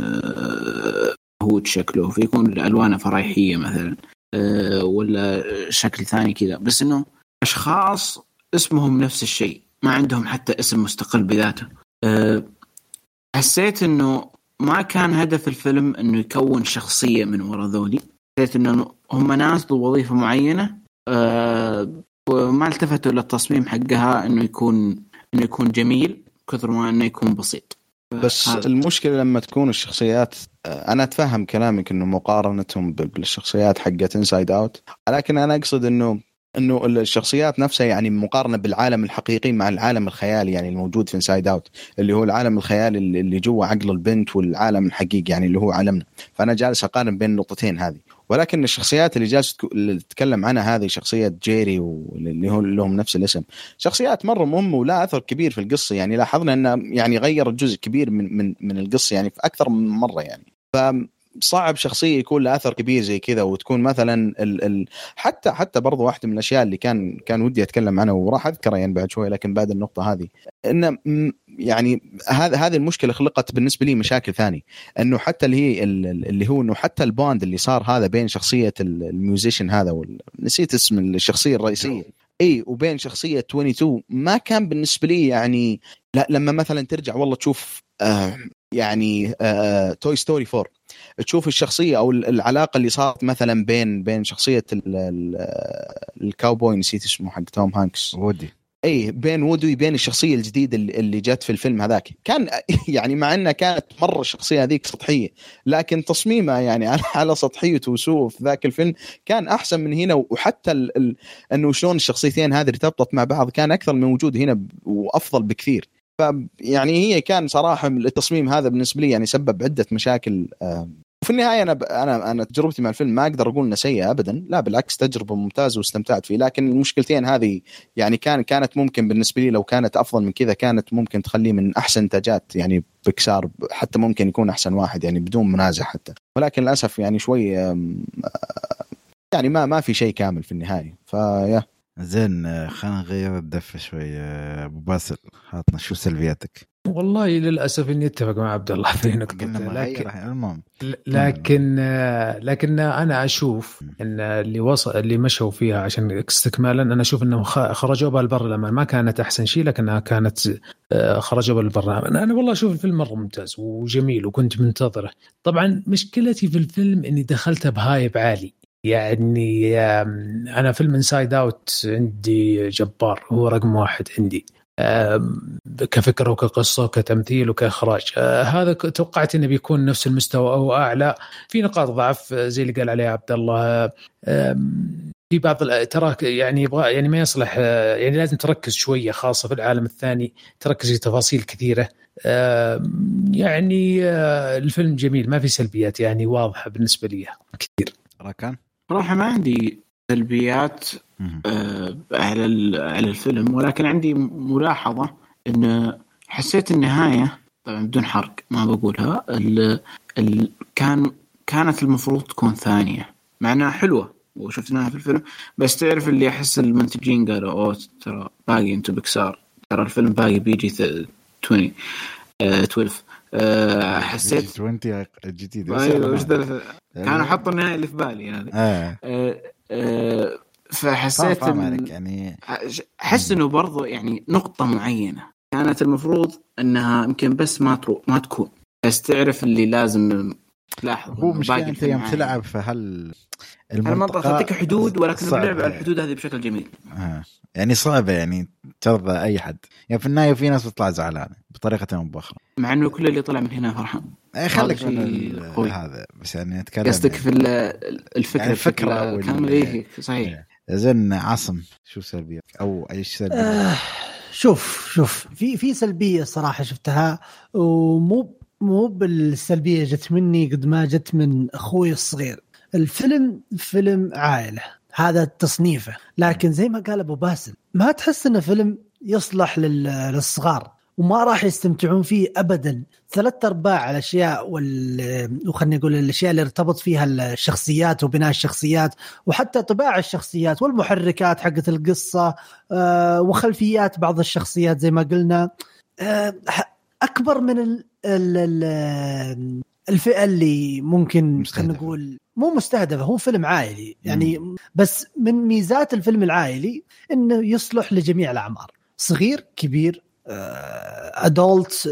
[SPEAKER 3] هو شكله فيكون ألوانه فريحية مثلا ولا شكل ثاني كذا. بس إنه أشخاص اسمهم نفس الشيء ما عندهم حتى اسم مستقل بذاته. حسيت إنه ما كان هدف الفيلم إنه يكون شخصية من وراء ذولي. حسيت إنه هم ناس ذو وظيفة معينة وما التفتوا للتصميم حقها إنه يكون جميل كثر ما إنه يكون بسيط.
[SPEAKER 2] بس المشكلة لما تكون الشخصيات، أنا أتفهم كلامك إنه مقارنتهم بالشخصيات حقت إنسايد أوت، لكن أنا أقصد إنه الشخصيات نفسها يعني مقارنة بالعالم الحقيقي مع العالم الخيالي يعني الموجود في إنسايد أوت اللي هو العالم الخيالي اللي جوا عقل البنت والعالم الحقيقي يعني اللي هو عالمنا. فأنا جالس أقارن بين النقطتين هذه. ولكن الشخصيات اللي جالس تتكلم عنها هذه شخصية جيري واللي هو لهم نفس الاسم شخصيات مرة مهمة ولا أثر كبير في القصة. يعني لاحظنا أنه يعني غير جزء كبير من القصة يعني في أكثر من مرة. يعني صعب شخصية يكون له أثر كبير زي كذا وتكون مثلا حتى برضو واحدة من الأشياء اللي كان ودي أتكلم عنها وراح أذكرها يعني بعد شوي لكن بعد النقطة هذه إن يعني هذه المشكلة خلقت بالنسبة لي مشاكل ثانية. إنه حتى اللي هو إنه حتى البوند اللي صار هذا بين شخصية الميوزيشن هذا نسيت اسم الشخصية الرئيسية وبين شخصية 22 ما كان بالنسبة لي يعني لا. لما مثلا ترجع والله تشوف يعني توي ستوري 4 تشوف الشخصية أو العلاقة اللي صارت مثلا بين شخصية الكاوبوي نسيت اسمه حق توم هانكس
[SPEAKER 1] وودي
[SPEAKER 2] بين وودي بين الشخصية الجديدة اللي جت في الفيلم هذاك كان يعني مع أنها كانت مرة الشخصية هذيك سطحية لكن تصميمها يعني على سطحيته وسوء في ذاك الفيلم كان أحسن من هنا. وحتى أنه شلون الشخصيتين هذه ارتبطت مع بعض كان أكثر من موجود هنا وأفضل بكثير. يعني هي كان صراحة التصميم هذا بالنسبة لي يعني سبب عدة مشاكل. وفي النهاية أنا تجربتي مع الفيلم ما أقدر أقول إنه سيئة أبدا، لا بالعكس تجربة ممتازة واستمتعت فيه. لكن المشكلتين هذه يعني كانت ممكن بالنسبة لي لو كانت أفضل من كذا كانت ممكن تخليه من أحسن إنتاجات يعني بيكسار حتى ممكن يكون أحسن واحد يعني بدون منازع حتى. ولكن للأسف يعني شوي يعني ما في شيء كامل في النهاية. فيا
[SPEAKER 1] زين خلينا نغير الدفة شوي. أبو باسل هاتنا شو سلبياتك؟
[SPEAKER 4] والله للأسف إني أتفق مع عبد الله في نقطة لكن أنا أشوف إن اللي مشوا فيها عشان استكمالا أنا أشوف إنهم خرجوا بالبرلمان ما كانت أحسن شيء لكنها كانت خرجوا بالبرلمان. أنا والله أشوف الفيلم مرة ممتاز وجميل وكنت منتظره. طبعا مشكلتي في الفيلم إني دخلت بهايب عالي. يعني أنا فيلم إنسايد أوت عندي جبار هو رقم 1 عندي كفكرة وكقصة وكتمثيل وكإخراج. هذا توقعت إنه بيكون نفس المستوى أو أعلى. في نقاط ضعف زي اللي قال عليه عبد الله في بعض تراك يعني يبغى يعني ما يصلح يعني لازم تركز شوية خاصة في العالم الثاني تركز في تفاصيل كثيرة. يعني الفيلم جميل ما في سلبيات يعني واضحة بالنسبة لي كثير.
[SPEAKER 1] راكان
[SPEAKER 3] صراحة ما عندي سلبيات على الفيلم ولكن عندي ملاحظة إن حسيت النهاية طبعا بدون حرق ما بقولها كانت المفروض تكون ثانية مع أنها حلوة وشفناها في الفيلم بس تعرف اللي أحس المنتجين قالوا ترى باقي أنتو بيكسار ترى الفيلم باقي بيجي 12 حسيت
[SPEAKER 1] 20 الجديد
[SPEAKER 3] ايوه كانوا حطوا النهايه اللي في بالي هذه فحسيت
[SPEAKER 1] يعني
[SPEAKER 3] احس انه برضو يعني نقطه معينه كانت المفروض انها يمكن بس ما تكون بس تعرف اللي لازم تلاحظ.
[SPEAKER 1] هو مش انت يوم تلعب فهل
[SPEAKER 3] المنطقه تعطيك حدود ولكن اللعب على الحدود هذه بشكل جميل.
[SPEAKER 1] يعني صعبه يعني ترضى اي حد يعني في النهايه في ناس بتطلع زعلانه بطريقه او باخرى
[SPEAKER 3] مع انه كل اللي طلع من هنا فرحان.
[SPEAKER 1] خليك من هذا بس يعني نتكلم
[SPEAKER 3] قصدك في الفكره
[SPEAKER 1] يعني الفكره
[SPEAKER 3] كامله صحيح.
[SPEAKER 1] زين عاصم شو سلبيه او اي سلبيه؟
[SPEAKER 5] شوف في سلبيه صراحه شفتها ومو بالسلبيه جت مني قد ما جت من اخوي الصغير. الفيلم فيلم عائله هذا تصنيفه لكن زي ما قال ابو باسل ما تحس انه فيلم يصلح للصغار وما راح يستمتعون فيه ابدا. 3/4 الاشياء وخلني نقول الاشياء اللي ارتبط فيها الشخصيات وبناء الشخصيات وحتى طباع الشخصيات والمحركات حقت القصه وخلفيات بعض الشخصيات زي ما قلنا اكبر من الفئه اللي ممكن خلينا نقول مو مستهدفه. هو فيلم عائلي يعني بس من ميزات الفيلم العائلي انه يصلح لجميع الاعمار صغير كبير ادولت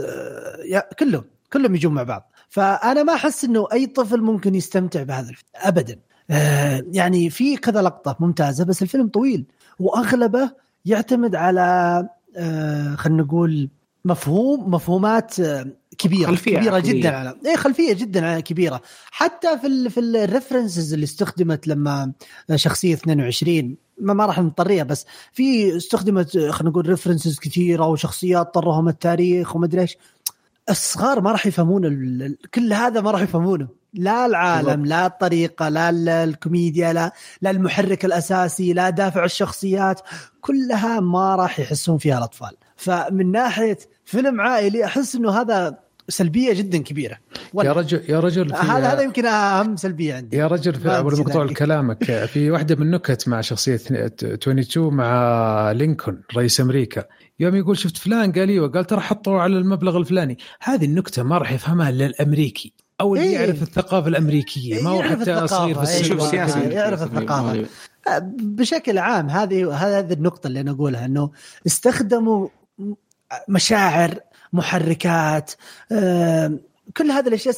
[SPEAKER 5] كلهم يجون مع بعض. فانا ما احس انه اي طفل ممكن يستمتع بهذا الفيلم ابدا. يعني في كذا لقطه ممتازه بس الفيلم طويل واغلبه يعتمد على خلينا نقول مفهومات كبيرة جدا على خلفية جدا كبيرة. حتى في الريفرنسز اللي استخدمت لما شخصية 22 ما راح نطريها بس في استخدمت خلينا نقول ريفرنسز كثيرة وشخصيات طرهم التاريخ وما ادري ايش. الصغار ما راح يفهمون كل هذا ما راح يفهمونه لا العالم لا الطريقة لا الكوميديا لا المحرك الأساسي لا دافع الشخصيات كلها ما راح يحسون فيها الأطفال. فمن ناحية فيلم عائلي أحس إنه هذا سلبية جدا كبيرة.
[SPEAKER 4] يا رجل
[SPEAKER 5] هذا يمكن أهم سلبية عندي.
[SPEAKER 4] يا رجل في أول مقطوع كلامك في واحدة من نكت مع شخصية 22 مع لينكولن رئيس أمريكا يوم يقول شفت فلان قال ايوه قال ترى حطوا على المبلغ الفلاني. هذه النكتة ما راح يفهمها إلا الأمريكي أو اللي يعرف الثقافة الأمريكية ما هو حتى صغير في السن
[SPEAKER 5] يعرف الثقافة بشكل عام. هذه النقطة اللي أنا أقولها إنه استخدموا مشاعر محركات كل هذه الأشياء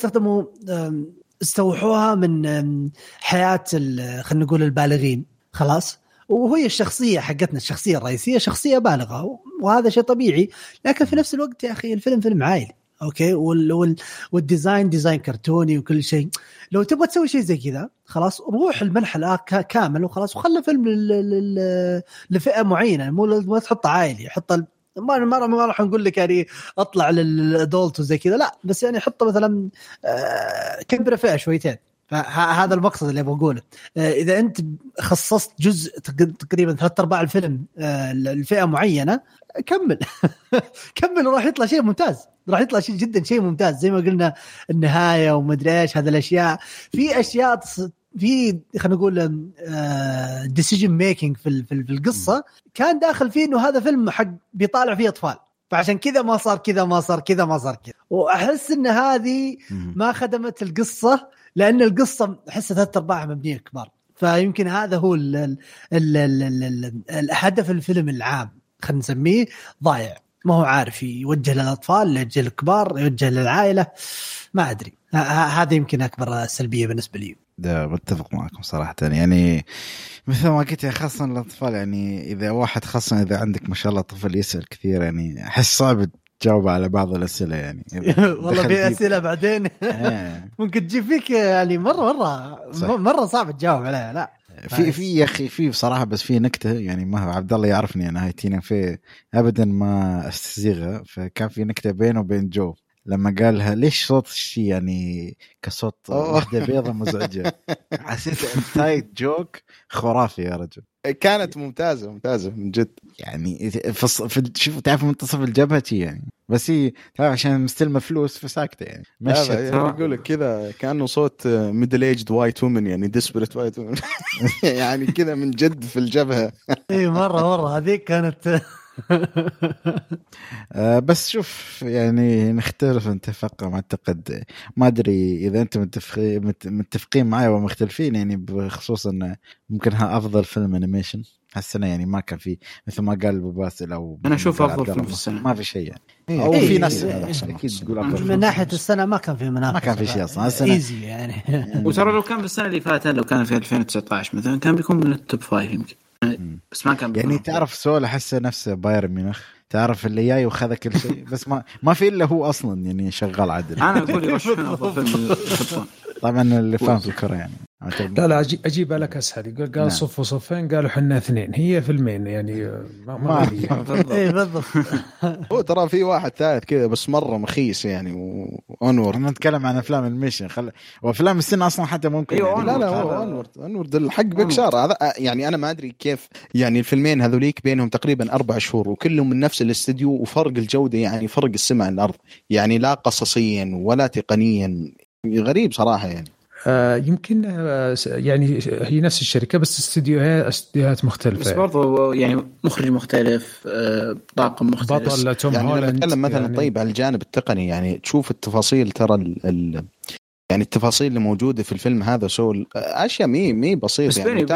[SPEAKER 5] استوحوها من حياة خلينا نقول البالغين خلاص. وهي الشخصية حقتنا الشخصية الرئيسية شخصية بالغة وهذا شيء طبيعي لكن في نفس الوقت يا أخي الفيلم فيلم عائلي أوكي والديزاين ديزاين كرتوني وكل شيء. لو تبغى تسوي شيء زي كذا خلاص روح المنحل كامل وخلاص وخلي فيلم لفئة معينة مو تحط عائلي حط ما راح نقول لك يعني اطلع للادولت وزي كذا لا بس يعني حطه مثلا كبره فئه شويتين. فهذا المقصد اللي ابغى اقوله. اذا انت خصصت جزء تقريبا 3/4 الفيلم الفئه معينه كمل وراح يطلع شيء ممتاز راح يطلع شيء جدا شيء ممتاز زي ما قلنا النهايه وما ادري ايش هذه الاشياء. في اشياء في خلينا نقول decision making في القصة كان داخل فيه إنه هذا فيلم حق بيطالع فيه أطفال فعشان كذا ما صار كذا وأحس إن هذه ما خدمت القصة لأن القصة أحسها 3/4 مبنية كبار. فيمكن هذا هو الهدف الفيلم العام خلينا نسميه ضايع ما هو عارف يوجه للأطفال يوجه للكبار يوجه للعائلة ما أدري. هذا يمكن أكبر سلبية بالنسبة لي.
[SPEAKER 1] ده بتفق معكم صراحة يعني مثل ما قلت خاصة الأطفال يعني إذا واحد خاصة إذا عندك ما شاء الله طفل يسأل كثير يعني أحس صعب تجاوب على بعض الأسئلة يعني
[SPEAKER 5] والله في أسئلة بعدين ممكن تجيب فيك يعني مرة صعب تجاوب عليها. لا
[SPEAKER 1] في يا أخي في بصراحة بس في نكتة يعني ما عبد الله يعرفني أنا هايتينا في أبدا ما أستزيغها. فكان في نكتة بينه وبين جو لما قالها ليش صوت الشيء يعني كصوت واحدة بيضة مزعجة. حسيت انتايت جوك خرافي يا رجل.
[SPEAKER 2] كانت ممتازة من جد يعني
[SPEAKER 1] شوف تعرف منتصف الجبهة يعني بس هي عشان مستلمة فلوس فساكتة يعني
[SPEAKER 2] مشت يقول لك كذا كأنه صوت ميدل ايجد وايت وومن يعني ديسبريت وايت وومن يعني كذا من جد في الجبهة.
[SPEAKER 5] اي مرة هذيك كانت
[SPEAKER 1] بس شوف يعني نختلف نتفق ما اعتقد، ما ادري اذا انتم متفقين معي ومختلفين يعني بخصوص انه ممكن ها افضل فيلم انيميشن هالسنه. يعني ما كان في مثل ما قال ابو باسل او
[SPEAKER 3] انا اشوف افضل فيلم في السنه،
[SPEAKER 1] ما في شيء يعني او في ناس اكيد تقول افضل
[SPEAKER 5] من ناحيه السنه ما كان في منافسه،
[SPEAKER 1] ما كان في شيء اصلا السنه
[SPEAKER 5] ايزي يعني.
[SPEAKER 3] وترى لو كان في السنه اللي فاتت، لو كان في 2019 مثلا كان بيكون من التوب 5 يمكن، بس ما كان
[SPEAKER 1] يعني تعرف سؤال احسه نفسه بايرن ميونخ، تعرف اللي جاي وخذ كل شيء بس ما في الا هو اصلا يعني شغال عدل.
[SPEAKER 3] انا اقول يرشحون افضل فيلم يحطون.
[SPEAKER 1] طبعا اللي فاهم في الكره يعني
[SPEAKER 4] لا اجيب لك اسهل، قال صف وصفين، قالوا حنا اثنين، هي فيلمين يعني ما
[SPEAKER 5] اي بالضبط.
[SPEAKER 2] هو ترى في واحد ثالث كذا بس مره مخيس يعني، وانورد.
[SPEAKER 1] نتكلم عن افلام الميشن وافلام السنه اصلا حتى ممكن
[SPEAKER 3] أيوة
[SPEAKER 1] يعني.
[SPEAKER 2] لا هو انورد الحق بكشار هذا يعني. انا ما ادري كيف يعني الفيلمين هذوليك بينهم تقريبا 4 شهور وكلهم من نفس الاستديو، وفرق الجوده يعني فرق السماء الارض يعني، لا قصصيا ولا تقنيا، غريب صراحه يعني.
[SPEAKER 4] يمكن يعني هي نفس الشركة بس استديوهات مختلفة،
[SPEAKER 3] بس برضو يعني مخرج مختلف، طاقم مختلف.
[SPEAKER 4] بطل توم
[SPEAKER 2] يعني
[SPEAKER 4] هولاند
[SPEAKER 2] نتكلم مثلا
[SPEAKER 4] يعني
[SPEAKER 2] طيب على الجانب التقني يعني، تشوف التفاصيل ترى يعني التفاصيل اللي موجودة في الفيلم هذا سول أشياء مي بسيطة يعني،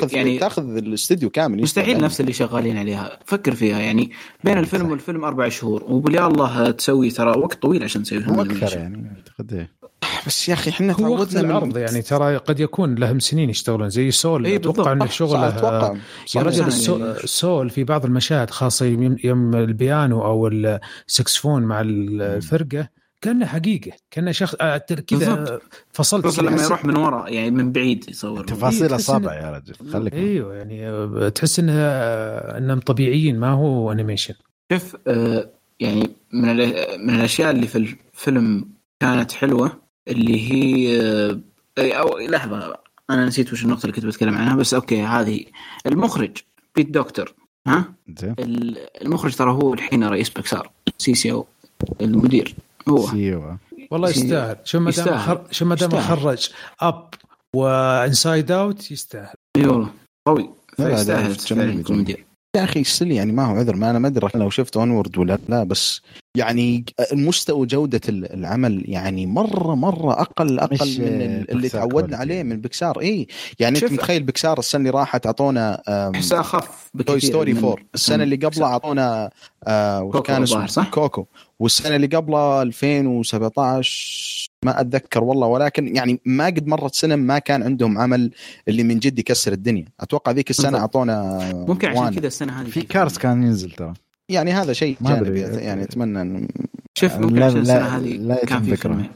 [SPEAKER 2] تاخذ الاستديو كامل.
[SPEAKER 3] مستحيل نفس اللي شغالين عليها، فكر فيها يعني بين الفيلم والفيلم 4 شهور، وبالله الله تسوي ترى وقت طويل عشان تسوي فيلم
[SPEAKER 1] أكثر يعني أعتقد.
[SPEAKER 2] بس يا أخي إحنا
[SPEAKER 4] تعودنا العرض يعني، ترى قد يكون لهم سنين يشتغلون زي سول. أتوقع إن شغله يا رجل سول في بعض المشاهد خاصة يوم البيانو أو السكسفون مع الفرقة كأنه حقيقة، كأنه شخص كذا فصلت
[SPEAKER 3] لما يروح من وراء يعني من بعيد يصور
[SPEAKER 1] تفاصيل أصابع يا رجل خليك.
[SPEAKER 4] أيوه يعني تحس إنهم طبيعيين، ما هو أنيميشن.
[SPEAKER 3] شوف يعني من الأشياء اللي في الفيلم كانت حلوة اللي هي أو لحظة أنا نسيت وش النقطة اللي كنت بتكلم عنها، بس أوكي هذه المخرج بيت دكتور المخرج ترى هو الحين رئيس بيكسار، CCO المدير هو
[SPEAKER 4] والله يستاهل. شو ما دام خرج أب وإنسايد أوت يستاهل.
[SPEAKER 3] أيوه قوي يستاهل المدير
[SPEAKER 2] يا أخي السلي يعني ما هو عذر. ما أنا ما أدري لو شفت أونورد ولا لا، بس يعني المستوى جودة العمل يعني مرة أقل من اللي تعودنا عليه من بيكسار. إيه يعني أنت متخيل بيكسار السنة اللي راحت عطونا
[SPEAKER 3] أخف
[SPEAKER 2] توي ستوري 4، السنة اللي قبلها عطونا وكان اسمه كوكو، والسنة اللي قبلها 2017 ما أتذكر والله، ولكن يعني ما قد مرت سنة ما كان عندهم عمل اللي من جد يكسر الدنيا. أتوقع ذيك السنة عطونا
[SPEAKER 3] ممكن عشان كذا السنة هذه
[SPEAKER 1] في كارس كان ينزل ترى
[SPEAKER 2] يعني، هذا شيء جانبي يعني. أتمنى أن
[SPEAKER 3] شوف ممكن عشان السنة هذه كان في فيلمين.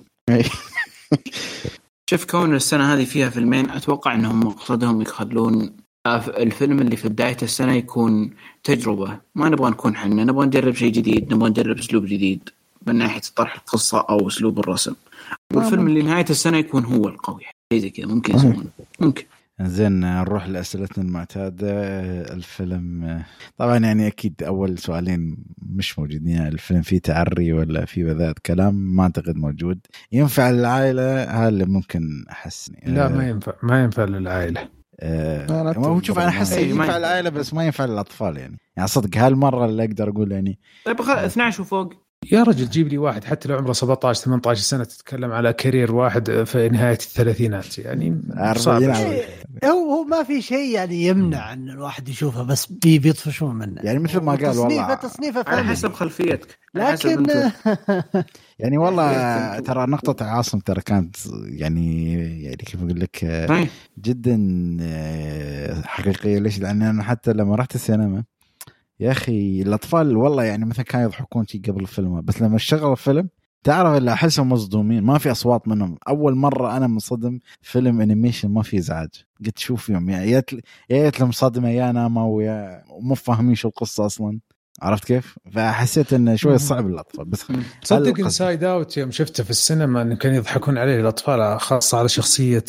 [SPEAKER 3] شوف كون السنة هذه فيها فيلمين، أتوقع أنهم مقصدهم يخلون الفيلم اللي في بداية السنة يكون تجربة. ما نبغى نكون حنا نبغى نجرب شيء جديد، نبغى نجرب أسلوب جديد من ناحية طرح القصة أو أسلوب الرسم. والفيلم اللي نهاية السنة يكون هو القوي زي كذا ممكن يسوون. ممكن
[SPEAKER 1] زين نروح لأسئلتنا المعتادة. الفيلم طبعا يعني أكيد أول سؤالين مش موجودين، يعني الفيلم فيه تعري ولا فيه بذات كلام؟ ما أعتقد موجود. ينفع للعائلة؟ هل ممكن أحس
[SPEAKER 4] لا ما ينفع للعائلة.
[SPEAKER 1] ما شوف أنا حاسس ينفع للعائلة بس ما ينفع للأطفال يعني صدق هالمرة اللي أقدر أقول يعني.
[SPEAKER 3] طيب 12 وفوق
[SPEAKER 4] يا رجل جيب لي واحد حتى لو عمره 17-18 سنة تتكلم على كارير واحد في نهاية الثلاثينات يعني صعب.
[SPEAKER 5] هو ما في شيء يعني يمنع أن الواحد يشوفه، بس بيطفشون منه
[SPEAKER 1] يعني مثل ما قال والله
[SPEAKER 5] تصنيفه
[SPEAKER 3] على حسب خلفيتك.
[SPEAKER 5] لكن
[SPEAKER 1] يعني والله ترى نقطة عاصم ترى كانت يعني كيف أقول لك جدا حقيقية. ليش؟ لأن أنا حتى لما رحت السينما يا أخي الأطفال والله يعني مثلا كانوا يضحكون شيء قبل الفيلم، بس لما اشتغل الفيلم تعرف اللي أحسهم مصدومين، ما في أصوات منهم. أول مرة أنا منصدم فيلم أنيميشن ما في إزعاج. قلت شوف يوم يا لهم صدمة يا ناما ومو فاهمين شو القصة أصلا، عرفت كيف؟ فحسيت إنه شوي صعب للأطفال. بس
[SPEAKER 4] صدق إنسايد أوت يوم شفته في السينما إن كانوا يضحكون عليه الأطفال، خاصة على شخصية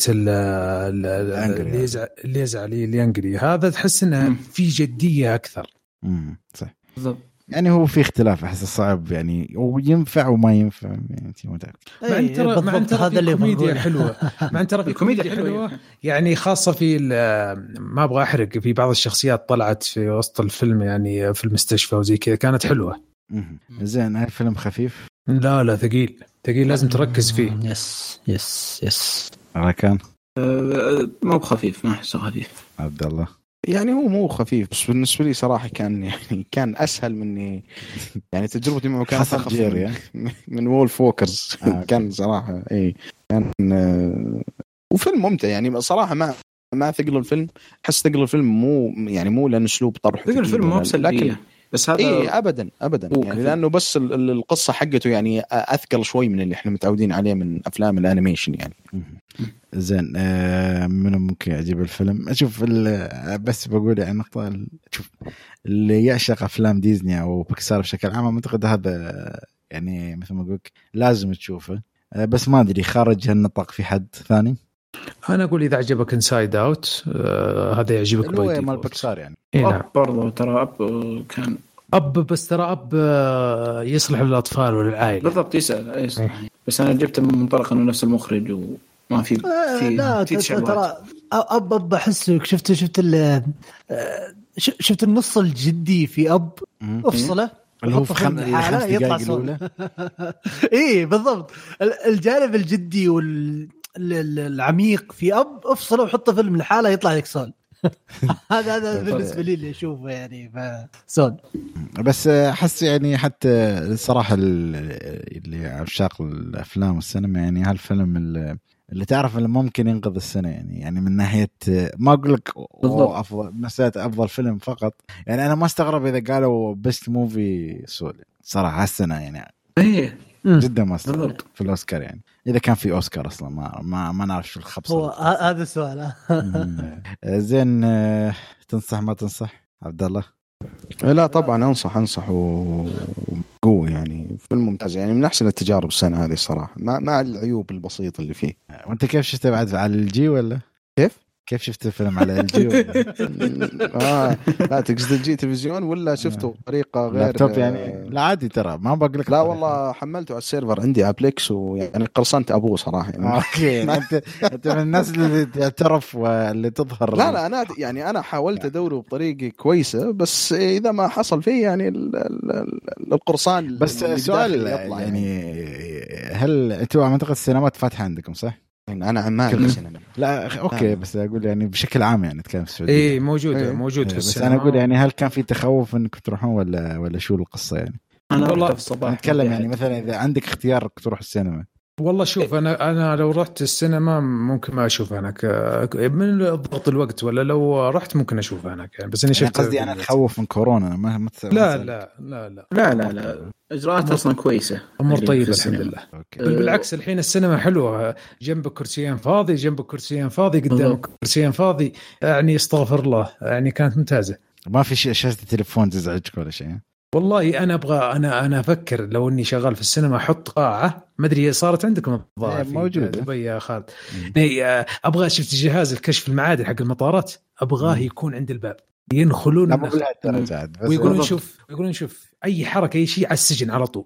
[SPEAKER 4] اللي يزعل اليانجري هذا، تحس إنه في جدية أكثر.
[SPEAKER 1] صح
[SPEAKER 3] بالضبط.
[SPEAKER 1] يعني هو في اختلاف، احس صعب يعني وينفع وما ينفع يعني انت متاكد.
[SPEAKER 4] مع ان ترى هذا اللي كوميديا حلوه، مع ان ترى في كوميديا حلوه يعني خاصه في ما ابغى احرق، في بعض الشخصيات طلعت في وسط الفيلم يعني في المستشفى وزي كذا كانت حلوه.
[SPEAKER 1] زين هاي فيلم خفيف؟
[SPEAKER 4] لا ثقيل لازم تركز فيه.
[SPEAKER 5] يس
[SPEAKER 1] كان
[SPEAKER 3] مو بخفيف، ما احسه خفيف.
[SPEAKER 1] عبد الله
[SPEAKER 2] يعني هو مو خفيف، بس بالنسبه لي صراحه كان اسهل مني يعني تجربتي معه كانت
[SPEAKER 1] خفيفه
[SPEAKER 2] من وول فوكرز. كان صراحه كان وفيلم ممتع يعني صراحه. ما ثقل الفيلم، احس ثقل الفيلم مو لان اسلوب طرح
[SPEAKER 3] ثقل الفيلم مو بسلبيه، بس هذا
[SPEAKER 2] ابدا يعني لانه بس القصه حقته يعني اثقل شوي من اللي احنا متعودين عليه من افلام الانيميشن يعني.
[SPEAKER 1] زين من ممكن يعجب الفيلم؟ اشوف بس بقول يعني نقطه، شوف اللي يعشق افلام ديزني او بيكسار بشكل عام اعتقد هذا يعني مثل ما قلت لازم تشوفه. بس ما ادري خارج هالنطاق في حد ثاني.
[SPEAKER 4] انا اقول اذا عجبك انسايد اوت هذا يعجبك
[SPEAKER 1] باي مال بيكسار يعني.
[SPEAKER 3] نعم. برضو ترى كان
[SPEAKER 4] بس ترى يصلح للاطفال والعائله
[SPEAKER 3] بالضبط. يسأل بس انا جبته من منطلق انه نفس المخرج وما في
[SPEAKER 5] لا ترى اب احسك شفت النص الجدي في افصله
[SPEAKER 1] اللي هو في 5
[SPEAKER 5] يطلع صوت. ايه بالضبط، الجانب الجدي والعميق في افصله وحطه فيلم لحاله يطلع لك صوت. هذا بالنسبه لي اللي اشوفه يعني فسون.
[SPEAKER 1] بس احس يعني حتى الصراحه اللي عشاق الافلام والسينما يعني هالفيلم اللي تعرف اللي ممكن ينقذ السنه يعني من ناحيه ما اقول لك افضل مساله افضل فيلم فقط يعني. انا ما استغرب اذا قالوا بيست موفي سول صراحه هالسنه يعني جدا ما استغرب في الاوسكار يعني اذا كان في اوسكار اصلا ما نعرف شو الخبص.
[SPEAKER 5] هو هذا السؤال.
[SPEAKER 1] زين تنصح ما تنصح عبد الله؟
[SPEAKER 2] لا طبعا انصح وقوه يعني فيلم ممتاز يعني من احسن التجارب السنه هذه الصراحه مع العيوب البسيطه اللي فيه.
[SPEAKER 1] وانت كيف شفته بعد على الجي ولا كيف شفت الفيلم على الجي
[SPEAKER 2] لا تقصد الجي تلفزيون ولا شفته بطريقه غير
[SPEAKER 1] لابتوب يعني؟ لا عادي ترى ما بقول لك.
[SPEAKER 2] لا والله حملته على السيرفر عندي ابليكس ويعني قرصنت ابوه صراحه يعني.
[SPEAKER 1] اوكي انت من الناس اللي تعترف واللي تظهر.
[SPEAKER 2] لا انا حاولت ادوره بطريقه كويسه بس اذا ما حصل فيه يعني القرصان.
[SPEAKER 1] بس سؤال يعني هل انتوا منطقه السينمات فاتحه عندكم صح؟
[SPEAKER 2] انا عمال السينما.
[SPEAKER 1] لا اوكي بس اقول يعني بشكل عام يعني نتكلم في السعوديه.
[SPEAKER 4] موجود في
[SPEAKER 1] السينما. بس انا اقول يعني هل كان في تخوف انكم تروحون ولا شو القصه يعني؟
[SPEAKER 3] انا والله في الصباح
[SPEAKER 1] نتكلم يعني مثلا اذا عندك اختيار تروح السينما.
[SPEAKER 4] والله شوف انا لو رحت السينما ممكن ما اشوف هناك من ضغط الوقت، ولا لو رحت ممكن اشوف هناك يعني. بس انا شفت
[SPEAKER 1] قصدي انا اتخوف من كورونا ما
[SPEAKER 3] لا اجراءات اصلا كويسه
[SPEAKER 4] امور طيبه الحمد لله. بالعكس الحين السينما حلوه، جنبك كرسيين فاضي جنبك كرسيين فاضي قدامك كرسيين فاضي يعني استغفر الله يعني كانت ممتازه.
[SPEAKER 1] ما في شيء شاشة التليفون تزعجك ولا شيء؟
[SPEAKER 4] والله انا ابغى انا افكر لو اني شغال في السينما احط قاعه ما ادري صارت عندكم الظاهر
[SPEAKER 1] موجوده
[SPEAKER 4] دبي يا خالد. ابغى شفت جهاز الكشف المعادن حق المطارات ابغاه يكون عند الباب ينخلون ويقولون شوف اي حركه اي شيء على السجن على طول.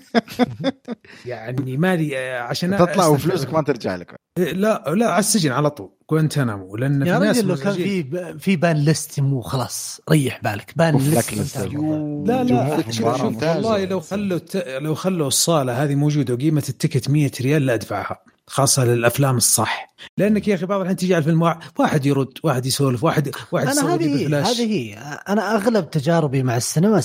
[SPEAKER 4] يعني مالي عشان
[SPEAKER 1] تطلع وفلوسك ما ترجع لك.
[SPEAKER 4] لا على السجن على طول كوانتانامو. لان
[SPEAKER 5] يا رجل لو كان في بان ليست مو خلاص ريح بالك بان ليست.
[SPEAKER 4] لا والله لو خلوا الصاله هذه موجوده وقيمه التيكت 100 ريال لا ادفعها، خاصه للافلام الصح. لانك يا اخي بعض الحين تيجي على الفيلم واحد يرد واحد يسولف واحد
[SPEAKER 5] انا هذه انا اغلب تجاربي مع السينما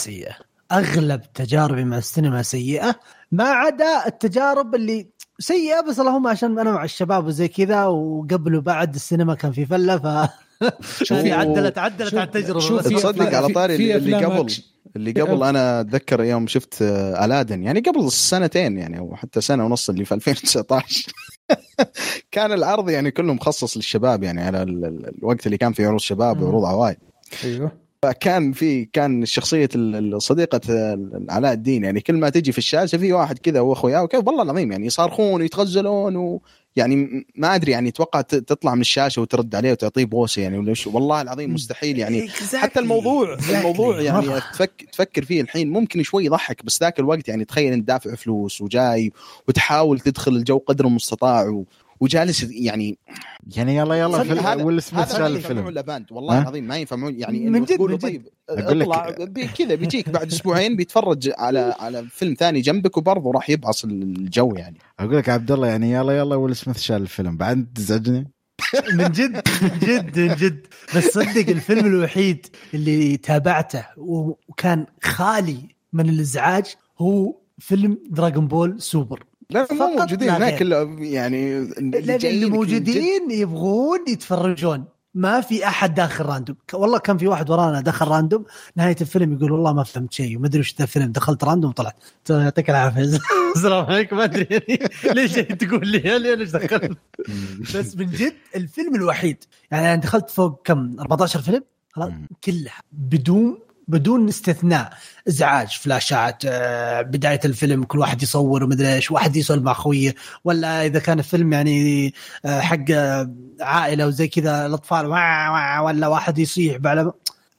[SPEAKER 5] سيئه ما عدا التجارب اللي سيئه بس اللهم عشان انا مع الشباب وزي كذا وقبل وبعد السينما كان في فله في عدلت على التجربه.
[SPEAKER 2] تصدق على طاري اللي قبل انا اتذكر يوم شفت ألادن يعني قبل سنتين يعني او حتى سنه ونص اللي في 2019 كان العرض يعني كله مخصص للشباب يعني على الوقت اللي كان في عروض شباب وعروض عوائل.
[SPEAKER 4] ايوه
[SPEAKER 2] كان شخصيه صديقه علاء الدين يعني كل ما تجي في الشاشه في واحد كذا واخوياه وكيف والله العظيم يعني يصارخون ويتغزلون يعني ما ادري يعني اتوقع تطلع من الشاشه وترد عليه وتعطيه بوسه يعني ولا شو. والله العظيم مستحيل يعني. حتى الموضوع يعني تفكر فيه الحين ممكن شوي يضحك، بس ذاك الوقت يعني تخيل انت دافع فلوس وجاي وتحاول تدخل الجو قدر المستطاع وجالس يعني
[SPEAKER 1] يلا
[SPEAKER 2] فيلم
[SPEAKER 1] ويل سميث شال الفيلم
[SPEAKER 2] ولا باند والله العظيم ما ينفع يعني
[SPEAKER 5] من
[SPEAKER 2] تقول
[SPEAKER 5] جد
[SPEAKER 2] طيب اطلع كذا بيجيك بعد اسبوعين بيتفرج على فيلم ثاني جنبك وبرضه راح يبعص الجو يعني.
[SPEAKER 1] اقول لك عبد الله يعني يلا ويل سميث شال الفيلم بعد تزعجني
[SPEAKER 5] من جد بس صدق الفيلم الوحيد اللي تابعته وكان خالي من الازعاج هو فيلم دراغون بول سوبر.
[SPEAKER 2] لا مو موجودين هناك يعني
[SPEAKER 5] اللي موجودين يبغون يتفرجون، ما في احد داخل راندوم. والله كان في واحد ورانا دخل راندوم نهايه الفيلم يقول والله ما فهمت شيء وما ادري وش ذا الفيلم، دخلت راندوم طلعت يعطيك العافيه السلام عليكم ما ادري يعني ليش تقول لي ليش دخلت. بس من جد الفيلم الوحيد يعني انا دخلت فوق كم 14 فيلم خلاص كلها بدون استثناء ازعاج، فلاشات، بدايه الفيلم كل واحد يصور ومدري ايش، واحد يسولف مع اخويه، ولا اذا كان الفيلم يعني حق عائله وزي كذا الاطفال ولا واحد يصيح بعد.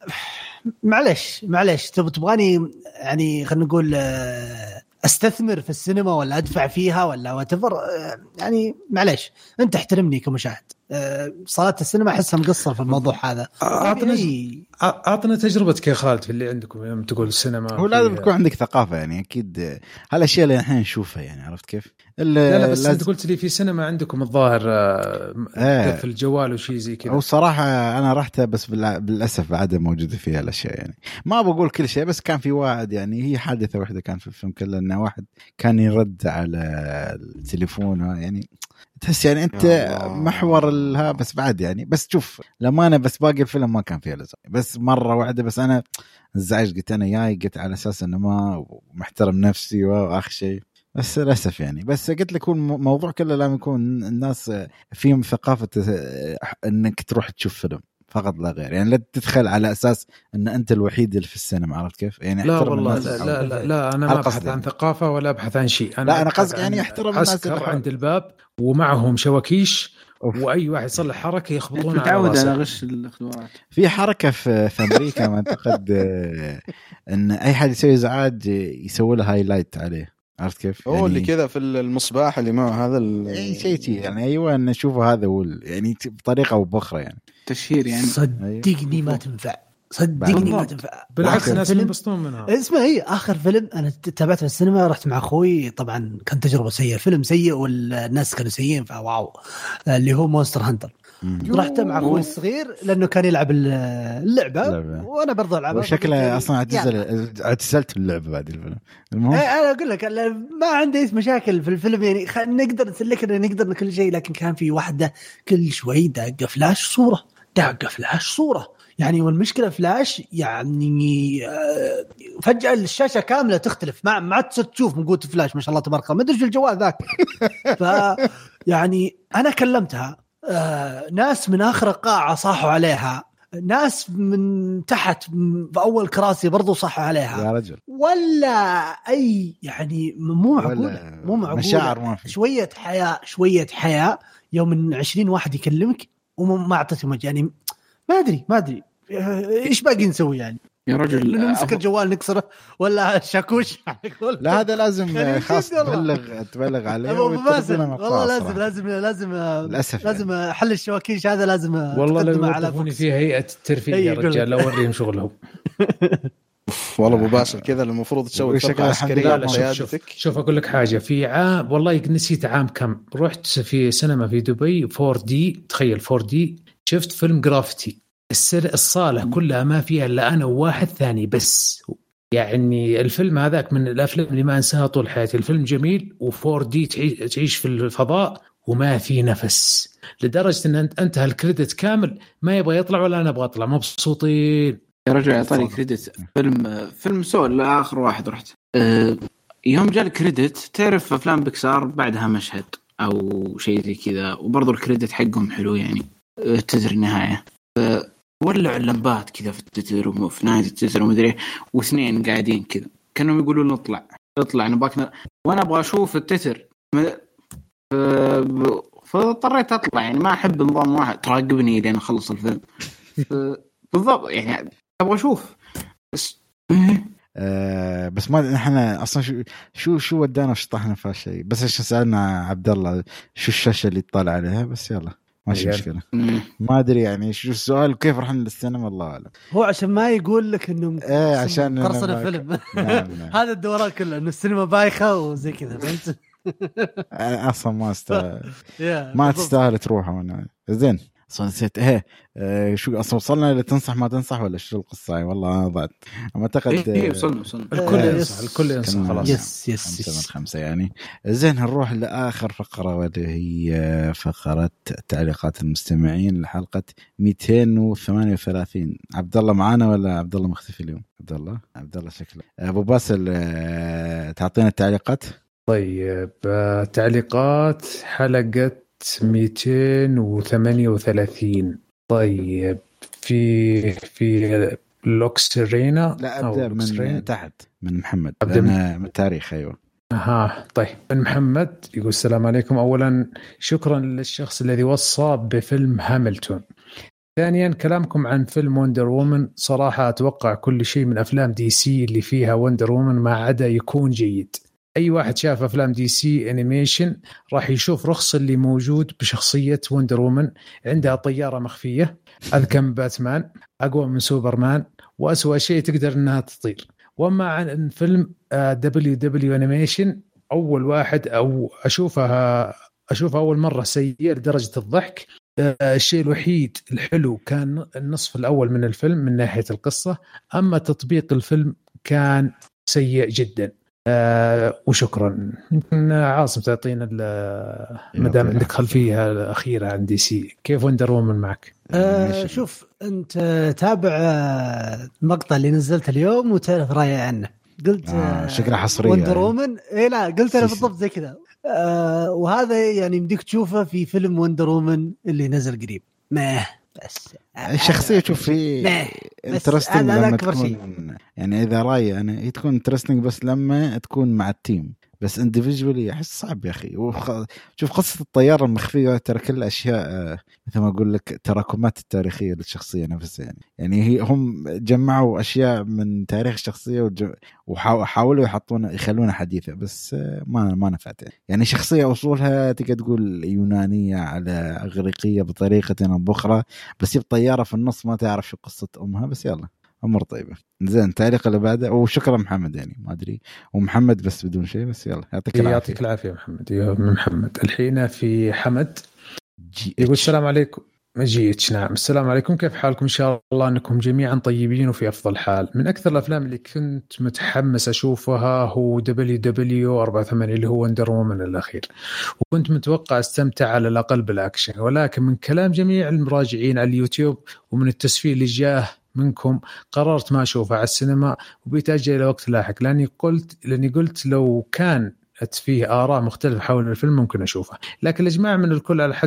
[SPEAKER 5] معلش تبغاني يعني خلينا نقول استثمر في السينما ولا ادفع فيها ولا واتفر يعني معلش انت احترمني كمشاهد. صالات السينما احسها مقصر في الموضوع هذا.
[SPEAKER 4] اعطنا تجربتك يا خالد في اللي عندكم يوم تقول السينما.
[SPEAKER 1] هو لازم تكون عندك ثقافه يعني اكيد هالاشياء اللي الحين نشوفها يعني عرفت كيف.
[SPEAKER 4] لا بس انت قلت لي في سينما عندكم الظاهر في الجوال وشي زي كذا.
[SPEAKER 1] وصراحه انا رحتها بس بالاسف بعد موجوده فيها الاشياء يعني ما بقول كل شيء، بس كان في واحد يعني هي حادثه واحده كان في الفيلم كله انه واحد كان يرد على التليفون يعني تحس يعني انت محور لها بس بعد يعني. بس شوف لما انا بس باقي الفيلم ما كان فيه لزق، بس مره واحده بس انا انزعجت قلت انا جاي قلت على اساس انه ما محترم نفسي واخر شيء. بس للاسف يعني بس قلت لك الموضوع كله لازم يكون الناس فيهم ثقافه انك تروح تشوف فيلم فقط لا غير، يعني لا تدخل على اساس ان انت الوحيد اللي في السينما عرفت كيف يعني.
[SPEAKER 4] لا والله لا انا ما ابحث عن ثقافه ولا ابحث عن شيء.
[SPEAKER 1] انا قصدي يعني احترم الناس
[SPEAKER 4] اللي عند الباب ومعهم شواكيش واي واحد يصلح حركه يخبطون على
[SPEAKER 3] تعود على غش الاختبارات.
[SPEAKER 1] في حركه في امريكا ما اعتقد ان اي حد يسوي ازعاج يسوي له هايلايت عليه عرفت كيف
[SPEAKER 2] هو يعني اللي كذا في المصباح اللي معه هذا
[SPEAKER 1] اي شيء يعني ايوه نشوفه هذا يعني بطريقه او باخرى يعني
[SPEAKER 3] تشهير يعني.
[SPEAKER 5] صدقني ما تنفع صدقني ما تنفع
[SPEAKER 4] بالعكس الناس ينبسطون منها.
[SPEAKER 5] اسمع هي اخر فيلم انا تابعته في السينما رحت مع اخوي طبعا كان تجربه سيئه، فيلم سيء والناس كانوا سيئين فواو اللي هو مونستر هانتر. رحت مع اخوي الصغير لانه كان يلعب اللعبه وانا برضه العبها
[SPEAKER 1] وشكله اصلا اعتزلت اللعبه بعد الفيلم. المهم
[SPEAKER 5] انا اقول لك ما عندي مشاكل في الفيلم يعني نقدر نسلكنا نقدر كل شيء، لكن كان في واحدة كل شوي داقه فلاش صوره يعني. والمشكله فلاش يعني فجاه الشاشه كامله تختلف ما تشوف من قوه فلاش ما شاء الله تبارك الله ما ادري ايش الجوال ذاك. ف يعني انا كلمتها ناس من آخر القاعة صاحوا عليها، ناس من تحت في أول كراسي برضو صاحوا عليها
[SPEAKER 1] يا رجل.
[SPEAKER 5] ولا أي يعني مو معقولة
[SPEAKER 1] مشاعر ما في
[SPEAKER 5] شوية حياة يوم من 20 واحد يكلمك وما أعطيته يعني ما أدري إيش باقي نسوي يعني
[SPEAKER 3] يا رجل.
[SPEAKER 5] نمسك الجوال نكسره ولا شاكوش.
[SPEAKER 1] لا هذا لازم خاص تبلغ عليه
[SPEAKER 5] والله لازم حل الشواكيش هذا لازم
[SPEAKER 4] والله لو يوظفوني في هيئة الترفيه يا رجال لو أوريهم شغلهم.
[SPEAKER 2] والله ابو باسل كذا المفروض تسوي فرقه عسكريه.
[SPEAKER 4] شوف اقول لك حاجه في عام والله نسيت عام كم رحت في سينما في دبي 4D تخيل 4D شفت فيلم جرافتي الصالة كلها ما فيها إلا أنا وواحد ثاني بس. يعني الفيلم هذاك من الأفلام اللي ما أنساها طول حياتي. الفيلم جميل و4D تعيش في الفضاء وما في نفس لدرجة أن انتهى الكريدت كامل ما يبغى يطلع ولا أنا أبغى أطلع مبسوطين
[SPEAKER 3] يا رجل. أعطاني كريدت فيلم سول لآخر واحد رحت يوم جاء الكريدت تعرف أفلام بيكسار بعدها مشهد أو شيء زي كذا وبرضو الكريدت حقهم حلو يعني تدري النهاية ولعوا اللمبات كذا في التتر وفي نهاية التتر ومدري واثنين قاعدين كذا كانوا يقولوا نطلع نباكنا وانا ابغى اشوف التتر فاضطريت اطلع. يعني ما احب نظام واحد تراقبني لين اخلص الفيلم. بالضبط يعني ابغى اشوف بس.
[SPEAKER 1] بس ما احنا اصلا شو ودانا وشطحنا في هالشيء. بس عشان سالنا عبد الله شو الشاشه اللي يطلع عليها، بس يلا ماشي مشكله. ما ادري يعني شو السؤال كيف رحنا للسينما الله اعلم.
[SPEAKER 5] هو عشان ما يقول لك انه
[SPEAKER 1] عشان
[SPEAKER 5] قرصنا الفيلم.
[SPEAKER 1] نعم.
[SPEAKER 5] هذا الدوران كله انه السينما بايخه وزي كذا فهمت.
[SPEAKER 1] اصلا ما تستاهل تروح هنا. زين اصلا نسيت شو اصلا وصلنا اللي تنصح ما تنصح ولا شو القصه يعني؟ والله انا ضعت. اما اعتقد
[SPEAKER 3] وصلنا
[SPEAKER 4] الكل ينصح خلاص.
[SPEAKER 5] يس
[SPEAKER 1] 5 يعني. زين هنروح لاخر فقره واللي هي فقره تعليقات المستمعين لحلقه 238. عبد الله معانا ولا عبد الله مختفي اليوم؟ عبد الله شكله. ابو باسل تعطينا التعليقات.
[SPEAKER 4] طيب تعليقات حلقه 238. طيب في لوكسرينا.
[SPEAKER 1] لا ابدا من تحت من محمد.
[SPEAKER 4] ابدا
[SPEAKER 1] من التاريخ. ايوه
[SPEAKER 4] طيب من محمد يقول السلام عليكم. اولا شكرا للشخص الذي وصى بفيلم هاملتون. ثانيا كلامكم عن فيلم وندر وومن صراحه اتوقع كل شيء من افلام دي سي اللي فيها وندر وومن ما عدا يكون جيد. أي واحد شاف أفلام دي سي أنيميشن راح يشوف رخص اللي موجود بشخصية وندر وومن. عندها طيارة مخفية، أذكى من باتمان، أقوى من سوبرمان، وأسوأ شيء تقدر أنها تطير. وما عن فيلم دبليو أنيميشن أول واحد أو أشوفها أول مرة سيئة لدرجة الضحك. الشيء الوحيد الحلو كان النصف الأول من الفيلم من ناحية القصة، أما تطبيق الفيلم كان سيء جدا. وشكرا. يمكن عاصم تعطينا مدام عندك خلفيه الاخيره عن دي سي كيف وندر وومن معك.
[SPEAKER 5] شوف انت تابع المقطع اللي نزلت اليوم وتعرف رايي عنه. قلت
[SPEAKER 1] شكله حصريه
[SPEAKER 5] وندر وومن. لا قلت انا بالضبط زي كذا. وهذا يعني يمديك تشوفه في فيلم وندر وومن اللي نزل قريب. ما بس
[SPEAKER 1] الشخصيه تشوف فيه انترستنج لما تكون يعني اذا رايي انا هي تكون انترستنج بس لما تكون مع التيم. بس انديفيدولي احس صعب يا اخي. شوف قصه الطياره المخفيه ترى كل اشياء مثل ما اقول لك تراكمات التاريخيه للشخصيه نفسها. يعني هي هم جمعوا اشياء من تاريخ الشخصيه وحاولوا يخلونها حديثه بس ما نفعت. يعني شخصيه اصولها تقدر تقول يونانيه على اغريقيه بطريقه او باخرى، بس هي بطياره في النص ما تعرف شو قصه امها. بس يلا أمر طيبة. زين تعليق اللي بعده. وشكرا محمد يعني ما أدري ومحمد بس بدون شيء. بس يلا
[SPEAKER 4] يعطيك العافية محمد. من محمد الحين في حمد يقول السلام عليكم. جيتش نعم. السلام عليكم كيف حالكم؟ إن شاء الله أنكم جميعا طيبين وفي أفضل حال. من أكثر الأفلام اللي كنت متحمس أشوفها هو WW84 اللي هو وندر وومن الأخير، وكنت متوقع استمتع على الأقل بالأكشن، ولكن من كلام جميع المراجعين على اليوتيوب ومن التسفيل اللي جاه منكم قررت ما أشوفه على السينما وبيتأجل إلى وقت لاحق، لأني قلت لو كان فيه آراء مختلفة حول الفيلم ممكن أشوفه، لكن الإجماع من الكل على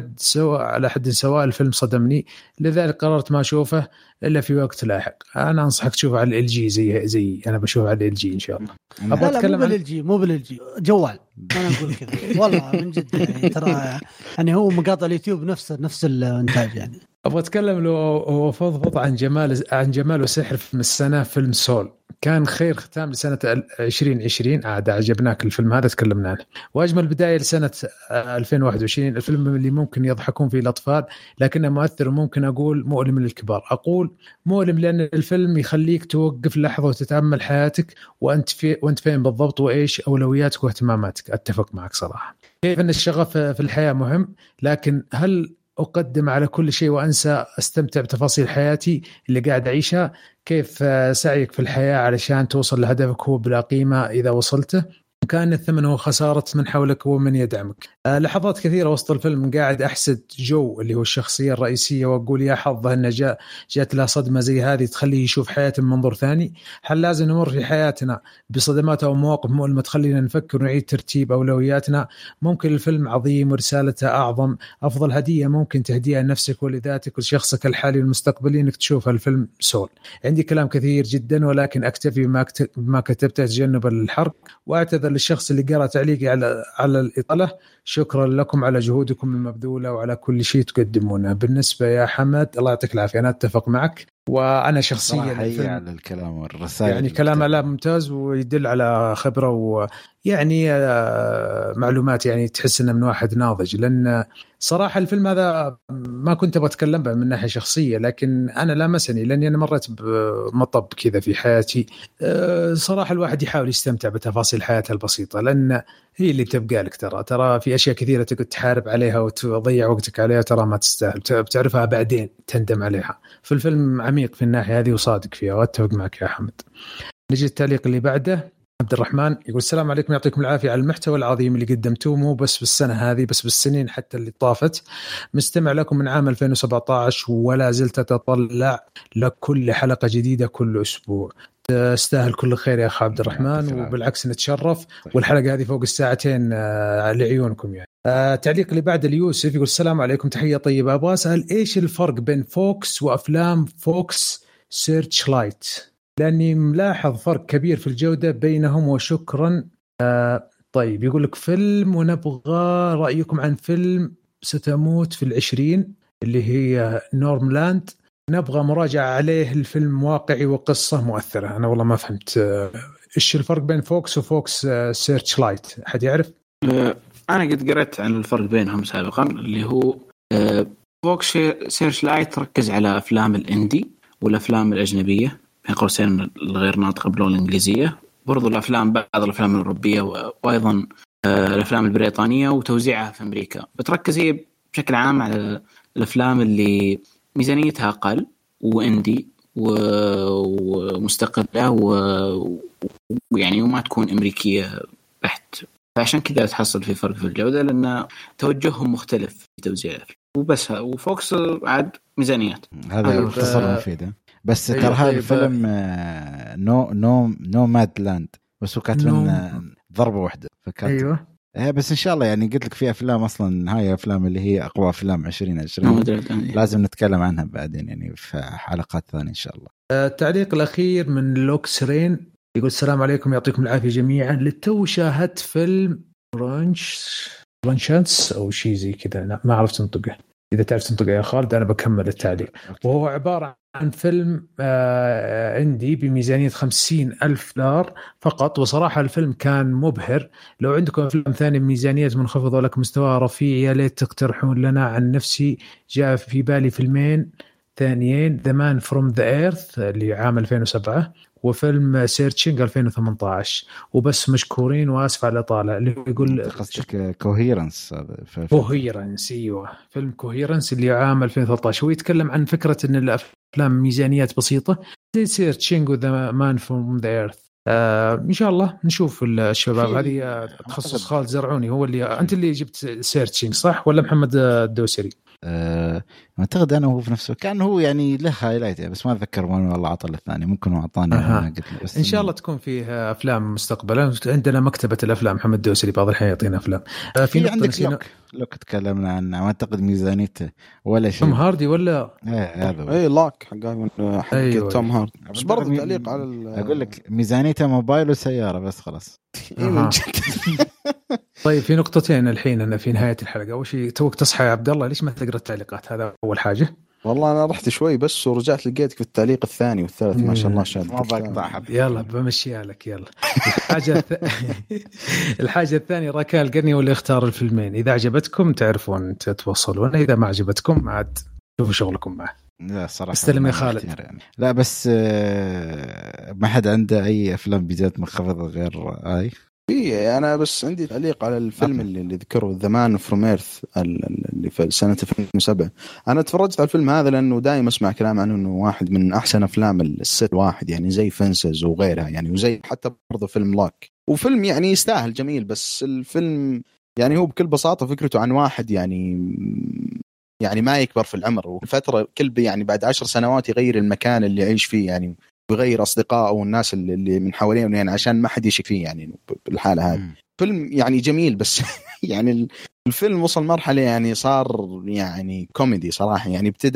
[SPEAKER 4] حد سواء الفيلم صدمني، لذلك قررت ما أشوفه إلا في وقت لاحق. أنا أنصحك تشوفه على LG زي أنا بشوفه على LG إن شاء الله.
[SPEAKER 5] أبغى أتكلم عن مو بالLG جوال. أنا أقول كذا والله من جد يعني ترى يعني هو مقاطع اليوتيوب نفس الإنتاج يعني.
[SPEAKER 4] أبغى أتكلم لو فضفض عن جمال وسحر في السنة. فيلم سول كان خير ختام لسنة 2020. عاد عجبناك الفيلم هذا تكلمنا عنه، وأجمل بداية لسنة 2021. الفيلم اللي ممكن يضحكون فيه الأطفال لكنه مؤثر، وممكن أقول مؤلم للكبار. أقول مؤلم لأن الفيلم يخليك توقف لحظة وتتأمل حياتك وأنت فين بالضبط وإيش أولوياتك واهتماماتك. أتفق معك صراحة. كيف أن الشغف في الحياة مهم، لكن هل أقدم على كل شيء وأنسى أستمتع بتفاصيل حياتي اللي قاعد أعيشها؟ كيف سعيك في الحياة علشان توصل لهدفك هو بلا قيمة إذا وصلته؟ كان الثمن هو خسارة من حولك ومن يدعمك. لحظات كثيرة وسط الفيلم قاعد أحسد جو اللي هو الشخصية الرئيسية وأقول يا حظه أن جات له صدمة زي هذه تخليه يشوف حياته من منظور ثاني. هل لازم نمر في حياتنا بصدمات أو مواقف مؤلمة تخلينا نفكر ونعيد ترتيب أولوياتنا؟ ممكن الفيلم عظيم ورسالته أعظم. أفضل هدية ممكن تهديها لنفسك ولذاتك ولشخصك الحالي والمستقبلي إنك تشوف الفيلم سول. عندي كلام كثير جدا ولكن أكتفي بما كتبته تجنبا للحرق، وأعتذر للشخص اللي قرأ تعليقي على الإطالة، شكرا لكم على جهودكم المبذولة وعلى كل شيء تقدمونه. بالنسبة يا حمد الله يعطيك العافية، أنا أتفق معك، وأنا شخصيا
[SPEAKER 1] حقيقي على الكلام والرسائل
[SPEAKER 4] يعني كلامه لا ممتاز ويدل على خبرة ويعني معلومات يعني تحس إنه من واحد ناضج. لأن صراحة الفيلم هذا ما كنت بتكلم به من ناحية شخصية، لكن أنا لامسني لأني أنا مرت بمطب كذا في حياتي. صراحة الواحد يحاول يستمتع بتفاصيل حياته البسيطة، لأن هي اللي بتبقى لك. ترى في أشياء كثيرة تقعد تحارب عليها وتضيع وقتك عليها، ترى ما تستاهل، بتعرفها بعدين تندم عليها. في الفيلم عميق في الناحية هذه وصادق فيها، واتفق معك يا حمد. نجي التعليق اللي بعده. عبد الرحمن يقول السلام عليكم، يعطيكم العافية على المحتوى العظيم اللي قدمتوه، مو بس بالسنة هذه بس بالسنين حتى اللي طافت. مستمع لكم من عام 2017 ولا زلت أتطلع لكل حلقة جديدة كل أسبوع. تستاهل كل خير يا أخي عبد الرحمن، وبالعكس نتشرف. والحلقة هذه فوق الساعتين لعيونكم يعني. تعليق اللي بعد اليوسف يقول السلام عليكم، تحية طيبة. أبغى أسأل إيش الفرق بين فوكس وأفلام فوكس سيرش لايت، لأني ملاحظ فرق كبير في الجودة بينهم وشكرا. طيب يقول لك فيلم، ونبغى رأيكم عن فيلم ستموت في 20 اللي هي نورملاند، نبغى مراجعة عليه. الفيلم واقعي وقصة مؤثرة. أنا والله ما فهمت إيش الفرق بين فوكس وفوكس سيرش لايت، حد يعرف؟
[SPEAKER 3] أنا قد قرأت عن الفرق بينهم سابقا، اللي هو فوكس سيرش لايت ركز على أفلام الإندي والأفلام الأجنبية بين قوسين الغير ناطقة باللغة الإنجليزية، برضو الأفلام بعض الأفلام الأوروبية وأيضا الأفلام البريطانية وتوزيعها في أمريكا. بتركز هي بشكل عام على الأفلام اللي ميزانيتها أقل وإندي ومستقلة ويعني وما تكون أمريكية بحت، فعشان كذا تحصل في فرق في الجودة، لأن توجههم مختلف في توزيع وبس. وفوكس عاد ميزانيات.
[SPEAKER 1] هذا مختصر مفيد. بس ترى هذا الفيلم نو ماد لاند، بس هو كاتبين ضربة واحدة
[SPEAKER 4] أيوة.
[SPEAKER 1] بس إن شاء الله يعني قلت لك في أفلام أصلا، هاي أفلام اللي هي أقوى أفلام 2020 لازم نتكلم عنها بعدين يعني في حلقات ثانية إن شاء الله.
[SPEAKER 4] التعليق الأخير من لوكسرين يقول السلام عليكم، يعطيكم العافية جميعا. للتو شاهدت فيلم رانشانس أو شيء زي كذا، ما عرفت انطقه. إذا تعرف تنطقه يا خالد أنا بكمل التعليق. وهو عبارة عن فيلم اندي بميزانية $50,000 فقط، وصراحة الفيلم كان مبهر. لو عندكم أفلام ثانية بميزانية منخفضة ولكن مستوى رفيع يا ليت تقترحون لنا. عن نفسي جاء في بالي فيلمين ثانيين، The Man from the Earth اللي عام 2007 وفيلم سيرتشنج 2018 وبس. مشكورين واسف على الإطالة. اللي يقول
[SPEAKER 1] قصدك كوهيرنس.
[SPEAKER 4] ايوه فيلم كوهيرنس اللي عام 2013. هو يتكلم عن فكرة ان الافلام ميزانيات بسيطة زي سيرتشنج وذا مان فروم ذا ايرث. ان شاء الله نشوف الشباب. هذه تخصص خالد زرعوني، هو اللي انت اللي جبت سيرتشنج صح ولا محمد الدوسري؟
[SPEAKER 1] أعتقد أنا هو في نفسه كان هو يعني له هايلايت، بس ما أتذكر وين والله عطل الثاني، ممكن أعطاني
[SPEAKER 4] بس إن شاء الله تكون فيه أفلام مستقبلا. عندنا مكتبة الأفلام محمد دوسري بعض الحين يعطينا أفلام.
[SPEAKER 1] في عندك لوك تكلمنا عنه، ما أعتقد ميزانيته ولا شيء.
[SPEAKER 4] توم هاردي ولا
[SPEAKER 2] هذا لوك حق أيوة. توم هاردي. بس برضه تعليق على
[SPEAKER 1] أقول لك ميزانيته موبايل وسيارة بس خلاص.
[SPEAKER 4] طيب في نقطتين الحين أنا في نهاية الحلقة. أول شيء توك تصحى يا عبد الله، ليش ما تقرأ التعليقات؟ هذا أول حاجة.
[SPEAKER 2] والله أنا رحت شوي بس ورجعت لقيتك في التعليق الثاني والثالث ما شاء الله شاد.
[SPEAKER 1] ما بقطع
[SPEAKER 4] يلا بمشيها لك. يلا الحاجة الثانية ركال قرني واللي اختار الفيلمين. إذا عجبتكم تعرفون تتواصلون، إذا ما عجبتكم عاد شوفوا شغلكم معه.
[SPEAKER 1] لا صراحة
[SPEAKER 4] استلم يا خالد
[SPEAKER 1] يعني. لا بس ما حد عنده أي أفلام بجد منخفضة غير أي.
[SPEAKER 2] إيه أنا بس عندي تعليق على الفيلم اللي ذكره The Man from Earth اللي في سنة 2007. أنا تفرجت على الفيلم هذا لأنه دائما أسمع كلام عنه إنه واحد من أحسن أفلام الست واحد يعني زي فنسز وغيرها يعني، وزي حتى برضه فيلم لاك، وفيلم يعني يستاهل جميل. بس الفيلم يعني هو بكل بساطة فكرته عن واحد يعني ما يكبر في العمر، وفترة كل يعني بعد 10 سنوات يغير المكان اللي يعيش فيه يعني، ويغير أصدقائه والناس اللي من حواليه يعني عشان ما حد يشك فيه يعني بالحالة هذه. فيلم يعني جميل بس يعني الفيلم وصل مرحلة يعني صار يعني كوميدي صراحة يعني. ابتدى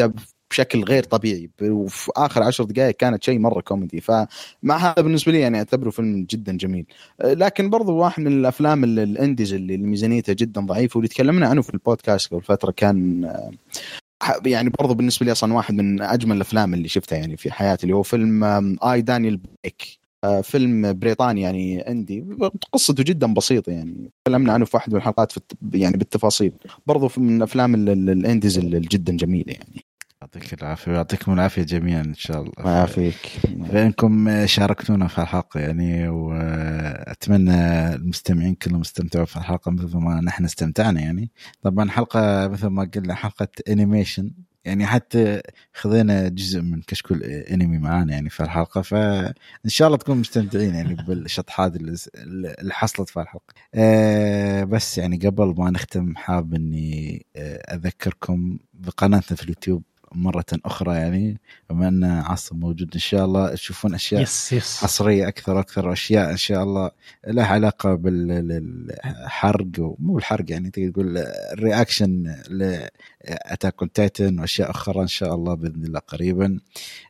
[SPEAKER 2] بشكل غير طبيعي، وفي آخر 10 دقائق كانت شيء مرة كوميدي. فمع هذا بالنسبة لي يعني أعتبره فيلم جدا جميل. لكن برضو واحد من الأفلام الانديز اللي ميزانيتها جدا ضعيفة واللي تكلمنا عنه في البودكاست قبل فترة، كان يعني برضو بالنسبة لي أصلا واحد من أجمل الأفلام اللي شفتها يعني في حياتي، اللي هو فيلم آي دانيال بليك. فيلم بريطاني يعني اندي، قصته جدا بسيطة يعني تكلمنا عنه في واحد من الحلقات يعني بالتفاصيل. برضو من أفلام الانديز الجدا جميلة يعني.
[SPEAKER 1] يعطيك العافية ويعطيكم العافية جميعا إن شاء الله.
[SPEAKER 2] ما يعافيك.
[SPEAKER 1] فإنكم شاركتونا في الحلقة يعني، وأتمنى المستمعين كلهم استمتعوا في الحلقة مثل ما نحن استمتعنا يعني. طبعا حلقة مثل ما قلنا حلقة أنيميشن يعني، حتى خذينا جزء من كشكول انمي معانا يعني في الحلقة، فإن شاء الله تكونوا مستمتعين يعني بالشطحات اللي حصلت في الحلقة. بس يعني قبل ما نختم حاب إني أذكركم بقناتنا في اليوتيوب مرة أخرى يعني، بما أن عاصم موجود إن شاء الله تشوفون أشياء حصرية أكثر وأكثر، وأشياء إن شاء الله لها علاقة بالحرق ومو الحرق يعني تقول الرياكشن لأتاك أون تايتن وأشياء أخرى إن شاء الله بإذن الله قريبا.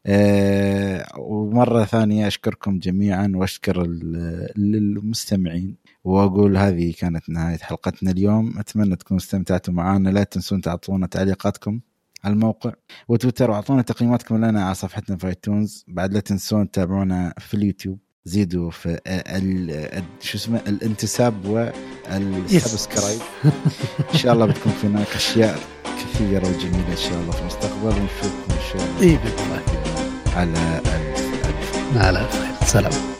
[SPEAKER 1] ومرة ثانية أشكركم جميعا وأشكر للمستمعين، وأقول هذه كانت نهاية حلقتنا اليوم. أتمنى تكونوا استمتعتوا معنا. لا تنسون تعطونا تعليقاتكم على الموقع وتويتر، وعطونا تقييماتكم لنا على صفحتنا في iTunes. بعد لا تنسون تتابعونا في اليوتيوب، زيدوا في شو اسمه الانتساب والسبسكرايب. ان شاء الله بتكون في هناك اشياء كثيره وجميله ان شاء الله في المستقبل، ونشوفكم ان شاء الله
[SPEAKER 5] اي بالله
[SPEAKER 1] على
[SPEAKER 5] خير. سلام.